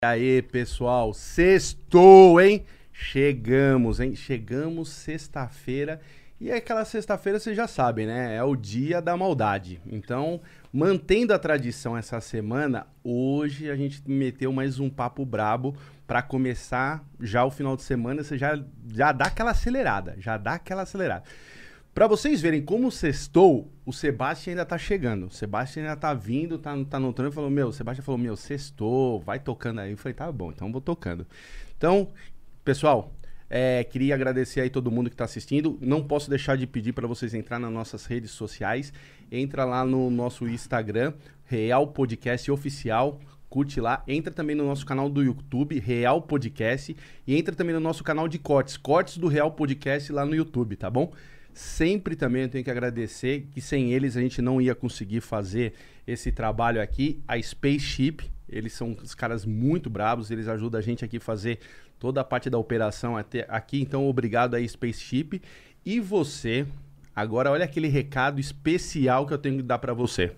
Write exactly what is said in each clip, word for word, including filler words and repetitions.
E aí, pessoal, sextou, hein? Chegamos, hein? Chegamos sexta-feira. E aquela sexta-feira, vocês já sabem, né? É o dia da maldade. Então, mantendo a tradição essa semana, hoje a gente meteu mais um papo brabo para começar já o final de semana. Você já, já dá aquela acelerada, já dá aquela acelerada. Pra vocês verem como sextou, o Sebastião ainda tá chegando. O Sebastião ainda tá vindo, tá, tá no trânsito, falou, meu, o Sebastião falou, meu, sextou, vai tocando aí. Eu falei, tá bom, então vou tocando. Então, pessoal, é, queria agradecer aí todo mundo que tá assistindo. Não posso deixar de pedir para vocês entrar nas nossas redes sociais. Entra lá no nosso Instagram, Real Podcast Oficial. Curte lá, entra também no nosso canal do YouTube, Real Podcast. E entra também no nosso canal de cortes, cortes do Real Podcast lá no YouTube, tá bom? Sempre também eu tenho que agradecer que sem eles a gente não ia conseguir fazer esse trabalho aqui. A Spaceship, eles são os caras muito bravos, eles ajudam a gente aqui a fazer toda a parte da operação até aqui. Então, obrigado aí, Spaceship. E você, agora olha aquele recado especial que eu tenho que dar para você.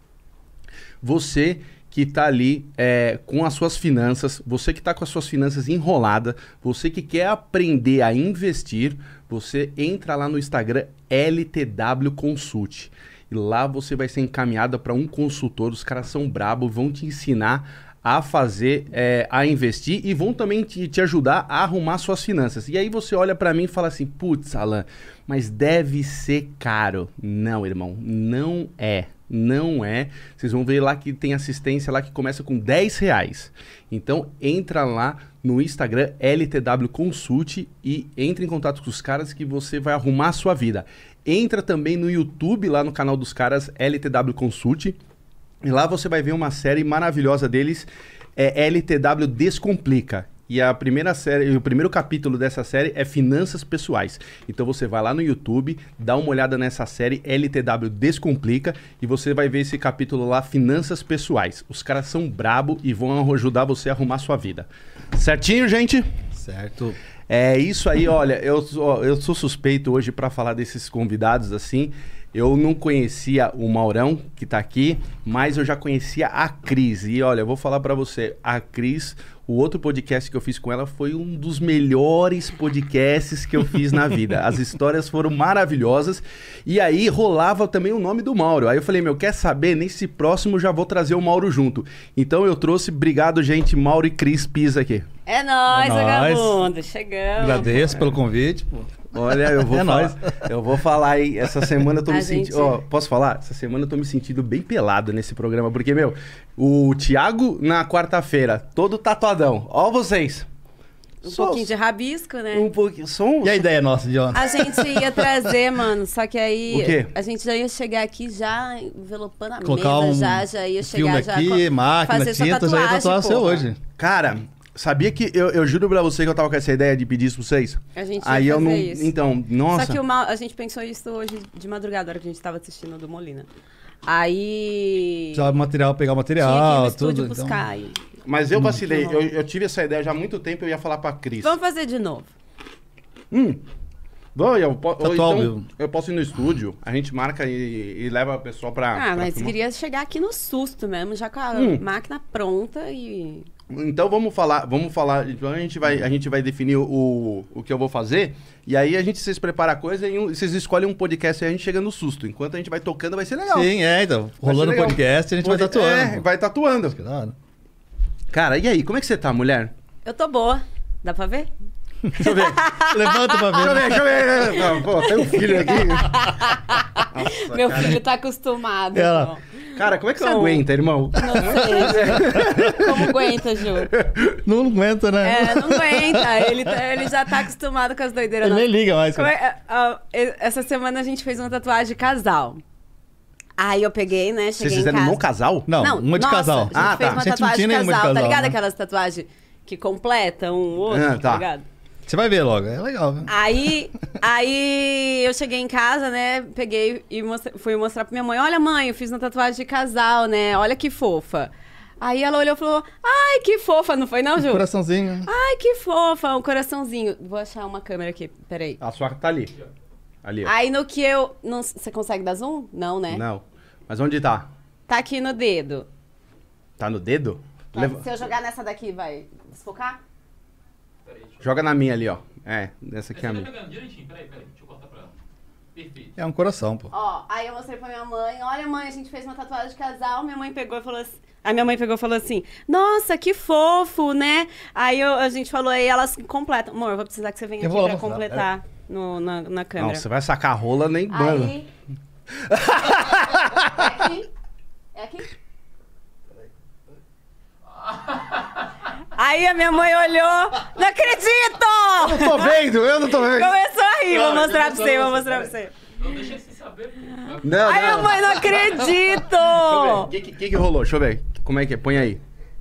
Você que tá ali é, com as suas finanças, você que tá com as suas finanças enroladas, você que quer aprender a investir, você entra lá no Instagram L T W Consult. E lá você vai ser encaminhada para um consultor, os caras são brabos, vão te ensinar a fazer, é, a investir e vão também te, te ajudar a arrumar suas finanças. E aí você olha para mim e fala assim, putz, Alan, mas deve ser caro. Não, irmão, não é. Não é. Vocês vão ver lá que tem assistência lá que começa com dez reais. Então, entra lá no Instagram L T W Consult e entre em contato com os caras que você vai arrumar a sua vida. Entra também no YouTube, lá no canal dos caras L T W Consult. E lá você vai ver uma série maravilhosa deles, é L T W Descomplica. E a primeira série, o primeiro capítulo dessa série é Finanças Pessoais. Então você vai lá no YouTube, dá uma olhada nessa série L T W Descomplica e você vai ver esse capítulo lá, Finanças Pessoais. Os caras são brabo e vão ajudar você a arrumar sua vida. Certinho, gente? Certo. É isso aí, olha, eu, eu sou suspeito hoje para falar desses convidados assim. Eu não conhecia o Maurão, que tá aqui, mas eu já conhecia a Cris. E olha, eu vou falar pra você, a Cris, o outro podcast que eu fiz com ela foi um dos melhores podcasts que eu fiz na vida. As histórias foram maravilhosas. E aí rolava também o nome do Mauro. Aí eu falei, meu, quer saber? Nesse próximo já vou trazer o Mauro junto. Então eu trouxe, obrigado, gente, Mauro e Cris Pisa aqui. É nóis, É nóis. vagabundo, chegamos. Agradeço pelo convite, pô. Olha, eu vou, É falar, eu vou falar aí, essa semana eu tô A me gente- sentindo... Ó, posso falar? Essa semana eu tô me sentindo bem pelado nesse programa, porque, meu, o Thiago na quarta-feira, todo tatuadão. Ó vocês. Um Só- pouquinho de rabisco, né? Um pouquinho... Só um... E a ideia nossa de ontem? A gente ia trazer, mano, só que aí O quê? a gente já ia chegar aqui já envelopando a Colocar mesa, um já, já ia filme chegar já aqui, com- máquina, fazer sua tinta, já ia tatuagem, tatuar você porra. hoje. Cara, sabia que... Eu, eu juro pra você que eu tava com essa ideia de pedir isso pra vocês? A gente ia Aí eu fazer não... isso. Então, nossa... Só que o mal, a gente pensou isso hoje de madrugada, na hora que a gente tava assistindo o do Molina. Aí Precisava de material, pegar tinha que ir material, no estúdio tudo. buscar. aí. Mas eu vacilei. Uhum. Eu, eu tive essa ideia já há muito tempo, eu ia falar pra Cris. Vamos fazer de novo. Hum. Vou, eu, po- ou Tatuar então, ao vivo. eu posso ir no estúdio, a gente marca e, e leva a pessoa pra... Ah, pra mas filmar. queria chegar aqui no susto mesmo, já com a Hum. máquina pronta e... Então vamos falar, vamos falar, então a gente vai, a gente vai definir o, o que eu vou fazer, e aí a gente, vocês preparam a coisa e um- vocês escolhem um podcast e a gente chega no susto. Enquanto a gente vai tocando, vai ser legal. Sim, é, então. Vai Rolando ser legal. podcast, a gente vai Pode- tatuando. É, vai tatuando. Que da hora. Cara, e aí, como é que você tá, mulher? Eu tô boa. Dá pra ver? Deixa eu ver. Levanta pra Deixa eu ver, ver. deixa eu ver. Não, pô, tem um filho aqui. Nossa, Meu cara. filho tá acostumado. Ela- irmão. Cara, como é que você Como? aguenta, irmão? Não sei. Como aguenta, Ju? Não aguenta, né? É, não aguenta. Ele, tá- ele já tá acostumado com as doideiras. Ele nem nossas. liga mais. Como cara. é- ah, e- essa semana a gente fez uma tatuagem de casal. Aí eu peguei, né? Vocês Cheguei em fizeram casa. no casal? Não, uma de nossa, casal. A gente Ah, fez tá. uma A gente não tatuagem tinha de nenhuma de casal, tá casal, ligado? né? Aquelas tatuagens que completam um outro, Ah, tá. tá. ligado? Você vai ver logo, é legal, viu? Aí, aí eu cheguei em casa, né? Peguei e mostra- fui mostrar pra minha mãe. Olha, mãe, eu fiz uma tatuagem de casal, né? Olha que fofa. Aí ela olhou e falou, ai, que fofa, não foi não, Ju? Coraçãozinho. Ai, que fofa, um coraçãozinho. Vou achar uma câmera aqui, peraí. A sua tá ali. Ali, ó. Aí no que eu... Não, você consegue dar zoom? Não, né? Não. Mas onde tá? Tá aqui no dedo. Tá no dedo? Leva- Se eu jogar nessa daqui, vai desfocar? Joga na minha ali, ó. É, essa aqui é a Você minha. tá pegando direitinho, peraí, peraí, deixa eu cortar pra ela. Perfeito. É um coração, pô. Ó, aí eu mostrei pra minha mãe, olha mãe, a gente fez uma tatuagem de casal, minha mãe pegou e falou assim, a minha mãe pegou e falou assim, nossa, que fofo, né? Aí eu- a gente falou, aí elas completam. Amor, eu vou precisar que você venha Eu aqui vou lá pra mostrar, completar no, na, na Não, câmera. você vai sacar a rola nem banda. Aí... é aqui? É aqui? Aí a minha mãe olhou, não acredito! Eu tô vendo, eu não tô vendo. Começou a rir, vou Não, mostrar pra eu você, não vou tô- mostrar pra você. Não deixa você saber, pô. Não, Ai, minha não. mãe, não acredito! O que, que, que rolou? Deixa eu ver. Como é que é? Põe aí.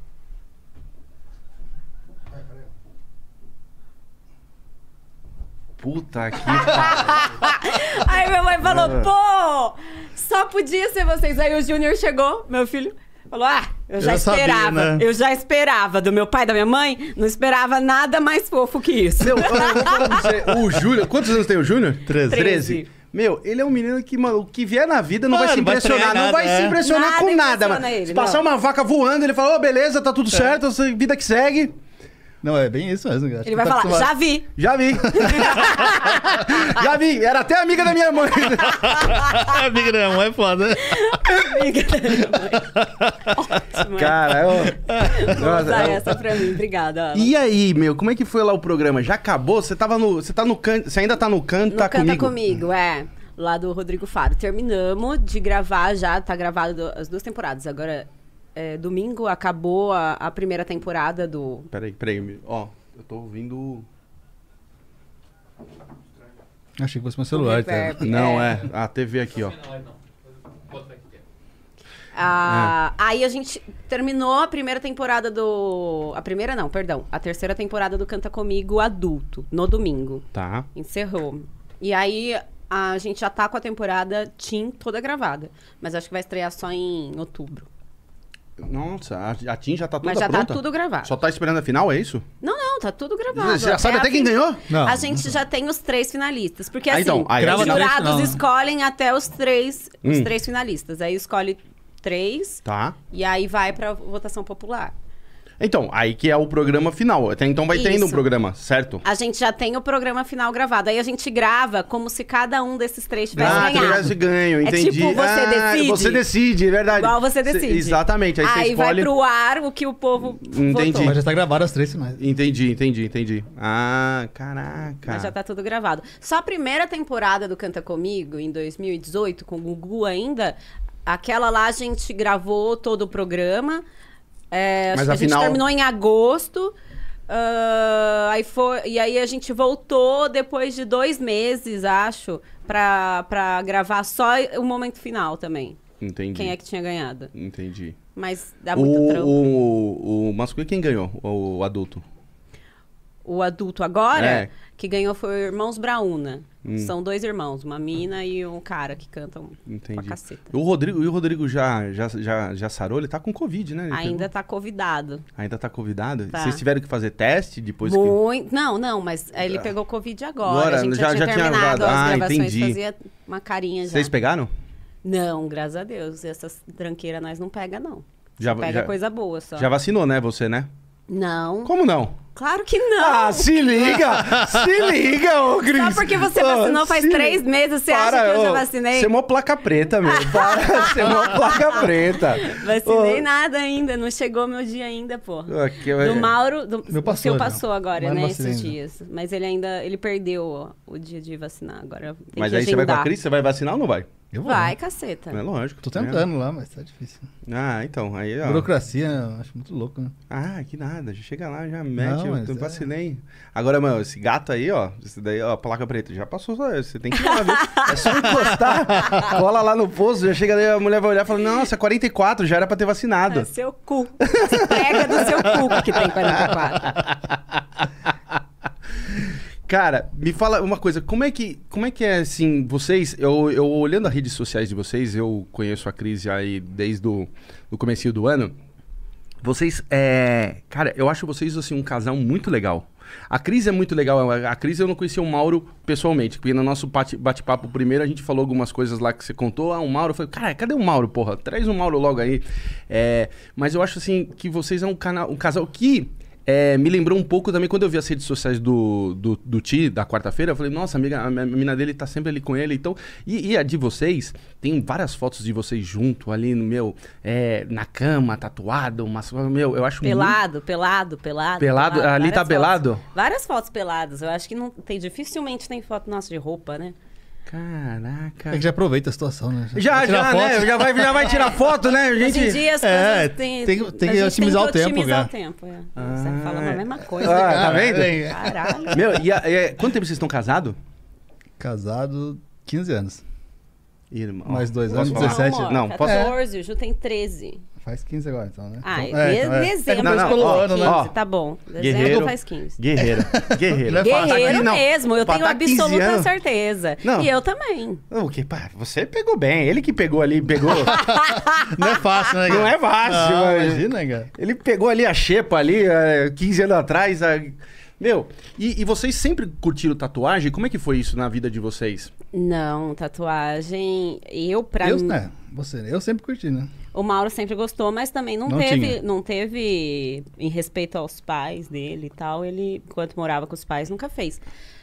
Puta que pariu. Aí minha mãe falou, pô, só podia ser vocês. Aí o Júnior chegou, meu filho, falou, ah, eu já, já sabia, esperava. né? Eu já esperava do meu pai e da minha mãe, não esperava nada mais fofo que isso. Meu, eu vou falar pra você, o Júnior, quantos anos tem o Júnior? Treze. Treze. Meu, ele é um menino que, mano, o que vier na vida não vai Mano, se não vai impressionar. estranhar Não vai nada, se é. impressionar Nada com nada, impressiona mano. ele, Se passar não. uma vaca voando, ele fala, ô, beleza, tá tudo certo, vida que segue. Não, é bem isso mesmo. Acho Ele que vai tá falar, acostumado. já vi. Já vi. Já vi. Era até amiga da minha mãe. Amiga da mãe é foda. Amiga da minha mãe. Ótimo. Cara, eu... Vou Nossa, usar eu- essa pra mim, obrigada. Ana. E aí, meu, como é que foi lá o programa? Já acabou? Você tava no. Você tá no can... Você ainda tá no canto, No tá Canta comigo? Comigo, é. Lá do Rodrigo Faro. Terminamos de gravar já, tá gravado do- as duas temporadas. Agora, é, domingo acabou a, a primeira temporada do... Peraí, peraí. me- Ó, eu tô ouvindo. Achei que fosse meu celular. Tá? reverb. Não, é. A T V aqui, ó. Não, não, não. Bota aqui dentro. Ah, Aí a gente terminou a primeira temporada do... A primeira não, perdão. A terceira temporada do Canta Comigo adulto, no domingo. Tá. Encerrou. E aí a gente já tá com a temporada Teen toda gravada. Mas acho que vai estrear só em outubro. Nossa, a, a Tim já tá toda Mas já pronta? tá tudo gravado. Só tá esperando a final, é isso? Não, não, tá tudo gravado. Você já sabe É até a quem fin- ganhou? Não. A gente já tem os três finalistas. Porque Ah, assim, então, aí Grava os três jurados final, né? escolhem até os três, os Hum. três finalistas. Aí escolhe três Tá. e aí vai pra votação popular. Então, aí que é o programa final. Até então vai ter ainda um Isso. programa, certo? A gente já tem o programa final gravado. Aí a gente grava como se cada um desses três tivesse Ah, ganhado. tivesse ganho, É entendi. tipo, você ah, decide? Você decide, é verdade. Igual você Cê- decide. exatamente, aí, você Aí vai escolhe... pro ar o que o povo Entendi. votou. Mas já tá gravado as três finais. Entendi, entendi, entendi. Ah, caraca. Mas já tá tudo gravado. Só a primeira temporada do Canta Comigo, em dois mil e dezoito, com o Gugu ainda, aquela lá a gente gravou todo o programa. É, Mas acho que a afinal- gente terminou em agosto. ah, aí foi, e aí a gente voltou depois de dois meses, acho, pra, pra gravar só o momento final também. Entendi. Quem é que tinha ganhado. Entendi. Mas dá muito O, trampo. o, o masculino, quem ganhou? O, o adulto? O adulto agora, É. que ganhou foi o Irmãos Brauna. Hum. São dois irmãos, uma mina e um cara que cantam pra Entendi. caceta. O Rodrigo, e o Rodrigo já, já, já, já sarou? Ele tá com Covid, né? Ele Ainda pegou? tá convidado. Ainda tá convidado? Tá. Vocês tiveram que fazer teste depois que... Muito. Não, não, mas ele pegou Covid agora. Agora, a gente já, já- tinha já tinha terminado usado. as Ah, gravações, entendi. fazia uma carinha já. Vocês pegaram? Não, graças a Deus. Essas tranqueiras nós não pega, não. Já, Pega já, coisa boa só. já vacinou, né, você, né? Não. Como não? Claro que não. Ah, se liga! Se liga, ô Cris! Só porque você Ô, vacinou faz se três liga. meses, você Para, acha que eu já ô, vacinei? Você é mó placa preta, meu. Para, você é mó placa preta. Vacinei Ô, nada ainda, não chegou meu dia ainda, pô. aqui, é- Do Mauro, do, Meu o passou seu já. passou agora, Mas não né, vacinei esses ainda. dias. Mas ele ainda, ele perdeu o, o dia de vacinar agora. Tem Mas que aí você vai com a agendar. Cris, você vai vacinar ou não vai? Eu vou. Vai, caceta. É lógico. Tô tentando lá, mas tá difícil. Ah, então, aí, ó. Burocracia, eu acho muito louco, né? Ah, que nada. Já chega lá, já mete, Não, eu mas tô- é. vacinei. Agora, mano, esse gato aí, ó, esse daí, ó, placa preta, já passou, só, você tem que ir lá, viu? É só encostar, cola lá no posto, já chega ali, a mulher vai olhar e fala, nossa, quarenta e quatro, já era pra ter vacinado. É seu cu. As pregas do seu cu que tem quarenta e quatro. Cara, me fala uma coisa, como é que, como é, que é, assim, vocês, eu, eu olhando as redes sociais de vocês, eu conheço a Cris já aí desde o do comecinho do ano, Vocês, é... Cara, eu acho vocês, assim, um casal muito legal. A Cris é muito legal. A Cris eu não conhecia o Mauro pessoalmente, porque no nosso bate- bate-papo primeiro a gente falou algumas coisas lá que você contou. Ah, o Mauro, eu falei, cara, cadê o Mauro, porra? Traz o Mauro logo aí. É... Mas eu acho, assim, que vocês é um, cana- um casal que... É, me lembrou um pouco também quando eu vi as redes sociais do, do, do Ti, da quarta-feira. Eu falei, nossa, amiga, a menina dele tá sempre ali com ele. Então, e, e a de vocês, tem várias fotos de vocês junto ali no meu, é, na cama, tatuado. Mas, meu, eu acho Pelado, muito... pelado, pelado. Pelado? Ali várias tá fotos. pelado? Várias fotos peladas. Eu acho que não tem, dificilmente tem foto nossa de roupa, né? Caraca. É que já aproveita a situação, né? Já, Vai tirar já, foto. né? Já vai, já vai tirar foto, né? A gente... Hoje em dia as É, coisas têm... tem que- tem a que gente otimizar o tempo, otimizar cara. o tempo, é. Ah. Você fala a mesma coisa. Ah, tá vendo? É, Caralho. Meu, e, a- e- quanto tempo vocês estão casados? Casado, quinze anos. Irmão. Mais dois Posso anos, falar? dezessete. amor, Não, posso- catorze, o Ju tem treze. Faz quinze agora, então, né? Ah, então, é, então, é. dezembro Não, não, pelo ó, quinze, ó. tá bom. Dezembro Guerreiro. faz quinze. Guerreira. Guerreira. Não é fácil. Guerreiro Aqui, não. mesmo, eu Pra tenho tá quinze absoluta anos. certeza. Não. E eu também. O que, pá, você pegou bem. Ele que pegou ali, pegou... Não é fácil, né? Não cara? é fácil, Não, mas- imagina, cara. Ele pegou ali a xepa ali, é, quinze anos atrás. a- Meu, e, e vocês sempre curtiram tatuagem? Como é que foi isso na vida de vocês? Não, tatuagem, eu pra Eu, mim... né? Você, eu sempre curti, né? O Mauro sempre gostou, mas também não, Não teve, tinha. não teve, em respeito aos pais dele e tal, ele, enquanto morava com os pais, nunca fez.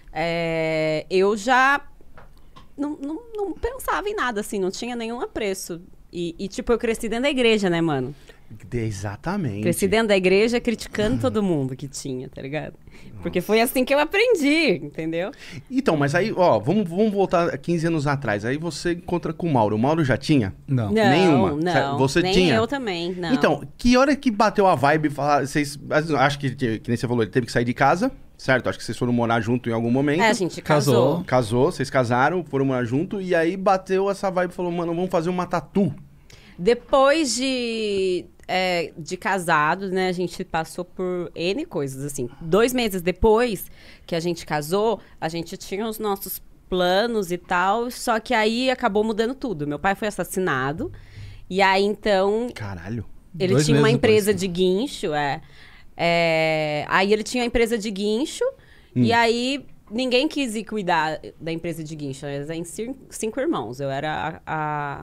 É, eu já não, não, não pensava em nada, assim, não tinha nenhum apreço. E, e, tipo, eu cresci dentro da igreja, né, mano? Exatamente. Cresci dentro da igreja criticando todo mundo que tinha, tá ligado? Porque foi assim que eu aprendi, entendeu? Então, mas aí, ó, vamos, vamos voltar quinze anos atrás. Aí você encontra com o Mauro. O Mauro já tinha? Não. Não, Nenhuma. não. Você nem tinha? eu também, não. Então, que hora que bateu a vibe? Falar, vocês, acho que, que nem você falou, ele teve que sair de casa, certo? Acho que vocês foram morar junto em algum momento. É, a gente Casou. casou. Casou, vocês casaram, foram morar junto. E aí bateu essa vibe e falou, mano, vamos fazer uma tatu. Depois de, é, de casados, né, a gente passou por N coisas, assim. Dois meses depois que a gente casou, a gente tinha os nossos planos e tal, só que aí acabou mudando tudo. Meu pai foi assassinado, e aí, então, Caralho. ele Dois tinha uma meses empresa depois. de guincho, é. É, aí ele tinha a empresa de guincho, Hum. e aí ninguém quis ir cuidar da empresa de guincho. Nós éramos cin- cinco irmãos. Eu era a... a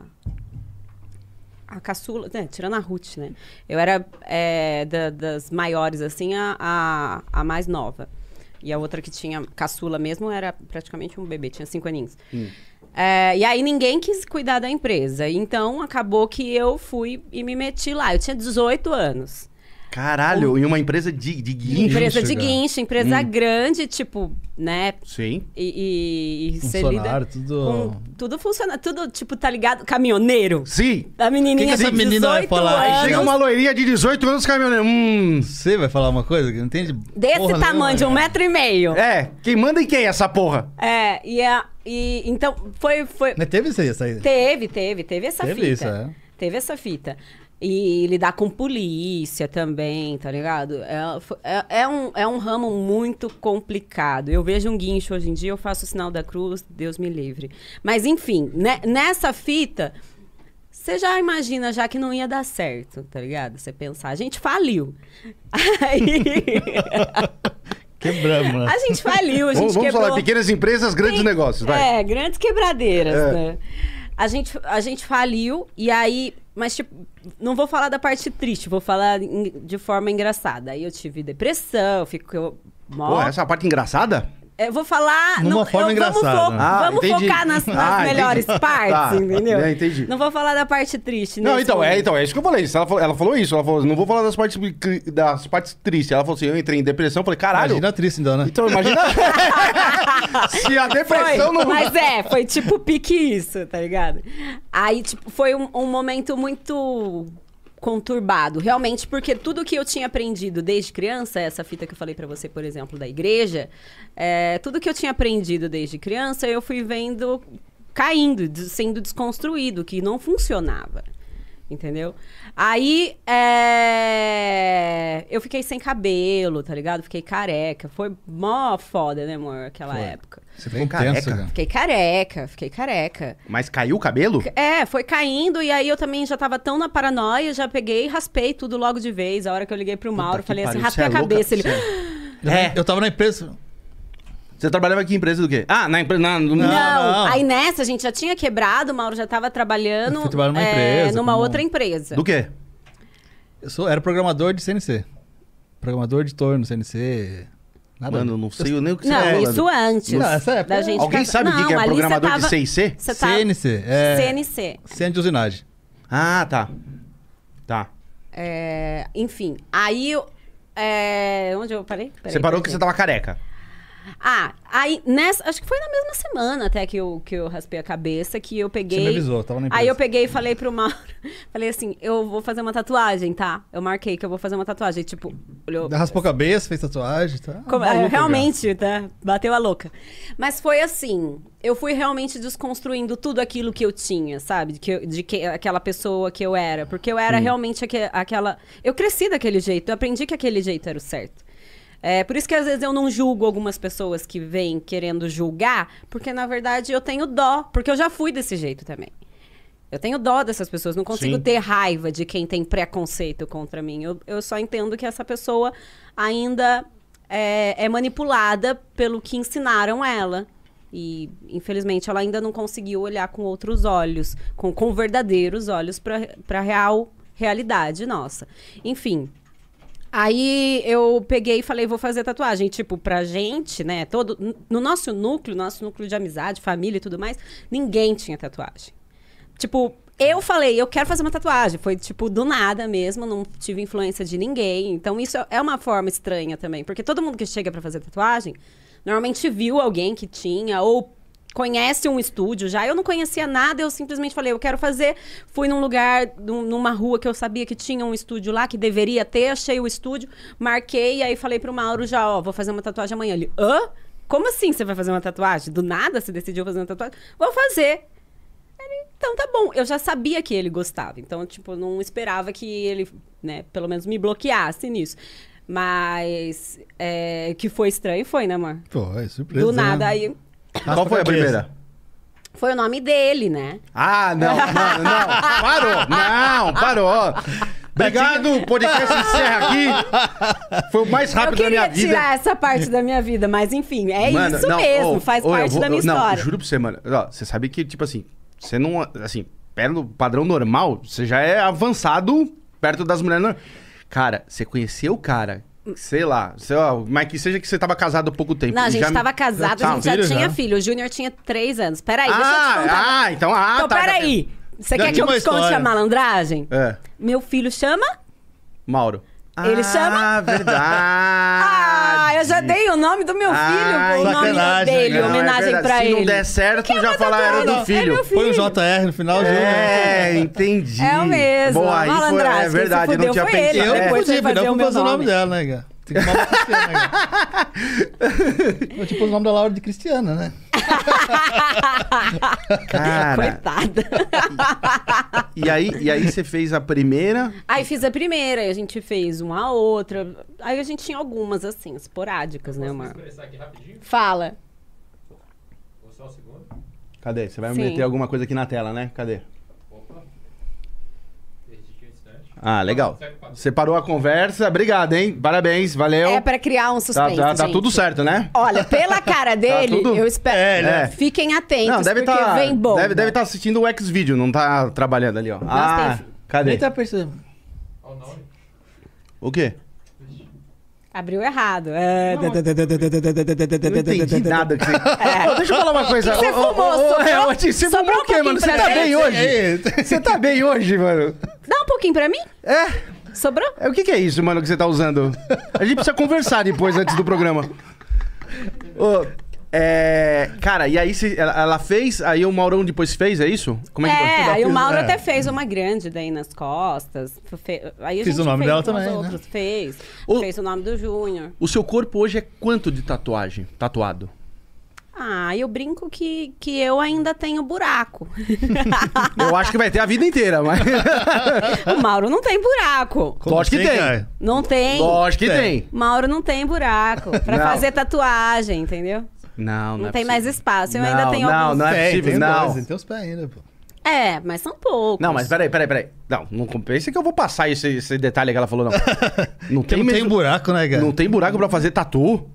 A caçula, né, tirando a Ruth, né? Eu era é, da- das maiores, assim, a, a, a mais nova. E a outra que tinha caçula mesmo era praticamente um bebê, tinha cinco aninhos. Hum. É, e aí ninguém quis cuidar da empresa. Então acabou que eu fui e me meti lá. Eu tinha dezoito anos. Caralho, em uma empresa de, de guincho. Empresa de cara. guincho, empresa Hum. grande, tipo, né? Sim. E, e, e você lida Funcionário, tudo... com tudo funciona, tudo, tipo, tá ligado? Caminhoneiro. Sim. A menininha Que que essa de menina vai dezoito falar? Aí anos. Chega uma loirinha de dezoito anos caminhoneiro. Hum. Você vai falar uma coisa que não entende Desse porra tamanho, nenhuma, de um cara. metro e meio. É, quem manda em quem é essa porra? É, e, a, e então foi. foi Mas teve isso aí, essa aí. teve, teve, teve essa Teve fita. isso, é. Teve essa fita. E lidar com polícia também, tá ligado? É, fo- é, é um, é um ramo muito complicado. Eu vejo um guincho hoje em dia, eu faço o sinal da cruz, Deus me livre. Mas, enfim, né, nessa fita, você já imagina já que não ia dar certo, tá ligado? Você pensar, a gente faliu. Aí... Quebramos, né? A gente faliu, a gente Vamos, vamos quebrou... falar, pequenas empresas, grandes Tem- negócios, vai. É, grandes quebradeiras, É. né? A gente, a gente faliu e aí... Mas, tipo, não vou falar da parte triste, vou falar em- de forma engraçada. Aí eu tive depressão, fico... Mó... Pô, essa é a parte engraçada? Eu vou falar... Numa não, forma eu- vamos engraçada, fo- né? Ah, vamos entendi. focar nas, nas Ah, melhores entendi. partes, Tá. entendeu? É, entendi. Não vou falar da parte triste. Não, nesse então é, momento. então, é isso que eu falei. Ela falou, ela falou isso, ela falou, não vou falar das partes, cri- das partes tristes. Ela falou assim, eu entrei em depressão, falei, caralho. Imagina triste, então, né? Então, imagina. Se a depressão Foi, não. mas é, foi tipo pique isso, tá ligado? Aí, tipo, foi um, um momento muito conturbado, realmente, porque tudo que eu tinha aprendido desde criança, essa fita que eu falei pra você, por exemplo, da igreja, é, tudo que eu tinha aprendido desde criança, eu fui vendo caindo, des- sendo desconstruído, que não funcionava. Entendeu? Aí, é... eu fiquei sem cabelo, tá ligado? Fiquei careca. Foi mó foda, né, amor? Aquela Foi. época. Você Bem ficou careca? careca. Fiquei careca, fiquei careca. Mas caiu o cabelo? É, foi caindo e aí eu também já tava tão na paranoia, já peguei e raspei tudo logo de vez. A hora que eu liguei pro Mauro, que falei assim, pariu, raspei cê a é louca? cabeça. Ele... Cê- Eu, É. eu tava na empresa. Você trabalhava aqui em empresa do quê? Ah, na empresa... Na, no... Não, não. aí nessa a gente já tinha quebrado, o Mauro já tava trabalhando Eu fui trabalhar numa é, empresa, numa como- outra empresa. Do quê? Eu sou, era programador de C N C. Programador de torno, C N C. Nada. Mano, eu não sei nem o que você Não, tá falando. isso antes Não, essa época da é- gente Alguém casar. sabe o que Não, que é ali programador cê de tava- C I C? Você tá... C N C. É... C N C. Centro de usinagem. Ah, tá. Tá. É, enfim, aí eu... é, onde eu parei? Peraí, Você parou que peraí. você tava careca. Ah, aí nessa... Acho que foi na mesma semana até que eu, que eu raspei a cabeça, que eu peguei... Você me avisou, tava na empresa. Aí eu peguei e falei pro Mauro... Falei assim, eu vou fazer uma tatuagem, tá? Eu marquei que eu vou fazer uma tatuagem. Tipo, olhou... Raspou a cabeça, fez tatuagem, tá? Como- é, Maluco, realmente, tá? Bateu a louca. Mas foi assim, eu fui realmente desconstruindo tudo aquilo que eu tinha, sabe? De, que, eu- de que aquela pessoa que eu era. Porque eu era realmente aque- aquela... Eu cresci daquele jeito, eu aprendi que aquele jeito era o certo. É, por isso que às vezes eu não julgo algumas pessoas que vêm querendo julgar, porque na verdade eu tenho dó, porque eu já fui desse jeito também. Eu tenho dó dessas pessoas, não consigo Sim. ter raiva de quem tem preconceito contra mim. Eu, eu só entendo que essa pessoa ainda é, é manipulada pelo que ensinaram ela. E, infelizmente, ela ainda não conseguiu olhar com outros olhos, com, com verdadeiros olhos para a real realidade nossa. Enfim. Aí eu peguei e falei, vou fazer tatuagem. Tipo, pra gente, né? Todo, no nosso núcleo, nosso núcleo de amizade, família e tudo mais, ninguém tinha tatuagem. Tipo, eu falei, eu quero fazer uma tatuagem. Foi, tipo, do nada mesmo, não tive influência de ninguém. Então, isso é uma forma estranha também. Porque todo mundo que chega pra fazer tatuagem, normalmente viu alguém que tinha, ou conhece um estúdio já. Eu não conhecia nada, eu simplesmente falei, eu quero fazer. Fui num lugar, num- numa rua que eu sabia que tinha um estúdio lá, que deveria ter, achei o estúdio, marquei, e aí falei pro Mauro já, ó, vou fazer uma tatuagem amanhã. Ele, hã? Como assim você vai fazer uma tatuagem? Do nada você decidiu fazer uma tatuagem? Vou fazer. Ele, então tá bom. Eu já sabia que ele gostava, então, tipo, não esperava que ele, né, pelo menos me bloqueasse nisso. Mas, é, que foi estranho, foi, né, amor? Pô, é surpresa. Do nada, né? aí... Qual foi a primeira? Foi o nome dele, né? Ah, não, não, não. Parou. Não, parou. Obrigado, o podcast encerra aqui. Foi o mais rápido eu da queria minha vida. tirar essa parte da minha vida, mas enfim, é Mano, isso não, mesmo, ô, faz ô, eu parte vou- da minha eu- história. Não, juro pra você, mano. Ó, você sabe que, tipo assim, você não, assim, pelo padrão normal, você já é avançado perto das mulheres normais. Cara, você conheceu o cara, sei lá, sei lá, mas que seja que você tava casado há pouco tempo. Não, a e gente já- tava casado, já a gente já filho, tinha já? filho. O Júnior tinha três anos. Peraí, deixa eu te Ah, contar. ah, então, ah, então, tá. peraí. Você Já quer que tinha eu uma te conte história. a malandragem? É, Meu filho chama? Mauro. Ele ah, chama? verdade. Ah, eu já dei o nome do meu Ah, filho, o nome sacanagem, dele, não, é homenagem verdade. pra Se ele. não der certo, já falar era do tatuagem? É filho. meu filho. Põe um J R no final, Júnior. É, entendi. É o mesmo, Bom, a aí foi, malandragem, é quem se verdade, eu não fudeu tinha foi ele, pensado. Eu né? É. Depois podia, vai fazer não o vou meu fazer o nome nome. dela, né, cara? Tem que falar Cristiana, né, cara? Eu tipo o nome da Laura de Cristiana, né? Cara, Coitada. e aí, e aí você fez a primeira. Aí fiz a primeira, aí a gente fez uma outra. Aí a gente tinha algumas, assim, esporádicas, né, Posso me amor? expressar aqui rapidinho? Fala. Vou só um segundo. Cadê? Você vai Sim. meter alguma coisa aqui na tela, né? Cadê? Opa. Perdi um instante. Ah, legal. Segue o papo. Você parou a conversa. Obrigado, hein? Parabéns, valeu. É pra criar um Tá, suspense, tá, tá gente. tudo certo, né? Olha, pela cara dele, tudo- eu espero. É, ele é. Fiquem atentos, Não, deve porque estar. vem bom. Deve estar tá assistindo o X-Video, não tá trabalhando ali, ó. Ah, tem- cadê? Nem tá percebendo. Olha o nome. O quê? Abriu errado. É... Eu não entendi nada. Que você... Ô, deixa eu falar uma coisa. Que que você Ô, ô, fumou? ô, Sobrou? é, ô, Ti, você Sobrou fumou um o quê, mano? Você pouquinho tá pra bem gente? hoje? Você tá bem hoje, mano? Dá um pouquinho pra mim? É? Sobrou? É, o que, que é isso, mano, que você tá usando? A gente precisa conversar depois, antes do programa. Ô, é... Cara, e aí você- ela, ela fez, aí o Maurão depois fez, é isso? Como é que É, foi? aí o Mauro É. até fez uma grande daí nas costas. Fe- Aí a Fiz gente o nome fez dela com os também, né? outros. Fez. O- Fez o nome do Júnior. O seu corpo hoje é quanto de tatuagem? Tatuado? Ah, eu brinco que, que eu ainda tenho buraco. Eu acho que vai ter a vida inteira, mas... O Mauro não tem buraco. Lógico que assim, tem. cara? Não tem. Lógico que Tem. tem. Mauro não tem buraco pra Não. fazer tatuagem, entendeu? Não, não, Não é tem possível. mais espaço. Eu Não, ainda tenho não, alguns. não é Tem, possível, tem não. dois, ele tem os pés ainda, pô. É, mas são poucos. Não, mas peraí, peraí, peraí. Não, não pense que eu vou passar esse, esse detalhe que ela falou, não. Não Tem, tem, não tem mesmo- buraco, né, cara? Não tem buraco pra fazer tatu?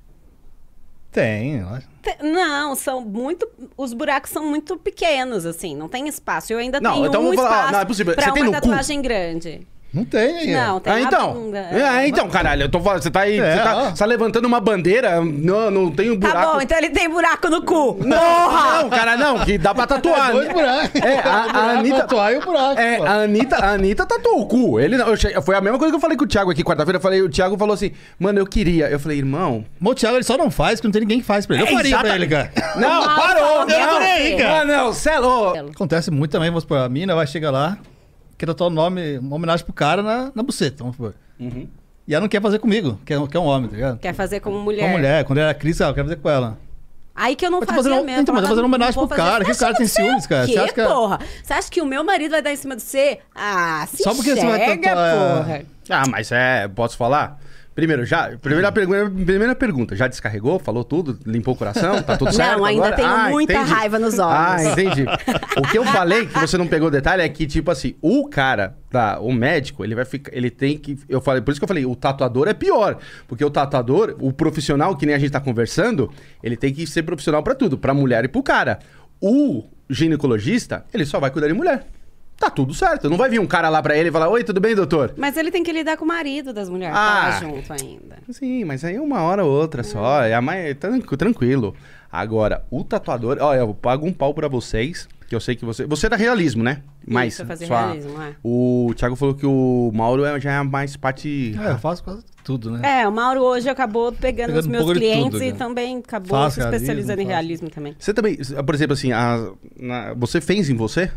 Tem, eu acho. Te- Não, são muito. Os buracos são muito pequenos, assim, não tem espaço. Eu ainda Não, tenho então um vamos falar- espaço não, é possível. pra Você tem uma no cu? tatuagem grande. Não tem, é. Não, tem Ah, na então. bunda. É, então, caralho, eu tô falando, você tá aí, É, você tá, ó. você tá levantando uma bandeira, não, não tem um buraco. Tá bom, então ele tem buraco no cu. Não, não, cara, não, que dá pra tatuar. Dois buracos. É, a, a Anitta... Tatuar e o buraco, É, pô. a Anitta, a Anitta tatuou o cu. Ele não, eu che- foi a mesma coisa que eu falei com o Thiago aqui quarta-feira. Eu falei, o Thiago falou assim, mano, eu queria. Eu falei, irmão... Mas o Thiago ele só não faz porque não tem ninguém que faz pra ele. Eu É, faria pra exata- ele, cara. Não, Mal parou! falou, Não, eu tô nem aí, cara. Ah, não, celo. Acontece muito também, vamos supor, a mina vai chegar lá, quer tatuar o nome, uma homenagem pro cara na, na buceta, vamos supor. Uhum. E ela não quer fazer comigo, que é, que é um homem, tá ligado? Quer fazer como Com mulher. a mulher, quando ela era Cris, ela quer fazer com ela. Aí que eu não Mas tá fazia fazendo- mesmo. então, mas tá Falava, fazendo uma homenagem não vou pro cara, fazer. que o cara Você tem acha ciúmes, cara. Que, Você acha que- porra? Você acha que o meu marido vai dar em cima de você? Ah, se Só porque você vai enxerga, tatuar- porra. Ah, mas é, posso falar? Primeiro, já, primeira, pergunta, primeira pergunta, já descarregou? Falou tudo? Limpou o coração? Tá tudo Não, certo? ainda agora? tenho Ah, muita entendi. raiva nos olhos. Ah, entendi. O que eu falei, que você não pegou o detalhe, é que, tipo assim, o cara, tá, o médico, ele vai ficar. Ele tem que. Eu falei, por isso que eu falei, o tatuador é pior. Porque o tatuador, o profissional, que nem a gente tá conversando, ele tem que ser profissional pra tudo, pra mulher e pro cara. O ginecologista, ele só vai cuidar de mulher. Tá tudo certo. Não vai vir um cara lá pra ele e falar, oi, tudo bem, doutor? Mas ele tem que lidar com o marido das mulheres. Ah. Tá junto ainda. Sim, mas aí uma hora ou outra só, é a mais tran- tranquilo. Agora, o tatuador, olha, eu pago um pau pra vocês, que eu sei que você, você é da realismo, né? Mas Isso, fazer sua- realismo, é. o Thiago falou que o Mauro é- já é mais parte É, eu faço quase tudo, né? É, o Mauro hoje acabou pegando, Pegando os um meus pouco de clientes tudo, e né? também acabou Faço se realismo, especializando em faço. realismo também. Você também, por exemplo, assim, a- na- você fez em você?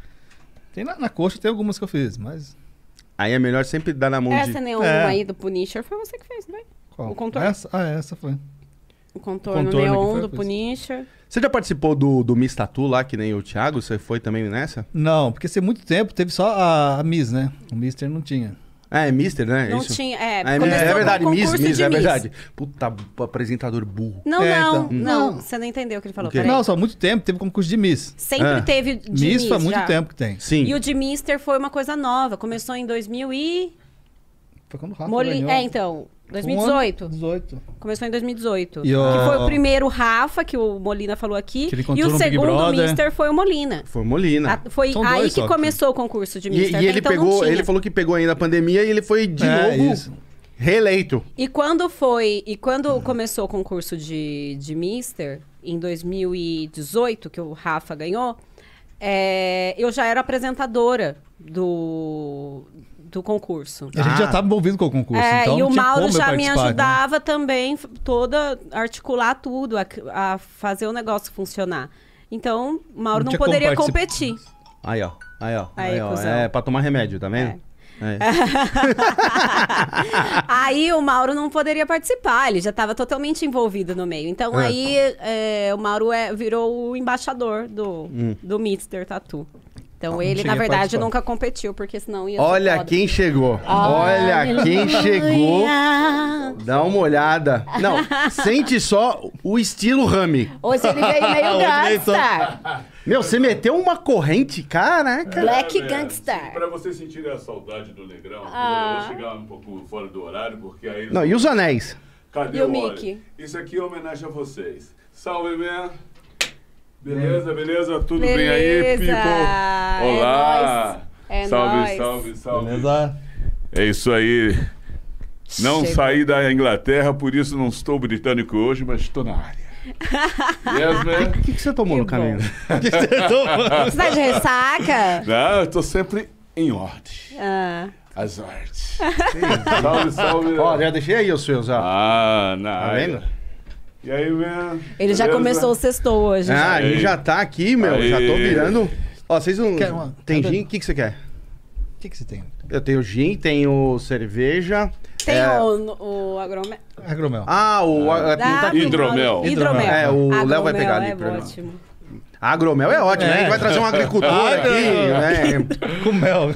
Tem na, na coxa, tem algumas que eu fiz, mas... Aí é melhor sempre dar na mão Essa de... neon É. aí do Punisher foi você que fez, não foi? Qual? O contorno. Essa? Ah, essa foi. O contorno, Contorno que neon foi, do foi. Punisher. Você já participou do, do Miss Tattoo lá, que nem o Thiago? Você foi também nessa? Não, porque se muito tempo teve só a, a Miss, né? O Mister não tinha. Ah, é Mister, né? Não Isso. tinha. É, É, começou é com verdade, Miss, concurso Miss, de é Miss. verdade. Puta, apresentador burro. Não, É, não, então. não, Não. Você não entendeu o que ele falou. O quê? Peraí. Não, só há muito tempo teve concurso de Miss. Sempre Ah. teve de Miss Miss faz muito já. tempo que tem. Sim. E o de Mister foi uma coisa nova. Começou em dois mil e... Foi quando o Rafa Moli... ganhou. É, então. dois mil e Um ano, dezoito. dezoito. Começou em dois mil e dezoito. E o- Que foi o primeiro Rafa, que o Molina falou aqui. Que ele E encontrou o no Big segundo Brother. Mister foi o Molina. Foi o Molina. A- Foi São aí dois que só que- começou o concurso de E, Mister. e Até ele então não pegou, tinha. ele falou que pegou ainda a pandemia e ele foi de É, novo isso. reeleito. E quando foi, e quando começou o concurso de, de Mister, em dois mil e dezoito, que o Rafa ganhou, é, eu já era apresentadora do, do concurso. A gente Ah. já estava envolvido com o concurso, É, então e não o tinha Mauro como eu já me participar, né? ajudava também, f- toda, a articular tudo, a, a fazer o negócio funcionar. Então, o Mauro Não não, tinha como poderia participar. competir. Aí, ó. Aí, ó. Aí, Aí, ó. cuzão. É pra tomar remédio, tá vendo? É. Aí o Mauro não poderia participar, ele já estava totalmente envolvido no meio. Então É. aí é, o Mauro é- virou o embaixador do, Hum. do Mister Tattoo. Então Não, não ele, cheguei na a verdade, participar. nunca competiu, porque senão ia ser Olha foda. quem chegou. Olha quem chegou. Dá uma olhada. Não, sente só o estilo Rami. Hoje ele veio meio Hoje veio só- gangster. Meu, você meteu uma corrente, caraca. Black É, Gangster. Para você sentir a saudade do Negrão, Ah. eu vou chegar um pouco fora do horário, porque aí... Não, e os anéis? Cadê E o óleo? Mickey? Isso aqui é homenagem a vocês. Salve, man! Beleza, beleza? Tudo bem aí, Beleza. people? É Olá! nóis. É salve, nóis. salve, salve. Beleza? É isso aí. Não Chegou. saí da Inglaterra, por isso não estou britânico hoje, mas estou na área. Yes, man? O que, que você tomou Que no caminho? Você tá de ressaca? Não, eu estou sempre em ordem. Ah. As artes. salve, salve. Ó, já deixei aí os seus, ó. Ah, na Tá área. vendo? E aí, man? Ele já Beleza? começou o sextou hoje. Ah, já. a gente Aí. já tá aqui, meu. Aí. Já tô virando. Ó, vocês não. Quer uma- Tem quer gin? O que, que você quer? que, que você tem? Eu tenho gin, tenho cerveja. Tem é, o, o agromel. Agromel. Ah, o... a- a- não tá aqui. Hidromel. Hidromel. É, o Léo vai Agromel pegar ali é pra mim. ótimo. Agromel é ótimo, né? A gente vai trazer um agricultor Ah, aqui, não. né? Com mel.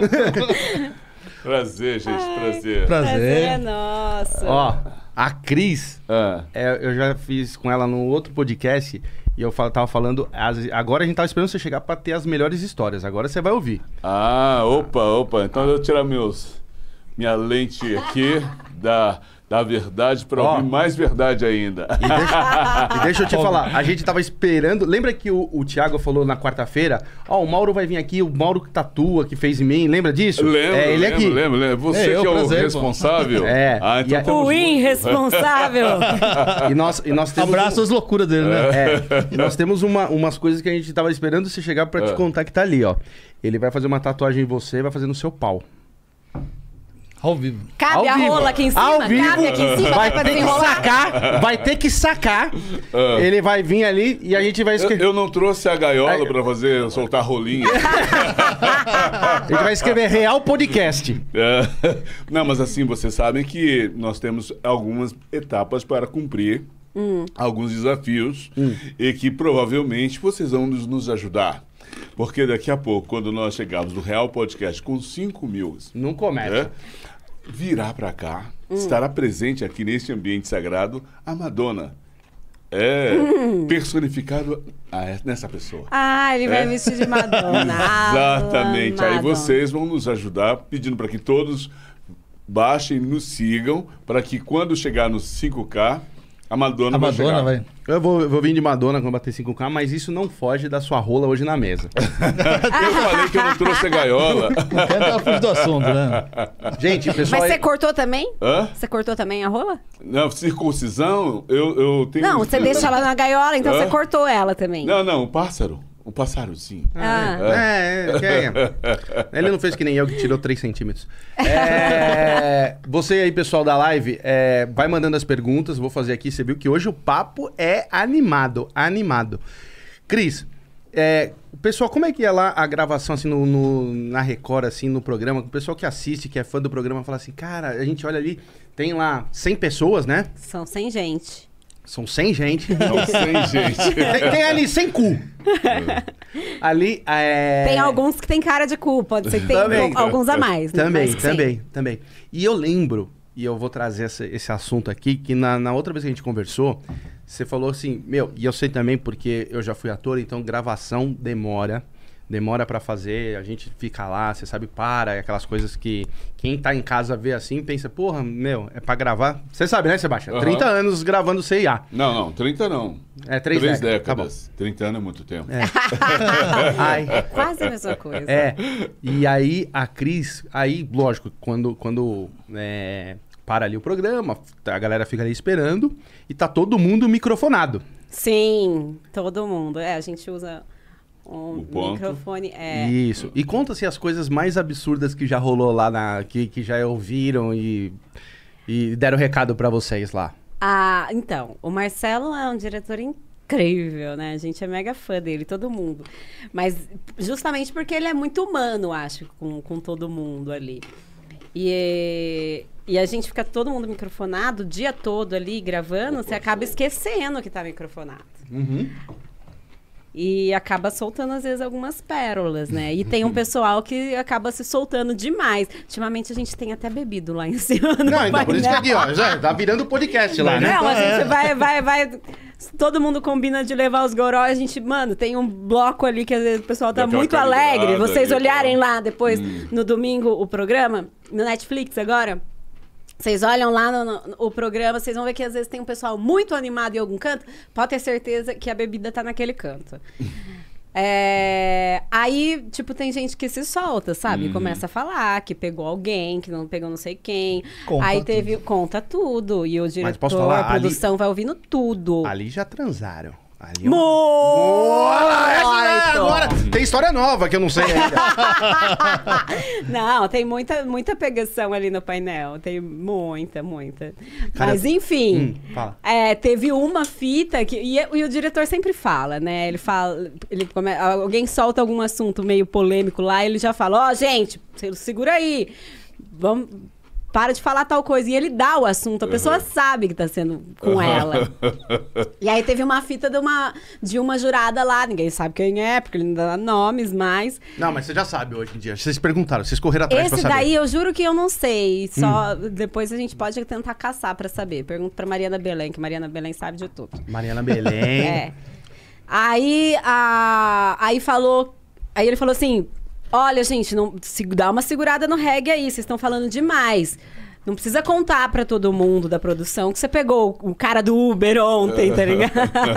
Prazer, gente, prazer. Prazer é Prazer. nosso. Ó, a Cris, Ah, é, eu já fiz com ela no outro podcast e eu fal- tava falando... as- agora a gente tava esperando você chegar pra ter as melhores histórias. Agora você vai ouvir. Ah, opa, opa. Então eu vou tirar meus, minha lente aqui da, da verdade para Ó. ouvir mais verdade ainda. E deixa, e deixa eu te falar, a gente tava esperando... Lembra que o, o Thiago falou na quarta-feira? Ó, o Mauro vai vir aqui, o Mauro que tatua, que fez em mim. Lembra disso? Lembro, É ele lembro, aqui. lembro, lembro. Você É, eu, que é o prazer, pô. responsável? É, Ah, então e a- temos O muito. irresponsável. E nós, e nós temos... Abraço um- as loucuras dele, né? É, e nós temos uma- umas coisas que a gente tava esperando você chegar pra te É. contar que tá ali, ó. Ele vai fazer uma tatuagem em você e vai fazer no seu pau. Ao vivo. Cabe Ao a vivo. rola aqui em cima? Ao vivo. Cabe aqui em cima? Vai pra ter que desenrolar? sacar, vai ter que sacar. Ah. Ele vai vir ali e a gente vai Eu, escrever. eu não trouxe a gaiola Ai. para fazer soltar rolinha. A gente vai escrever Real Podcast. É. Não, mas assim, vocês sabem que nós temos algumas etapas para cumprir, alguns desafios, e que provavelmente vocês vão nos, nos ajudar. Porque daqui a pouco, quando nós chegarmos no Real Podcast com cinco mil, Não começa. né, virá para cá, estará presente aqui neste ambiente sagrado a Madonna. É personificado a- nessa pessoa. Ah, ele vai É. vestir de Madonna. Ah, Exatamente. Aí Madonna. vocês vão nos ajudar pedindo para que todos baixem, nos sigam, para que quando chegar nos cinco K, a Madonna, A vai Madonna chegar. vai. Eu vou, eu vou vir de Madonna quando bater cinco K, mas isso não foge da sua rola hoje na mesa. Eu falei que eu não trouxe a gaiola. Não quero fugir do assunto, né? Gente, pessoal... Mas você aí- cortou também? Hã? Você cortou também a rola? Não, circuncisão, eu, eu tenho... Não, você deixa ela na gaiola, então Hã? você cortou ela também. Não, não, um pássaro. Um pássarozinho. Ah. É, é, que- ele não fez que nem eu, que tirou três centímetros. É, você aí, pessoal da live, é, vai mandando as perguntas, vou fazer aqui. Você viu que hoje o papo é animado, animado. Cris, é, pessoal, como é que é lá a gravação, assim, no, no- na Record, assim, no programa? O pessoal que assiste, que é fã do programa, fala assim, cara, a gente olha ali, tem lá cem pessoas, né? São sem gente. São cem gente. Não sei, gente. tem, tem ali cem cu. Ali, é... Tem alguns que tem cara de cu, pode ser que tenha Também. alguns a mais. né? Também, Mas que sim. também, também. E eu lembro, e eu vou trazer esse, esse assunto aqui, que na, na outra vez que a gente conversou, você falou assim, meu, e eu sei também porque eu já fui ator, então gravação demora, demora pra fazer, a gente fica lá, você sabe, para, é aquelas coisas que quem tá em casa vê assim, pensa, porra, meu, é pra gravar. Você sabe, né, Sebastião? Aham. trinta anos gravando C e A. Não, não, trinta não. É, três décadas, décadas. trinta anos é muito tempo. Ai, Quase a mesma coisa. É, e aí a Cris, aí, lógico, quando, quando é, para ali o programa, a galera fica ali esperando e tá todo mundo microfonado. Sim, todo mundo. É, a gente usa um O ponto. microfone. É. Isso. E conta-se as coisas mais absurdas que já rolou lá, na, que, que já ouviram e, e deram recado pra vocês lá. Ah, então, o Marcelo é um diretor incrível, né? A gente é mega fã dele, todo mundo. Mas justamente porque ele é muito humano, acho, com, com todo mundo ali. E, e a gente fica todo mundo microfonado o dia todo ali gravando, você acaba esquecendo que tá microfonado. E acaba soltando, às vezes, algumas pérolas, né? E tem um pessoal que acaba se soltando demais. Ultimamente, a gente tem até bebido lá em cima. no Não, então por isso que painel. aqui, ó, já tá virando podcast lá, né? Não, a gente vai, vai, vai. Todo mundo combina de levar os goró. A gente, mano, tem um bloco ali que às vezes o pessoal tá Daquela muito caminhada alegre. Vocês ali, olharem tá. lá depois, no domingo, o programa, no Netflix agora. Vocês olham lá no, no- o programa, vocês vão ver que às vezes tem um pessoal muito animado em algum canto. Pode ter certeza que a bebida tá naquele canto. É, aí, tipo, tem gente que se solta, sabe? Uhum. Começa a falar que pegou alguém, que não pegou não sei quem. Conta aí tudo. teve. Conta tudo. E o diretor, posso falar, a produção vai ouvindo tudo. Ali já transaram. Ali é uma- Olha, essa, né? Agora tem história nova que eu não sei ainda. Não, tem muita, muita pegação ali no painel. Tem muita, muita. Cara, Mas, enfim, hum, fala. é, teve uma fita que. E, e o diretor sempre fala, né? Ele fala. Ele come, alguém solta algum assunto meio polêmico lá, ele já fala: ó, oh, gente, segura aí. Vamos. Para de falar tal coisa. E ele dá o assunto, a pessoa Uhum. sabe que tá sendo com ela. E aí teve uma fita de uma, de uma jurada lá, ninguém sabe quem é, porque ele não dá nomes, mas... Não, mas você já sabe hoje em dia. Vocês perguntaram, vocês correram atrás pra Esse saber. daí eu juro que eu não sei. Só Hum. depois a gente pode tentar caçar pra saber. Pergunta pra Mariana Belém, que Mariana Belém sabe de tudo. Mariana Belém. É. Aí, a... aí falou... Aí ele falou assim... Olha, gente, não, se, dá uma segurada no reggae aí, vocês estão falando demais. Não precisa contar pra todo mundo da produção que você pegou o cara do Uber ontem, tá ligado?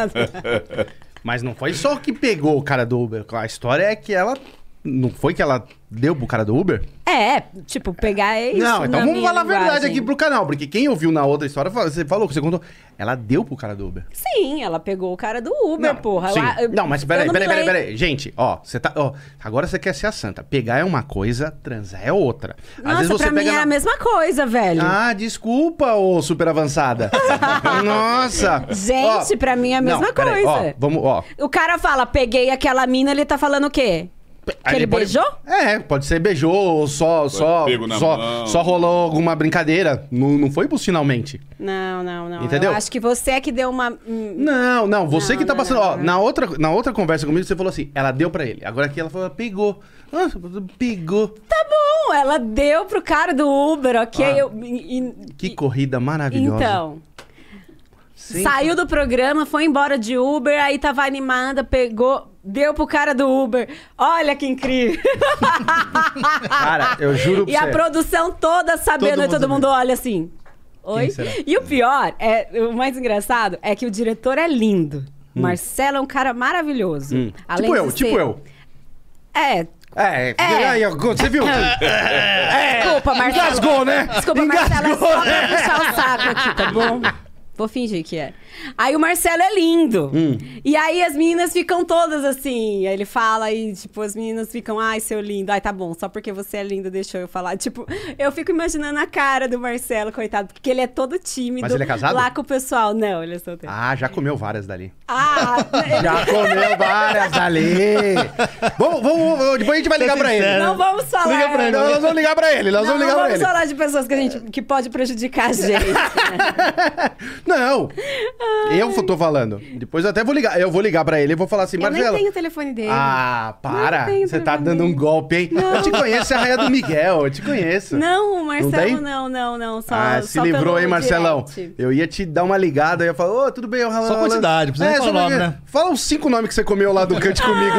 Mas não foi só que pegou o cara do Uber. A história é que ela... Não foi que ela deu pro cara do Uber? É, tipo, pegar é isso. Não, então na vamos minha falar a verdade linguagem. aqui pro canal. Porque quem ouviu na outra história, você falou que você contou. Ela deu pro cara do Uber. Sim, ela pegou o cara do Uber, porra. Sim. Eu- eu- não, mas peraí, eu não peraí, me peraí, lembro. peraí. Gente, ó, você tá. Ó, agora você quer ser a santa. Pegar é uma coisa, transar é outra. Às Nossa, vezes você pra mim pega é na- a mesma coisa, velho. Ah, desculpa, ô super avançada. Nossa. Gente, Ó, pra mim é a não, mesma peraí, coisa. Ó, vamos, ó. O cara fala, peguei aquela mina, ele tá falando o quê? Que Aí ele pode- beijou? É, pode ser beijou, ou só, só, pego na só, mão. só rolou alguma brincadeira. Não, não foi finalmente. Não, não, não. Entendeu? Eu acho que você é que deu uma... hum, Não, não, você Não, que tá não, passando. não, Ó, não. na outra, na outra conversa comigo, você falou assim: ela deu pra ele. Agora aqui ela falou, pegou. Ah, pegou. Tá bom, ela deu pro cara do Uber, ok? Ah. Eu- e- e- Que corrida maravilhosa. Então, Sim. saiu do programa, foi embora de Uber, aí tava animada, pegou, deu pro cara do Uber. Olha que incrível. Cara, eu juro pra E a você. produção toda sabendo, Todo e todo mundo mundo olha assim. Oi? será? E o pior, é, o mais engraçado, é que o diretor é lindo. Marcelo é um cara maravilhoso. Hum. Além Tipo eu, de tipo ser- eu. É. É, É. aí, ó, você viu? Desculpa, Marcelo. Engasgou, né? Desculpa, Marcelo, é só pra né? puxar o saco aqui, tá bom? Vou fingir que é. Aí o Marcelo é lindo. Hum. E aí as meninas ficam todas assim. Aí ele fala e, tipo, as meninas ficam, ai, seu lindo. Ai, tá bom, só porque você é lindo, deixou eu falar. Tipo, eu fico imaginando a cara do Marcelo, coitado, porque ele é todo tímido. Mas ele é casado? Lá com o pessoal. Não, ele é solteiro. Ah, já comeu várias dali. Ah, Já comeu várias dali. vamos, vamos, vamos, depois a gente vai ligar pra ele. não vamos falar. Liga pra ele, Não, nós vamos ligar pra ele, nós Não, vamos ligar não pra vamos ele. falar de pessoas que a gente que pode prejudicar a gente. né? Não, eu tô falando. Depois eu até vou ligar. Eu vou ligar pra ele e vou falar assim, Eu nem Marcelo. tenho o telefone dele. Ah, para. Não tenho Você tá telefone dando um dele. golpe, hein? Eu te conheço, você é a raia do Miguel, eu te conheço. Não, o tem? Marcelo não, não, não. Só, Ah, se só livrou, pelo hein, Marcelão? direct. Eu ia te dar uma ligada, eu ia falar, ô, tudo bem, eu Só quantidade, precisa nem só falar o nome, porque- né? Fala os cinco nomes que você comeu lá do Cante Comigo.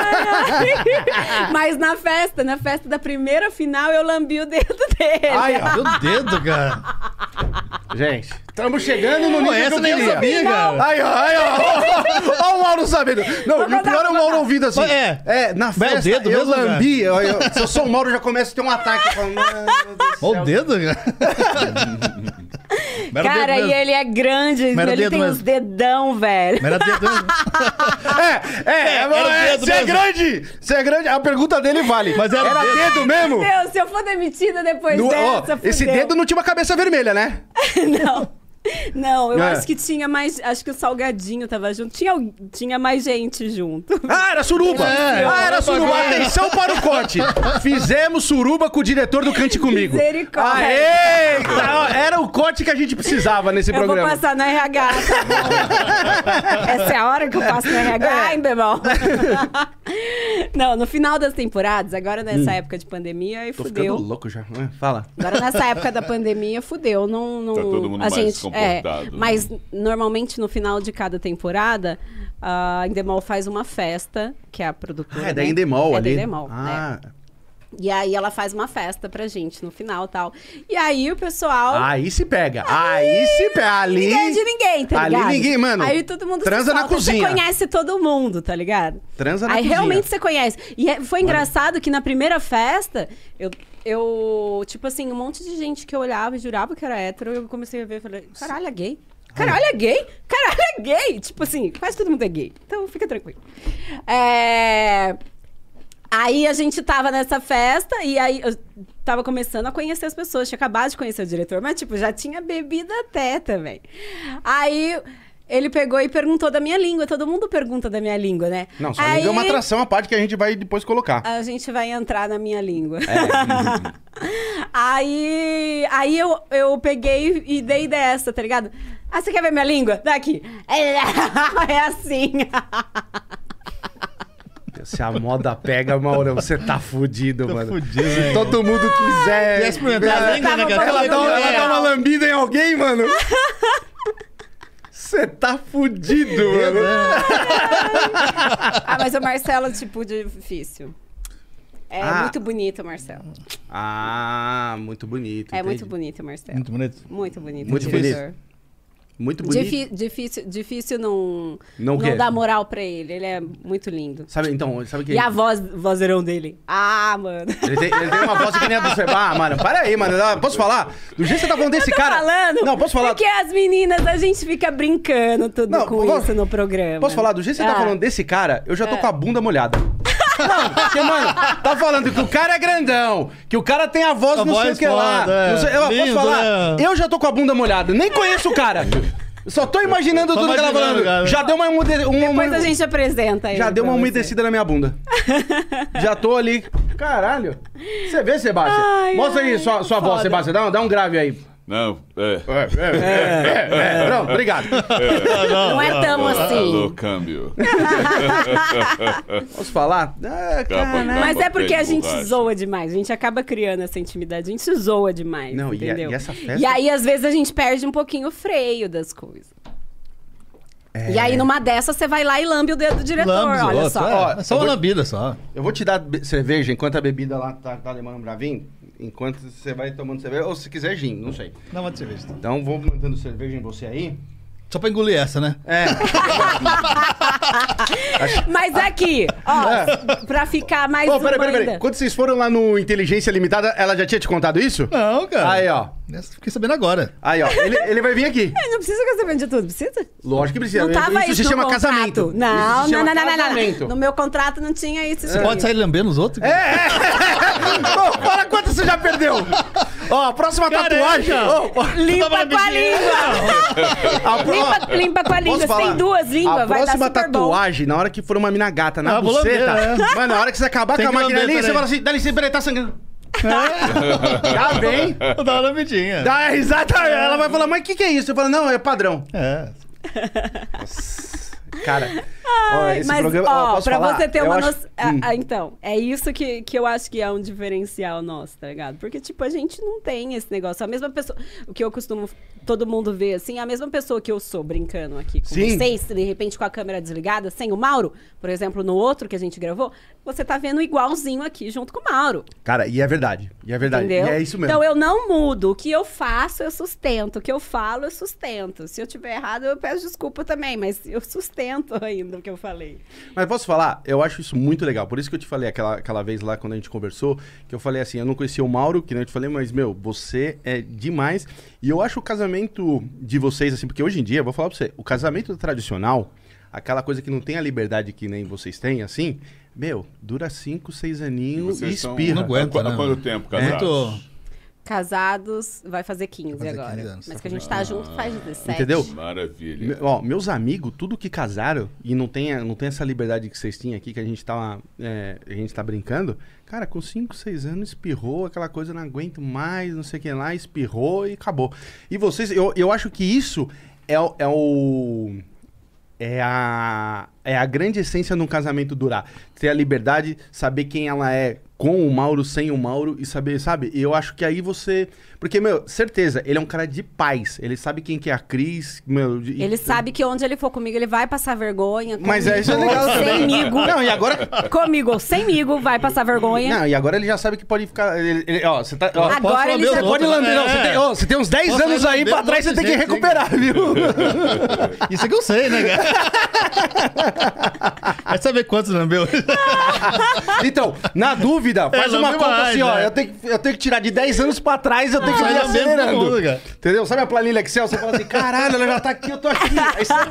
Mas na festa, na festa da primeira final, eu lambi o dedo dele. Ai, ó. Meu dedo, cara. Gente, estamos chegando no Pô, nível que essa eu nem eu queria. sabia, cara. Aí, ó, aí, ó. Ó o Mauro sabendo. Não, Vou e o mandar, pior é o vou Mauro mandar. ouvindo assim. É. É, na Vai o festa, dedo eu mesmo, cara? lambi. Eu, eu- se eu sou o Mauro, já começa a ter um ataque. Eu falo, "Meu Deus do Olha céu." o dedo, cara. Mas era Cara, dedo e mesmo. ele é grande, Mas era ele dedo tem mesmo. uns dedão, velho. Mas era dedo mesmo. É, é, era o é, dedo você é mesmo. grande. Você é grande. A pergunta dele vale. Mas era era dedo. dedo mesmo? Deus, se eu for demitida depois No- ó, dessa, esse fudeu. dedo não tinha uma cabeça vermelha, né? Não. Não, eu É. acho que tinha mais. Acho que o Salgadinho tava junto. Tinha, al- tinha mais gente junto. Ah, era suruba! É, ah, era era suruba! bagulho. Atenção para o corte! Fizemos suruba com o diretor do Cante Comigo. Misericórdia. Aê! Tá, Era o corte que a gente precisava nesse Eu vou programa. passar no R H, tá bom? Essa é a hora que eu passo no R H, É. hein, bebão? Não, no final das temporadas, agora nessa Hum. época de pandemia, aí Tô fudeu. ficando louco já. Ah, Fala. Agora nessa época da pandemia, fudeu. Não, não, Tá todo mundo a mais gente, é, comportado, né? mas normalmente no final de cada temporada, a Endemol faz uma festa, que é a produtora. Ah, é da né? Endemol é ali. da Endemol, Ah, né? E aí ela faz uma festa pra gente no final e tal. E aí o pessoal. aí se pega. Aí se pega. Ali. Ninguém é de ninguém, tá ali ligado? ninguém, mano, Aí todo mundo transa se na solta, cozinha. Você conhece todo mundo, tá ligado? Transa na Aí cozinha. realmente você conhece. E é- foi engraçado que na primeira festa, eu, eu, tipo assim, um monte de gente que eu olhava e jurava que era hétero, eu comecei a ver e falei, caralho, é gay? Caralho, é gay? Caralho, caralho, é gay? Tipo assim, quase todo mundo é gay. Então fica tranquilo. É... Aí a gente tava nessa festa e aí eu tava começando a conhecer as pessoas. Tinha acabado de conhecer o diretor, mas tipo, já tinha bebido até também. Aí ele pegou e perguntou da minha língua. Todo mundo pergunta da minha língua, né? Não, só aí... é uma atração à parte que a gente vai depois colocar. A gente vai entrar na minha língua. É. aí aí eu, eu peguei e dei dessa, tá ligado? Ah, você quer ver minha língua? Daqui. É assim. Se a moda pega, Maurão, você tá fudido, Tô mano. fudido, Se velho. todo mundo quiser... Quer experimentar a língua, né, cara? Ela dá, uma, ela Legal. dá uma lambida em alguém, mano. Você tá fudido, mano. Ah, mas o Marcelo, tipo, difícil. É Ah. muito bonito o Marcelo. Ah, muito bonito. É entendi. muito bonito o Marcelo. Muito bonito. Muito bonito. Muito o bonito. diretor. Muito bonito. Difí- difícil, difícil não, Não o quê? dar moral pra ele. Ele é muito lindo. Sabe, então, sabe o que... E a voz, vozeirão dele. Ah, mano. Ele tem, ele tem uma voz que nem a do Seba. Ah, mano, para aí, mano. Posso falar? Do jeito que você tá falando desse Eu tô cara... falando Não, posso falar... porque as meninas, a gente fica brincando tudo Não, com posso- isso no programa. Posso falar? Do jeito que você tá Ah. falando desse cara, eu já tô É. com a bunda molhada. Não, porque, mano, tá falando que o cara é grandão, que o cara tem a voz A não sei voz o que lá. foda, é. Não sei- eu posso Lindo, falar? né? Eu já tô com a bunda molhada. Nem conheço o cara. Só tô imaginando Só tudo que ela imaginando, falando. cara. Já deu uma, umude... uma, Depois uma- a gente apresenta ele. Já deu uma pra você. umedecida na minha bunda. Já tô ali. Caralho. Você vê, Sebastião? Ai, Mostra aí ai, sua, sua voz, foda. Sebastião. Dá, um- dá um grave aí. Não, é. É, é, é, é. Pronto, obrigado. Não é tão assim. Alô, câmbio. Posso falar? Ah, caralho. Mas é porque a gente Borracha. zoa demais. A gente acaba criando essa intimidade. A gente zoa demais, Não, e a- entendeu? e essa festa- E aí, às vezes, a gente perde um pouquinho o freio das coisas. É. E aí, numa dessa, você vai lá e lambe o dedo do diretor. Lambes, Olha outro, só. é. Ó, É só eu uma vou- lambida só. Eu vou te dar be- cerveja enquanto a bebida lá tá, tá lemando pra vir. Enquanto você vai tomando cerveja. Ou se quiser gin, não sei. Não, uma de cerveja. então. Então vou mandando cerveja em você aí. Só pra engolir essa, né? É. Mas aqui, ó, pra ficar mais Ô, uma peraí, peraí, ainda. peraí. Quando vocês foram lá no Inteligência Limitada, ela já tinha te contado isso? Não, cara. Aí, ó. Essa fiquei sabendo agora. Aí, ó. Ele, ele vai vir aqui. Ai, não precisa ficar sabendo de tudo, precisa? Lógico que precisa. Não tava isso isso, se chama no contrato. casamento. Não, Isso se não, chama não, não, não, casamento. não. No meu contrato não tinha isso. Você pode sair lambendo os outros? É, é. Ô, fala quanto você já perdeu. Ó, a próxima Careca. tatuagem. Ó, ó. Limpa com a língua. A pro- Limpa, limpa com a língua. Posso Você tem falar? duas línguas, A vai dar próxima super bom. tatuagem, na hora que for uma mina gata na Ah, vou buceta, lamber, é. mano, na hora que você acabar Tem com a que máquina lamber ali, você também. fala assim, dá licença, peraí, tá sangrando. Já vem. Vou dar uma lambidinha. Dá risada, ela vai falar, mas o que, que é isso? Eu falo, não, é padrão. É. Cara, ó, Ai, esse mas, programa, ó, posso pra falar? você ter Eu uma acho- noção... Ah, Hum. ah, então, é isso que, que eu acho que é um diferencial nosso, tá ligado? Porque, tipo, a gente não tem esse negócio. A mesma pessoa... O que eu costumo... Todo mundo ver, assim, a mesma pessoa que eu sou brincando aqui com Sim. vocês, de repente com a câmera desligada, sem o Mauro, por exemplo, no outro que a gente gravou, você tá vendo igualzinho aqui junto com o Mauro. Cara, e é verdade. E é verdade. Entendeu? E é isso mesmo. Então eu não mudo. O que eu faço, eu sustento. O que eu falo, eu sustento. Se eu tiver errado, eu peço desculpa também, mas eu sustento ainda o que eu falei. Mas posso falar? Eu acho isso muito legal. Por isso que eu te falei aquela, aquela vez lá, quando a gente conversou, que eu falei assim, eu não conhecia o Mauro, que nem eu te falei, mas, meu, você é demais. E eu acho o casamento de vocês, assim, porque hoje em dia, eu vou falar pra você, o casamento tradicional, aquela coisa que não tem a liberdade que nem vocês têm, assim, meu, dura cinco, seis aninhos e Vocês são- espirra. Não aguenta, Há qu- né? há quanto tempo casados? Muito... Casados, vai fazer quinze Vai fazer agora. quinze anos. Mas que a gente tá junto faz dezessete. Entendeu? Maravilha. Me- ó, meus amigos, tudo que casaram e não tem, a- não tem essa liberdade que vocês tinham aqui, que a gente tá, é, a gente tá brincando, cara, com cinco, seis anos espirrou, aquela coisa, não aguento mais, não sei o que lá, espirrou e acabou. E vocês, eu, eu acho que isso é, o- é o... É a, é a grande essência de um casamento durar. Ter a liberdade, saber quem ela é com o Mauro, sem o Mauro e saber, sabe? E eu acho que aí você... Porque, meu, certeza, ele é um cara de paz. Ele sabe quem que é a Cris, meu... e- Ele sabe que onde ele for comigo, ele vai passar vergonha. Mas comigo, é isso é legal ou também. Semigo. Não, e agora... Comigo ou semigo, vai passar vergonha. Não, e agora ele já sabe que pode ficar... Ele, ele- ó, você tá... Ó, Agora posso ele lamber já os você pode outros, lamber, não. né? Você tem, ó, você tem uns dez Posso anos lamber aí os pra trás, você outros, tem que gente, recuperar, viu? Isso é que eu sei, né, cara? Vai saber quantos lambeu? Então, na dúvida, faz É, uma lambeu conta mais, assim, ó. né? Eu tenho, que- eu tenho que tirar de dez anos pra trás, eu tenho que ir Vai lambendo todo acelerando. mundo, cara. Entendeu? Sabe a planilha Excel? Você fala assim, caralho, ela já tá aqui, eu tô aqui. Aí você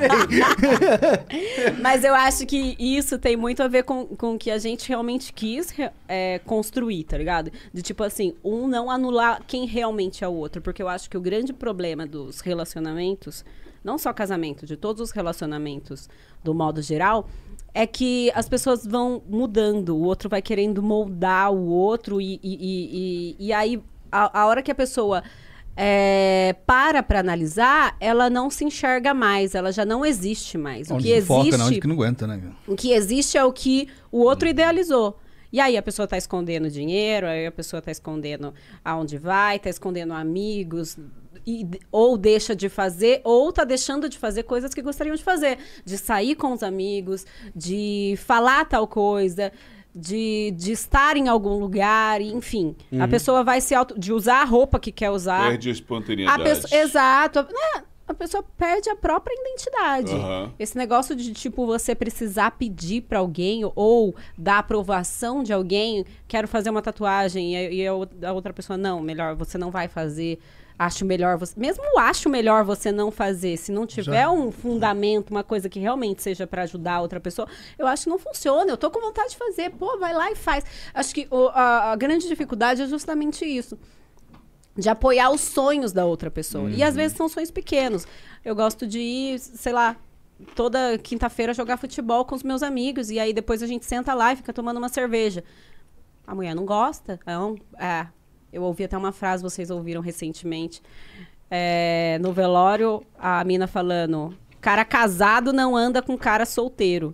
vem. Mas eu acho que isso tem muito a ver com, com o que a gente realmente quis re- é, construir, tá ligado? De tipo assim, um não anular quem realmente é o outro. Porque eu acho que o grande problema dos relacionamentos, não só casamento, de todos os relacionamentos do modo geral, é que as pessoas vão mudando, o outro vai querendo moldar o outro e, e, e, e, e aí a, a hora que a pessoa é, para pra analisar, ela não se enxerga mais, ela já não existe mais. O Onde que não foca, existe, não, onde que não aguenta, né? meu? o que existe é o que o outro idealizou. E aí a pessoa tá escondendo dinheiro, aí a pessoa tá escondendo aonde vai, tá escondendo amigos, e, ou deixa de fazer, ou tá deixando de fazer coisas que gostariam de fazer. De sair com os amigos, de falar tal coisa, de, de estar em algum lugar, enfim. A pessoa vai se auto... de usar a roupa que quer usar. Perde a A espontaneidade. pessoa, exato. Né? A pessoa perde a própria identidade. Aham. Esse negócio de, tipo, você precisar pedir pra alguém ou dar aprovação de alguém, quero fazer uma tatuagem, e, e a ou- a outra pessoa, não, melhor, você não vai fazer, acho melhor você... Mesmo acho melhor você não fazer, se não tiver Já. um fundamento, uma coisa que realmente seja pra ajudar a outra pessoa, eu acho que não funciona, eu tô com vontade de fazer, pô, vai lá e faz. Acho que o- a, a grande dificuldade é justamente isso. De apoiar os sonhos da outra pessoa. E às vezes são sonhos pequenos. Eu gosto de ir, sei lá, toda quinta-feira jogar futebol com os meus amigos. E aí depois a gente senta lá e fica tomando uma cerveja. A mulher não gosta? Não. É. Eu ouvi até uma frase, vocês ouviram recentemente. É, no velório, a mina falando: cara casado não anda com cara solteiro.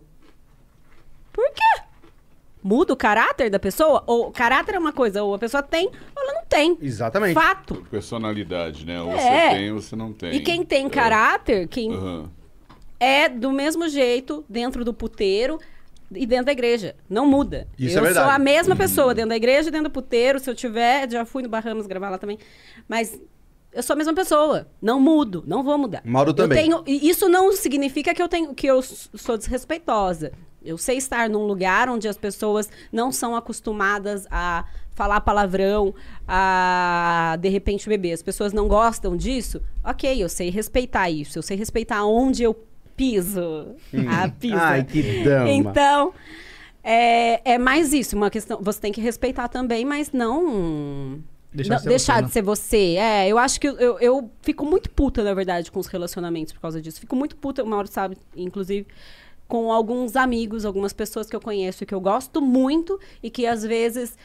Por quê? Muda o caráter da pessoa? Ou caráter é uma coisa, ou a pessoa tem, ou ela não tem. Exatamente. Fato. Personalidade, né? Ou É. você tem ou você não tem. E quem tem É. caráter, quem Aham. é do mesmo jeito dentro do puteiro e dentro da igreja. Não muda. Isso eu é verdade. sou a mesma pessoa dentro da igreja e dentro do puteiro. Se eu tiver, já fui no Bahamas gravar lá também. Mas eu sou a mesma pessoa. Não mudo, não vou mudar. Mauro Eu também. tenho- e isso não significa que eu, tenho, que eu s- sou desrespeitosa. Eu sei estar num lugar onde as pessoas não são acostumadas a falar palavrão, a de repente beber. As pessoas não gostam disso. Ok, eu sei respeitar isso. Eu sei respeitar onde eu piso. A pisa. Ai, que dama. Então, é, é mais isso. Uma questão. Você tem que respeitar também, mas não. Deixar não- de ser deixar você, de né? ser você. É, eu acho que eu, eu, eu fico muito puta, na verdade, com os relacionamentos por causa disso. Fico muito puta, o Mauro sabe, inclusive, com alguns amigos, algumas pessoas que eu conheço e que eu gosto muito e que às vezes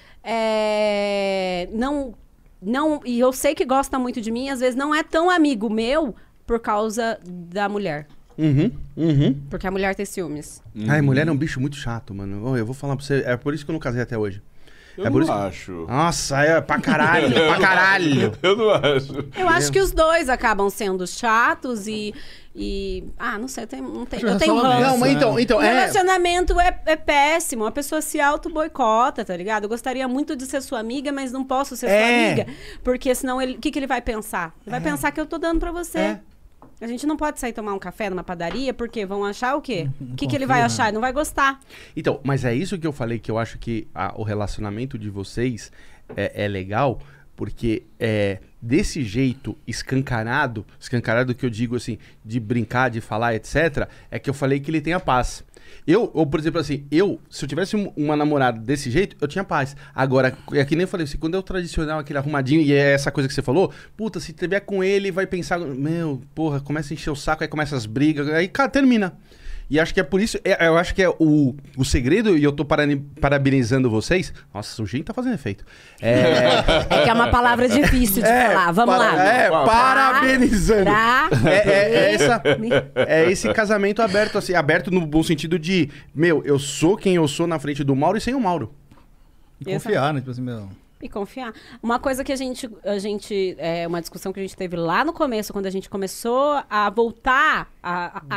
é, não, não. E eu sei que gosta muito de mim, às vezes não é tão amigo meu por causa da mulher. Uhum, uhum. Porque a mulher tem ciúmes. Ai, mulher é um bicho muito chato, mano. Ô, eu vou falar pra você, é por isso que eu não casei até hoje. Eu É por não isso que- acho. Nossa, é pra caralho, pra caralho. Eu não acho. Eu acho que os dois acabam sendo chatos e. e ah, não sei, eu tenho, não tenho, eu tenho Relacionamento, ranço. Não, mas então, então O é... relacionamento é, é péssimo. A pessoa se auto-boicota, tá ligado? Eu gostaria muito de ser sua amiga, mas não posso ser É. sua amiga. Porque senão ele. O que, que ele vai pensar? Ele vai pensar que eu tô dando pra você. É. A gente não pode sair tomar um café numa padaria, porque vão achar o quê? O que, que ele confia, vai né? achar? Ele não vai gostar. Então, mas é isso que eu falei, que eu acho que a- o relacionamento de vocês é, é legal, porque é desse jeito escancarado, escancarado que eu digo assim, de brincar, de falar, etcétera, é que eu falei que ele tem a paz. Eu, ou, por exemplo, assim, eu, se eu tivesse um- uma namorada desse jeito, eu tinha paz. Agora, é que nem eu falei assim, quando é o tradicional, aquele arrumadinho, e é essa coisa que você falou, puta, se tiver com ele, vai pensar, meu, porra, começa a encher o saco, aí começa as brigas, aí, cara, termina. E acho que é por isso, é- eu acho que é o, o segredo, e eu tô parani- parabenizando vocês. Nossa, o gin tá fazendo efeito. É, É que é uma palavra difícil de é, falar. Vamos para- lá. É, Tá. parabenizando. Pra- É, é- é essa, é esse casamento aberto, assim, aberto no bom sentido de, meu, eu sou quem eu sou na frente do Mauro e sem o Mauro. E confiar, né? Tipo assim, meu... E confiar. Uma coisa que a gente, a gente, é uma discussão que a gente teve lá no começo, quando a gente começou a voltar a, a, a,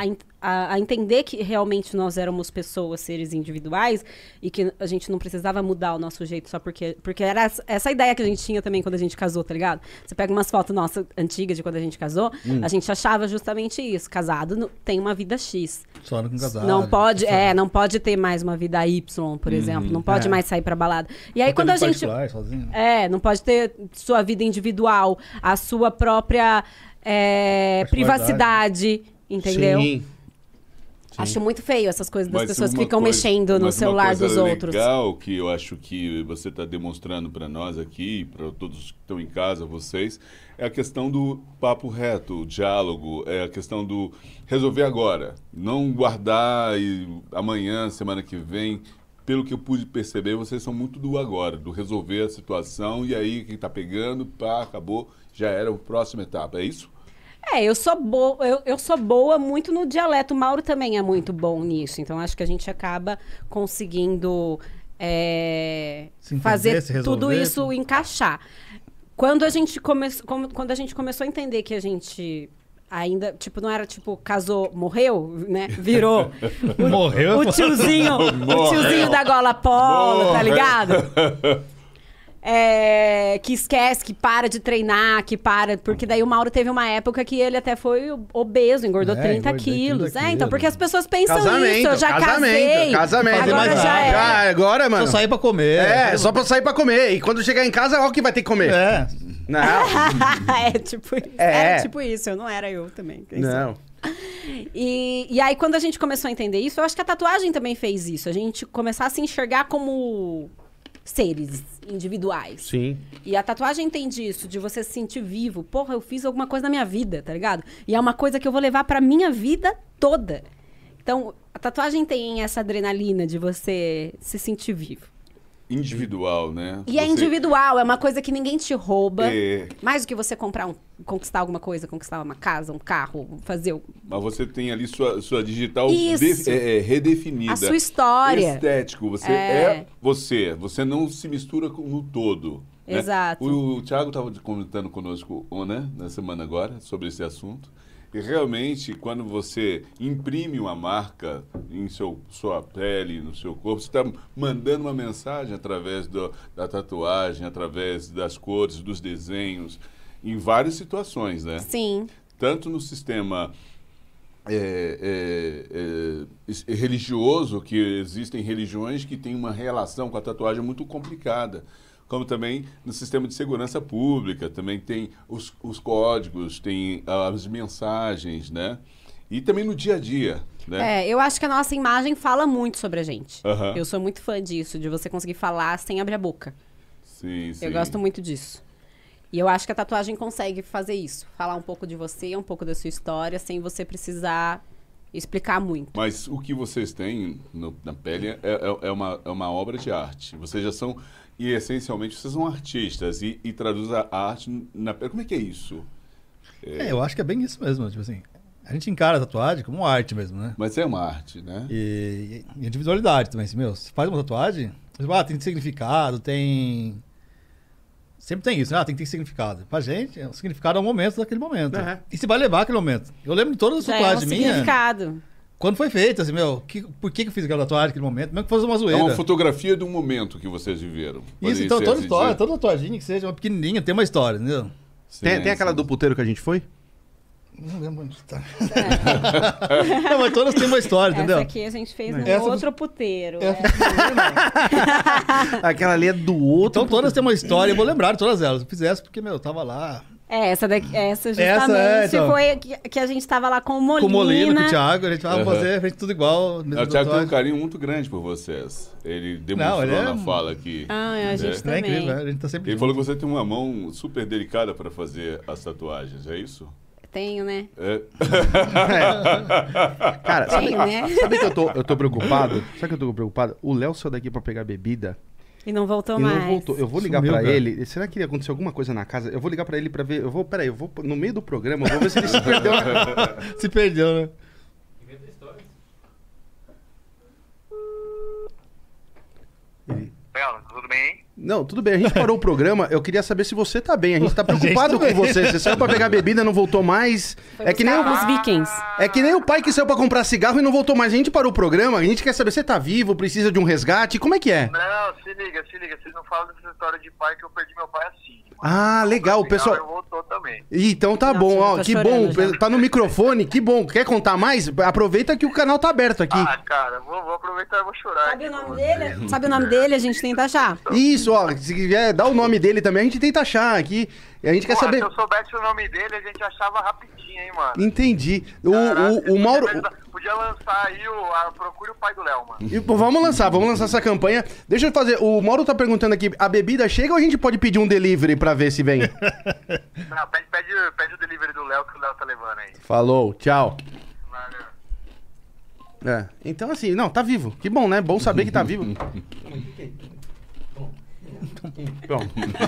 a, a entender que realmente nós éramos pessoas, seres individuais, e que a gente não precisava mudar o nosso jeito só porque... Porque era essa- essa ideia que a gente tinha também quando a gente casou, tá ligado? Você pega umas fotos nossas antigas de quando a gente casou, a gente achava justamente isso. Casado no- tem uma vida X. Só com casado. Não pode, só- é, não pode ter mais uma vida Y, por exemplo. Não pode é. mais sair pra balada. E aí Só quando a teve gente... particular, sozinho. É, não pode ter sua vida individual, a sua própria é, privacidade, entendeu? Sim. Acho muito feio essas coisas das Mas pessoas que uma ficam coisa- mexendo no mas uma celular coisa dos outros. legal que eu acho que você está demonstrando para nós aqui, para todos que estão em casa, vocês, é a questão do papo reto, o diálogo, é a questão do resolver agora, não guardar e amanhã, semana que vem. Pelo que eu pude perceber, vocês são muito do agora, do resolver a situação e aí quem está pegando, pá, acabou, já era a próxima etapa, é isso? É, eu sou boa, eu, eu sou boa muito no dialeto. O Mauro também é muito bom nisso. Então acho que a gente acaba conseguindo é, Se entender, fazer se resolver, tudo isso tudo. encaixar. Quando a gente começou, quando a gente começou a entender que a gente ainda, tipo, não era tipo, casou, morreu, né? Virou o, Morreu? o tiozinho, o tiozinho da gola polo, tá ligado? É, que esquece, que para de treinar, que para... Porque daí o Mauro teve uma época que ele até foi obeso, engordou É, trinta engordei quilos. trinta É, então, quilos. porque as pessoas pensam Casamento, isso. Eu já casamento, casei. casamento. Fazer Agora mais já nada. é. Ah, agora, mano. Só sair pra comer. É, só pra sair pra comer. E quando chegar em casa, ó, que vai ter que comer. É. Não, é tipo isso. É. Era tipo isso. Eu não era eu também. quem sabe? não. E, e aí, quando a gente começou a entender isso, eu acho que a tatuagem também fez isso. A gente começar a se enxergar como seres individuais. Sim. E a tatuagem tem disso, de você se sentir vivo. Porra, eu fiz alguma coisa na minha vida, tá ligado? E é uma coisa que eu vou levar pra minha vida toda. Então, a tatuagem tem essa adrenalina de você se sentir vivo. Individual, né? E é Você- individual, é uma coisa que ninguém te rouba. É. Mais do que você comprar um, conquistar alguma coisa, conquistar uma casa, um carro, fazer o- Mas você tem ali sua, sua digital Isso. de- é, é, redefinida. a sua história. Estético. Você É. é. você. Você não se mistura com- no todo. né? Exato. O, o Thiago estava comentando conosco, né, na semana agora, sobre esse assunto. E realmente, quando você imprime uma marca em seu, sua pele, no seu corpo, você está mandando uma mensagem através do, da tatuagem, através das cores, dos desenhos, em várias situações, né? Sim. Tanto no sistema é, é, é, es- religioso, que existem religiões que têm uma relação com a tatuagem muito complicada, como também no sistema de segurança pública, também tem os, os códigos, tem as mensagens, né? E também no dia a dia, né? É, eu acho que a nossa imagem fala muito sobre a gente. Aham. Eu sou muito fã disso, de você conseguir falar sem abrir a boca. Sim, sim. Eu gosto muito disso. E eu acho que a tatuagem consegue fazer isso. Falar um pouco de você, um pouco da sua história, sem você precisar explicar muito. Mas o que vocês têm no- na pele é, é- é uma, é uma obra de arte. Vocês já são, e essencialmente, vocês são artistas e, e traduzem a arte na pele. Como é que é isso? É, eu acho que é bem isso mesmo. Tipo assim, a gente encara a tatuagem como arte mesmo, né? Mas é uma arte, né? E, e individualidade também. Assim, meu, você faz uma tatuagem, você fala, ah, tem significado, tem... Sempre tem isso, né? Ah, tem que ter significado. Pra gente, o significado é o momento daquele momento. Uhum. E você vai levar aquele momento. Eu lembro de todas as Já é um tatuagens minhas, significado. quando foi feita, assim, meu, que, por que que eu fiz aquela tatuagem naquele momento? Mesmo que fosse uma É zoeira. uma fotografia de um momento que vocês viveram. Isso, Pode então ser toda assim história, dizer? toda tatuagem que seja uma pequenininha, tem uma história, entendeu? Sim, Tem, tem aquela sim. do puteiro que a gente foi? Não lembro onde tá. Não, mas todas têm uma história, entendeu? Essa aqui a gente fez num Essa- outro puteiro. Essa- É. Aquela ali é do outro. Então todas têm uma história, eu vou lembrar de todas elas. Eu fiz essa porque, meu, eu tava lá É, essa daqui, essa justamente Essa é, então. foi que, que a gente tava lá com o Molina. com o Molino, com o Thiago, a gente vai Aham. fazer, fez tudo igual. mesmo O Thiago tem um tatuagem. carinho muito grande por vocês. Ele demonstrou Não, ele é na um- fala aqui. Ah, a gente É. Não é também. incrível, né? A gente tá sempre Ele junto. falou que você tem uma mão super delicada para fazer as tatuagens, é isso? Tenho, né? É. Cara, sabe, Tem, né? sabe que eu tô, eu tô preocupado? Sabe que eu tô preocupado? O Léo saiu daqui pra pegar bebida E não voltou e mais. não voltou. Eu vou ligar Sumiu, pra cara. ele. Será que aconteceu alguma coisa na casa? Eu vou ligar pra ele pra ver. Eu vou, peraí, eu vou no meio do programa, eu vou ver se ele se perdeu. na- Se perdeu, né? Inventa histórias. Ele- É Legal, tudo bem? Não, tudo bem. A gente parou o programa. Eu queria saber se você tá bem. A gente tá preocupado também. com você. Você saiu pra pegar bebida, não voltou mais. Foi É que, nem buscar o, os vikings. é que nem o pai que saiu pra comprar cigarro e não voltou mais. A gente parou o programa. A gente quer saber se você tá vivo, precisa de um resgate. Como é que é? Não, se liga, se liga. Vocês não falam dessa história de pai que eu perdi meu pai assim. Ah, legal. O pessoal... Ele voltou também. Ih, Então tá Nossa, bom, eu ó, tô que chorando bom, já. tá no microfone, que bom. Quer contar mais? Aproveita que o canal tá aberto aqui. Ah, cara, vou, vou aproveitar e vou chorar. Sabe aqui o nome com dele? você. Sabe o nome dele? A gente tenta achar. Isso, ó, se quiser dar o nome dele também, a gente tenta achar aqui. E a gente quer Porra, saber. se eu soubesse o nome dele, a gente achava rapidinho, hein, mano. Entendi. O, Caraca, o, o Mauro. Podia, podia lançar aí o... A, procure o pai do Léo, mano. E, pô, vamos lançar, vamos lançar essa campanha. Deixa eu fazer. O Mauro tá perguntando aqui: a bebida chega ou a gente pode pedir um delivery pra ver se vem? Não, pede, pede, pede o delivery do Léo que o Léo tá levando aí. Falou, tchau. Valeu. É, então assim, não, tá vivo. Que bom, né? Bom saber que tá vivo. Bom.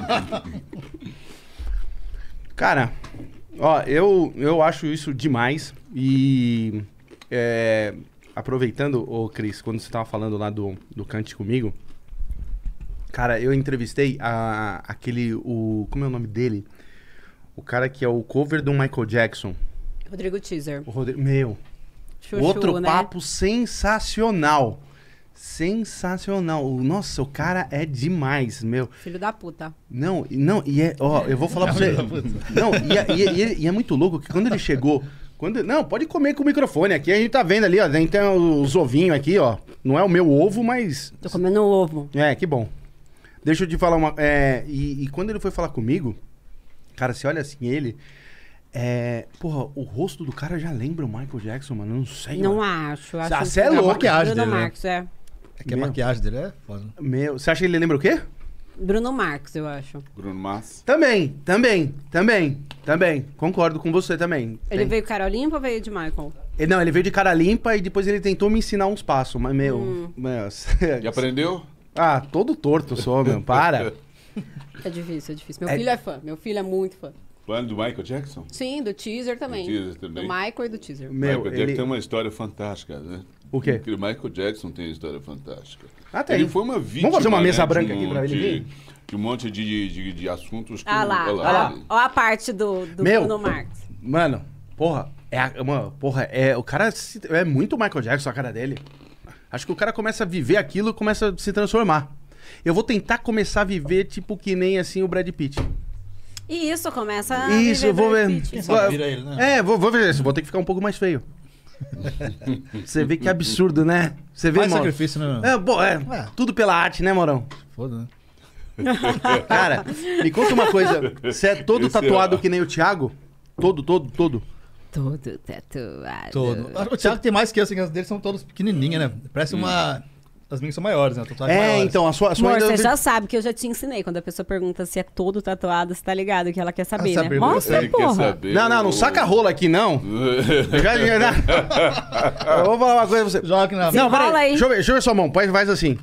Cara, ó, eu, eu acho isso demais. E é, aproveitando, ô Cris, quando você tava falando lá do, do Cante Comigo, cara, eu entrevistei a, aquele, o, como é o nome dele? O cara que é o cover do Michael Jackson. Rodrigo Teaser. O Rodrigo, meu, Chuchu, outro né? papo sensacional. Sensacional. O- Nossa, o cara é demais, meu. Filho da puta. Não, e- não, e é, ó, eu vou falar pra você. Não, e é, e é- e é- e é muito louco que quando ele chegou. Quando, não, pode comer com o microfone. Aqui a gente tá vendo ali, ó. A gente tem os ovinhos aqui, ó. Não é o meu ovo, mas. Tô comendo ovo. É, que bom. Deixa eu te falar uma. É, e, e quando ele foi falar comigo, cara, você olha assim, ele. É, porra, o rosto do cara já lembra o Michael Jackson, mano. Eu não sei, Não mano. acho. Ah, acho você é que- louco. A maquiagem Bruno dele, né? Marcos, é. É que a Meu. maquiagem dele é foda. né? Meu, você acha que ele lembra o quê? Bruno Marcos, eu acho. Bruno Massa. Também, também, também, também. Concordo com você também. Ele Tem- veio cara limpa ou veio de Michael? Ele- Não, ele veio de cara limpa e depois ele tentou me ensinar uns passos, mas, meu... Hum. meu E aprendeu? ah, todo torto sou, meu. Para. É difícil, é difícil. Meu É- filho é fã. Meu filho é muito fã. Falando do Michael Jackson? Sim, do Teaser também. Do Teaser também. Do Michael e do Teaser. Meu, Michael ele... Jackson tem uma história fantástica, né? O quê? Porque o Michael Jackson tem uma história fantástica. Ah, tem. Ele foi uma vítima. Vamos fazer uma mesa né, branca de um aqui pra ele monte- vir? De um monte de, de, de assuntos que... Ah lá, olha ó, lá. Ó a parte do, do Meu. Bruno Marcos. Mano, porra, é, a- mano, porra, é, o cara se- é muito Michael Jackson a cara dele. Acho que o cara começa a viver aquilo e começa a se transformar. Eu vou tentar começar a viver, tipo, que nem, assim, o Brad Pitt. E isso começa a Isso, viver eu vou Brad ver. Pitt. Quem sabe vira ele, né? É, vou, vou ver isso. Vou ter que ficar um pouco mais feio. Você vê que absurdo, né? Você vê, Mais Mauro? sacrifício, né? É, bom, é, É. tudo pela arte, né, Maurão? Foda, né? Cara, me conta uma coisa. Você é todo Esse é- tatuado que nem o Thiago? Todo, todo, todo. Todo tatuado. Todo. O Thiago tem mais que eu, assim, as deles são todos pequenininhas, né? Parece uma... As minhas são maiores, né? Tatuagens É, maiores. então, a sua, a sua Amor, ainda... você já sabe que eu já te ensinei. Quando a pessoa pergunta se é todo tatuado, você tá ligado que ela quer saber, Ah, né? saber, Mostra, Ele quer porra. saber. Não, não, não o- saca rola aqui, não. Eu já, já, já- Eu vou falar uma coisa pra você. Joga aqui na... Não, Rola peraí. aí. Deixa eu ver, deixa eu ver sua mão. Faz, faz assim.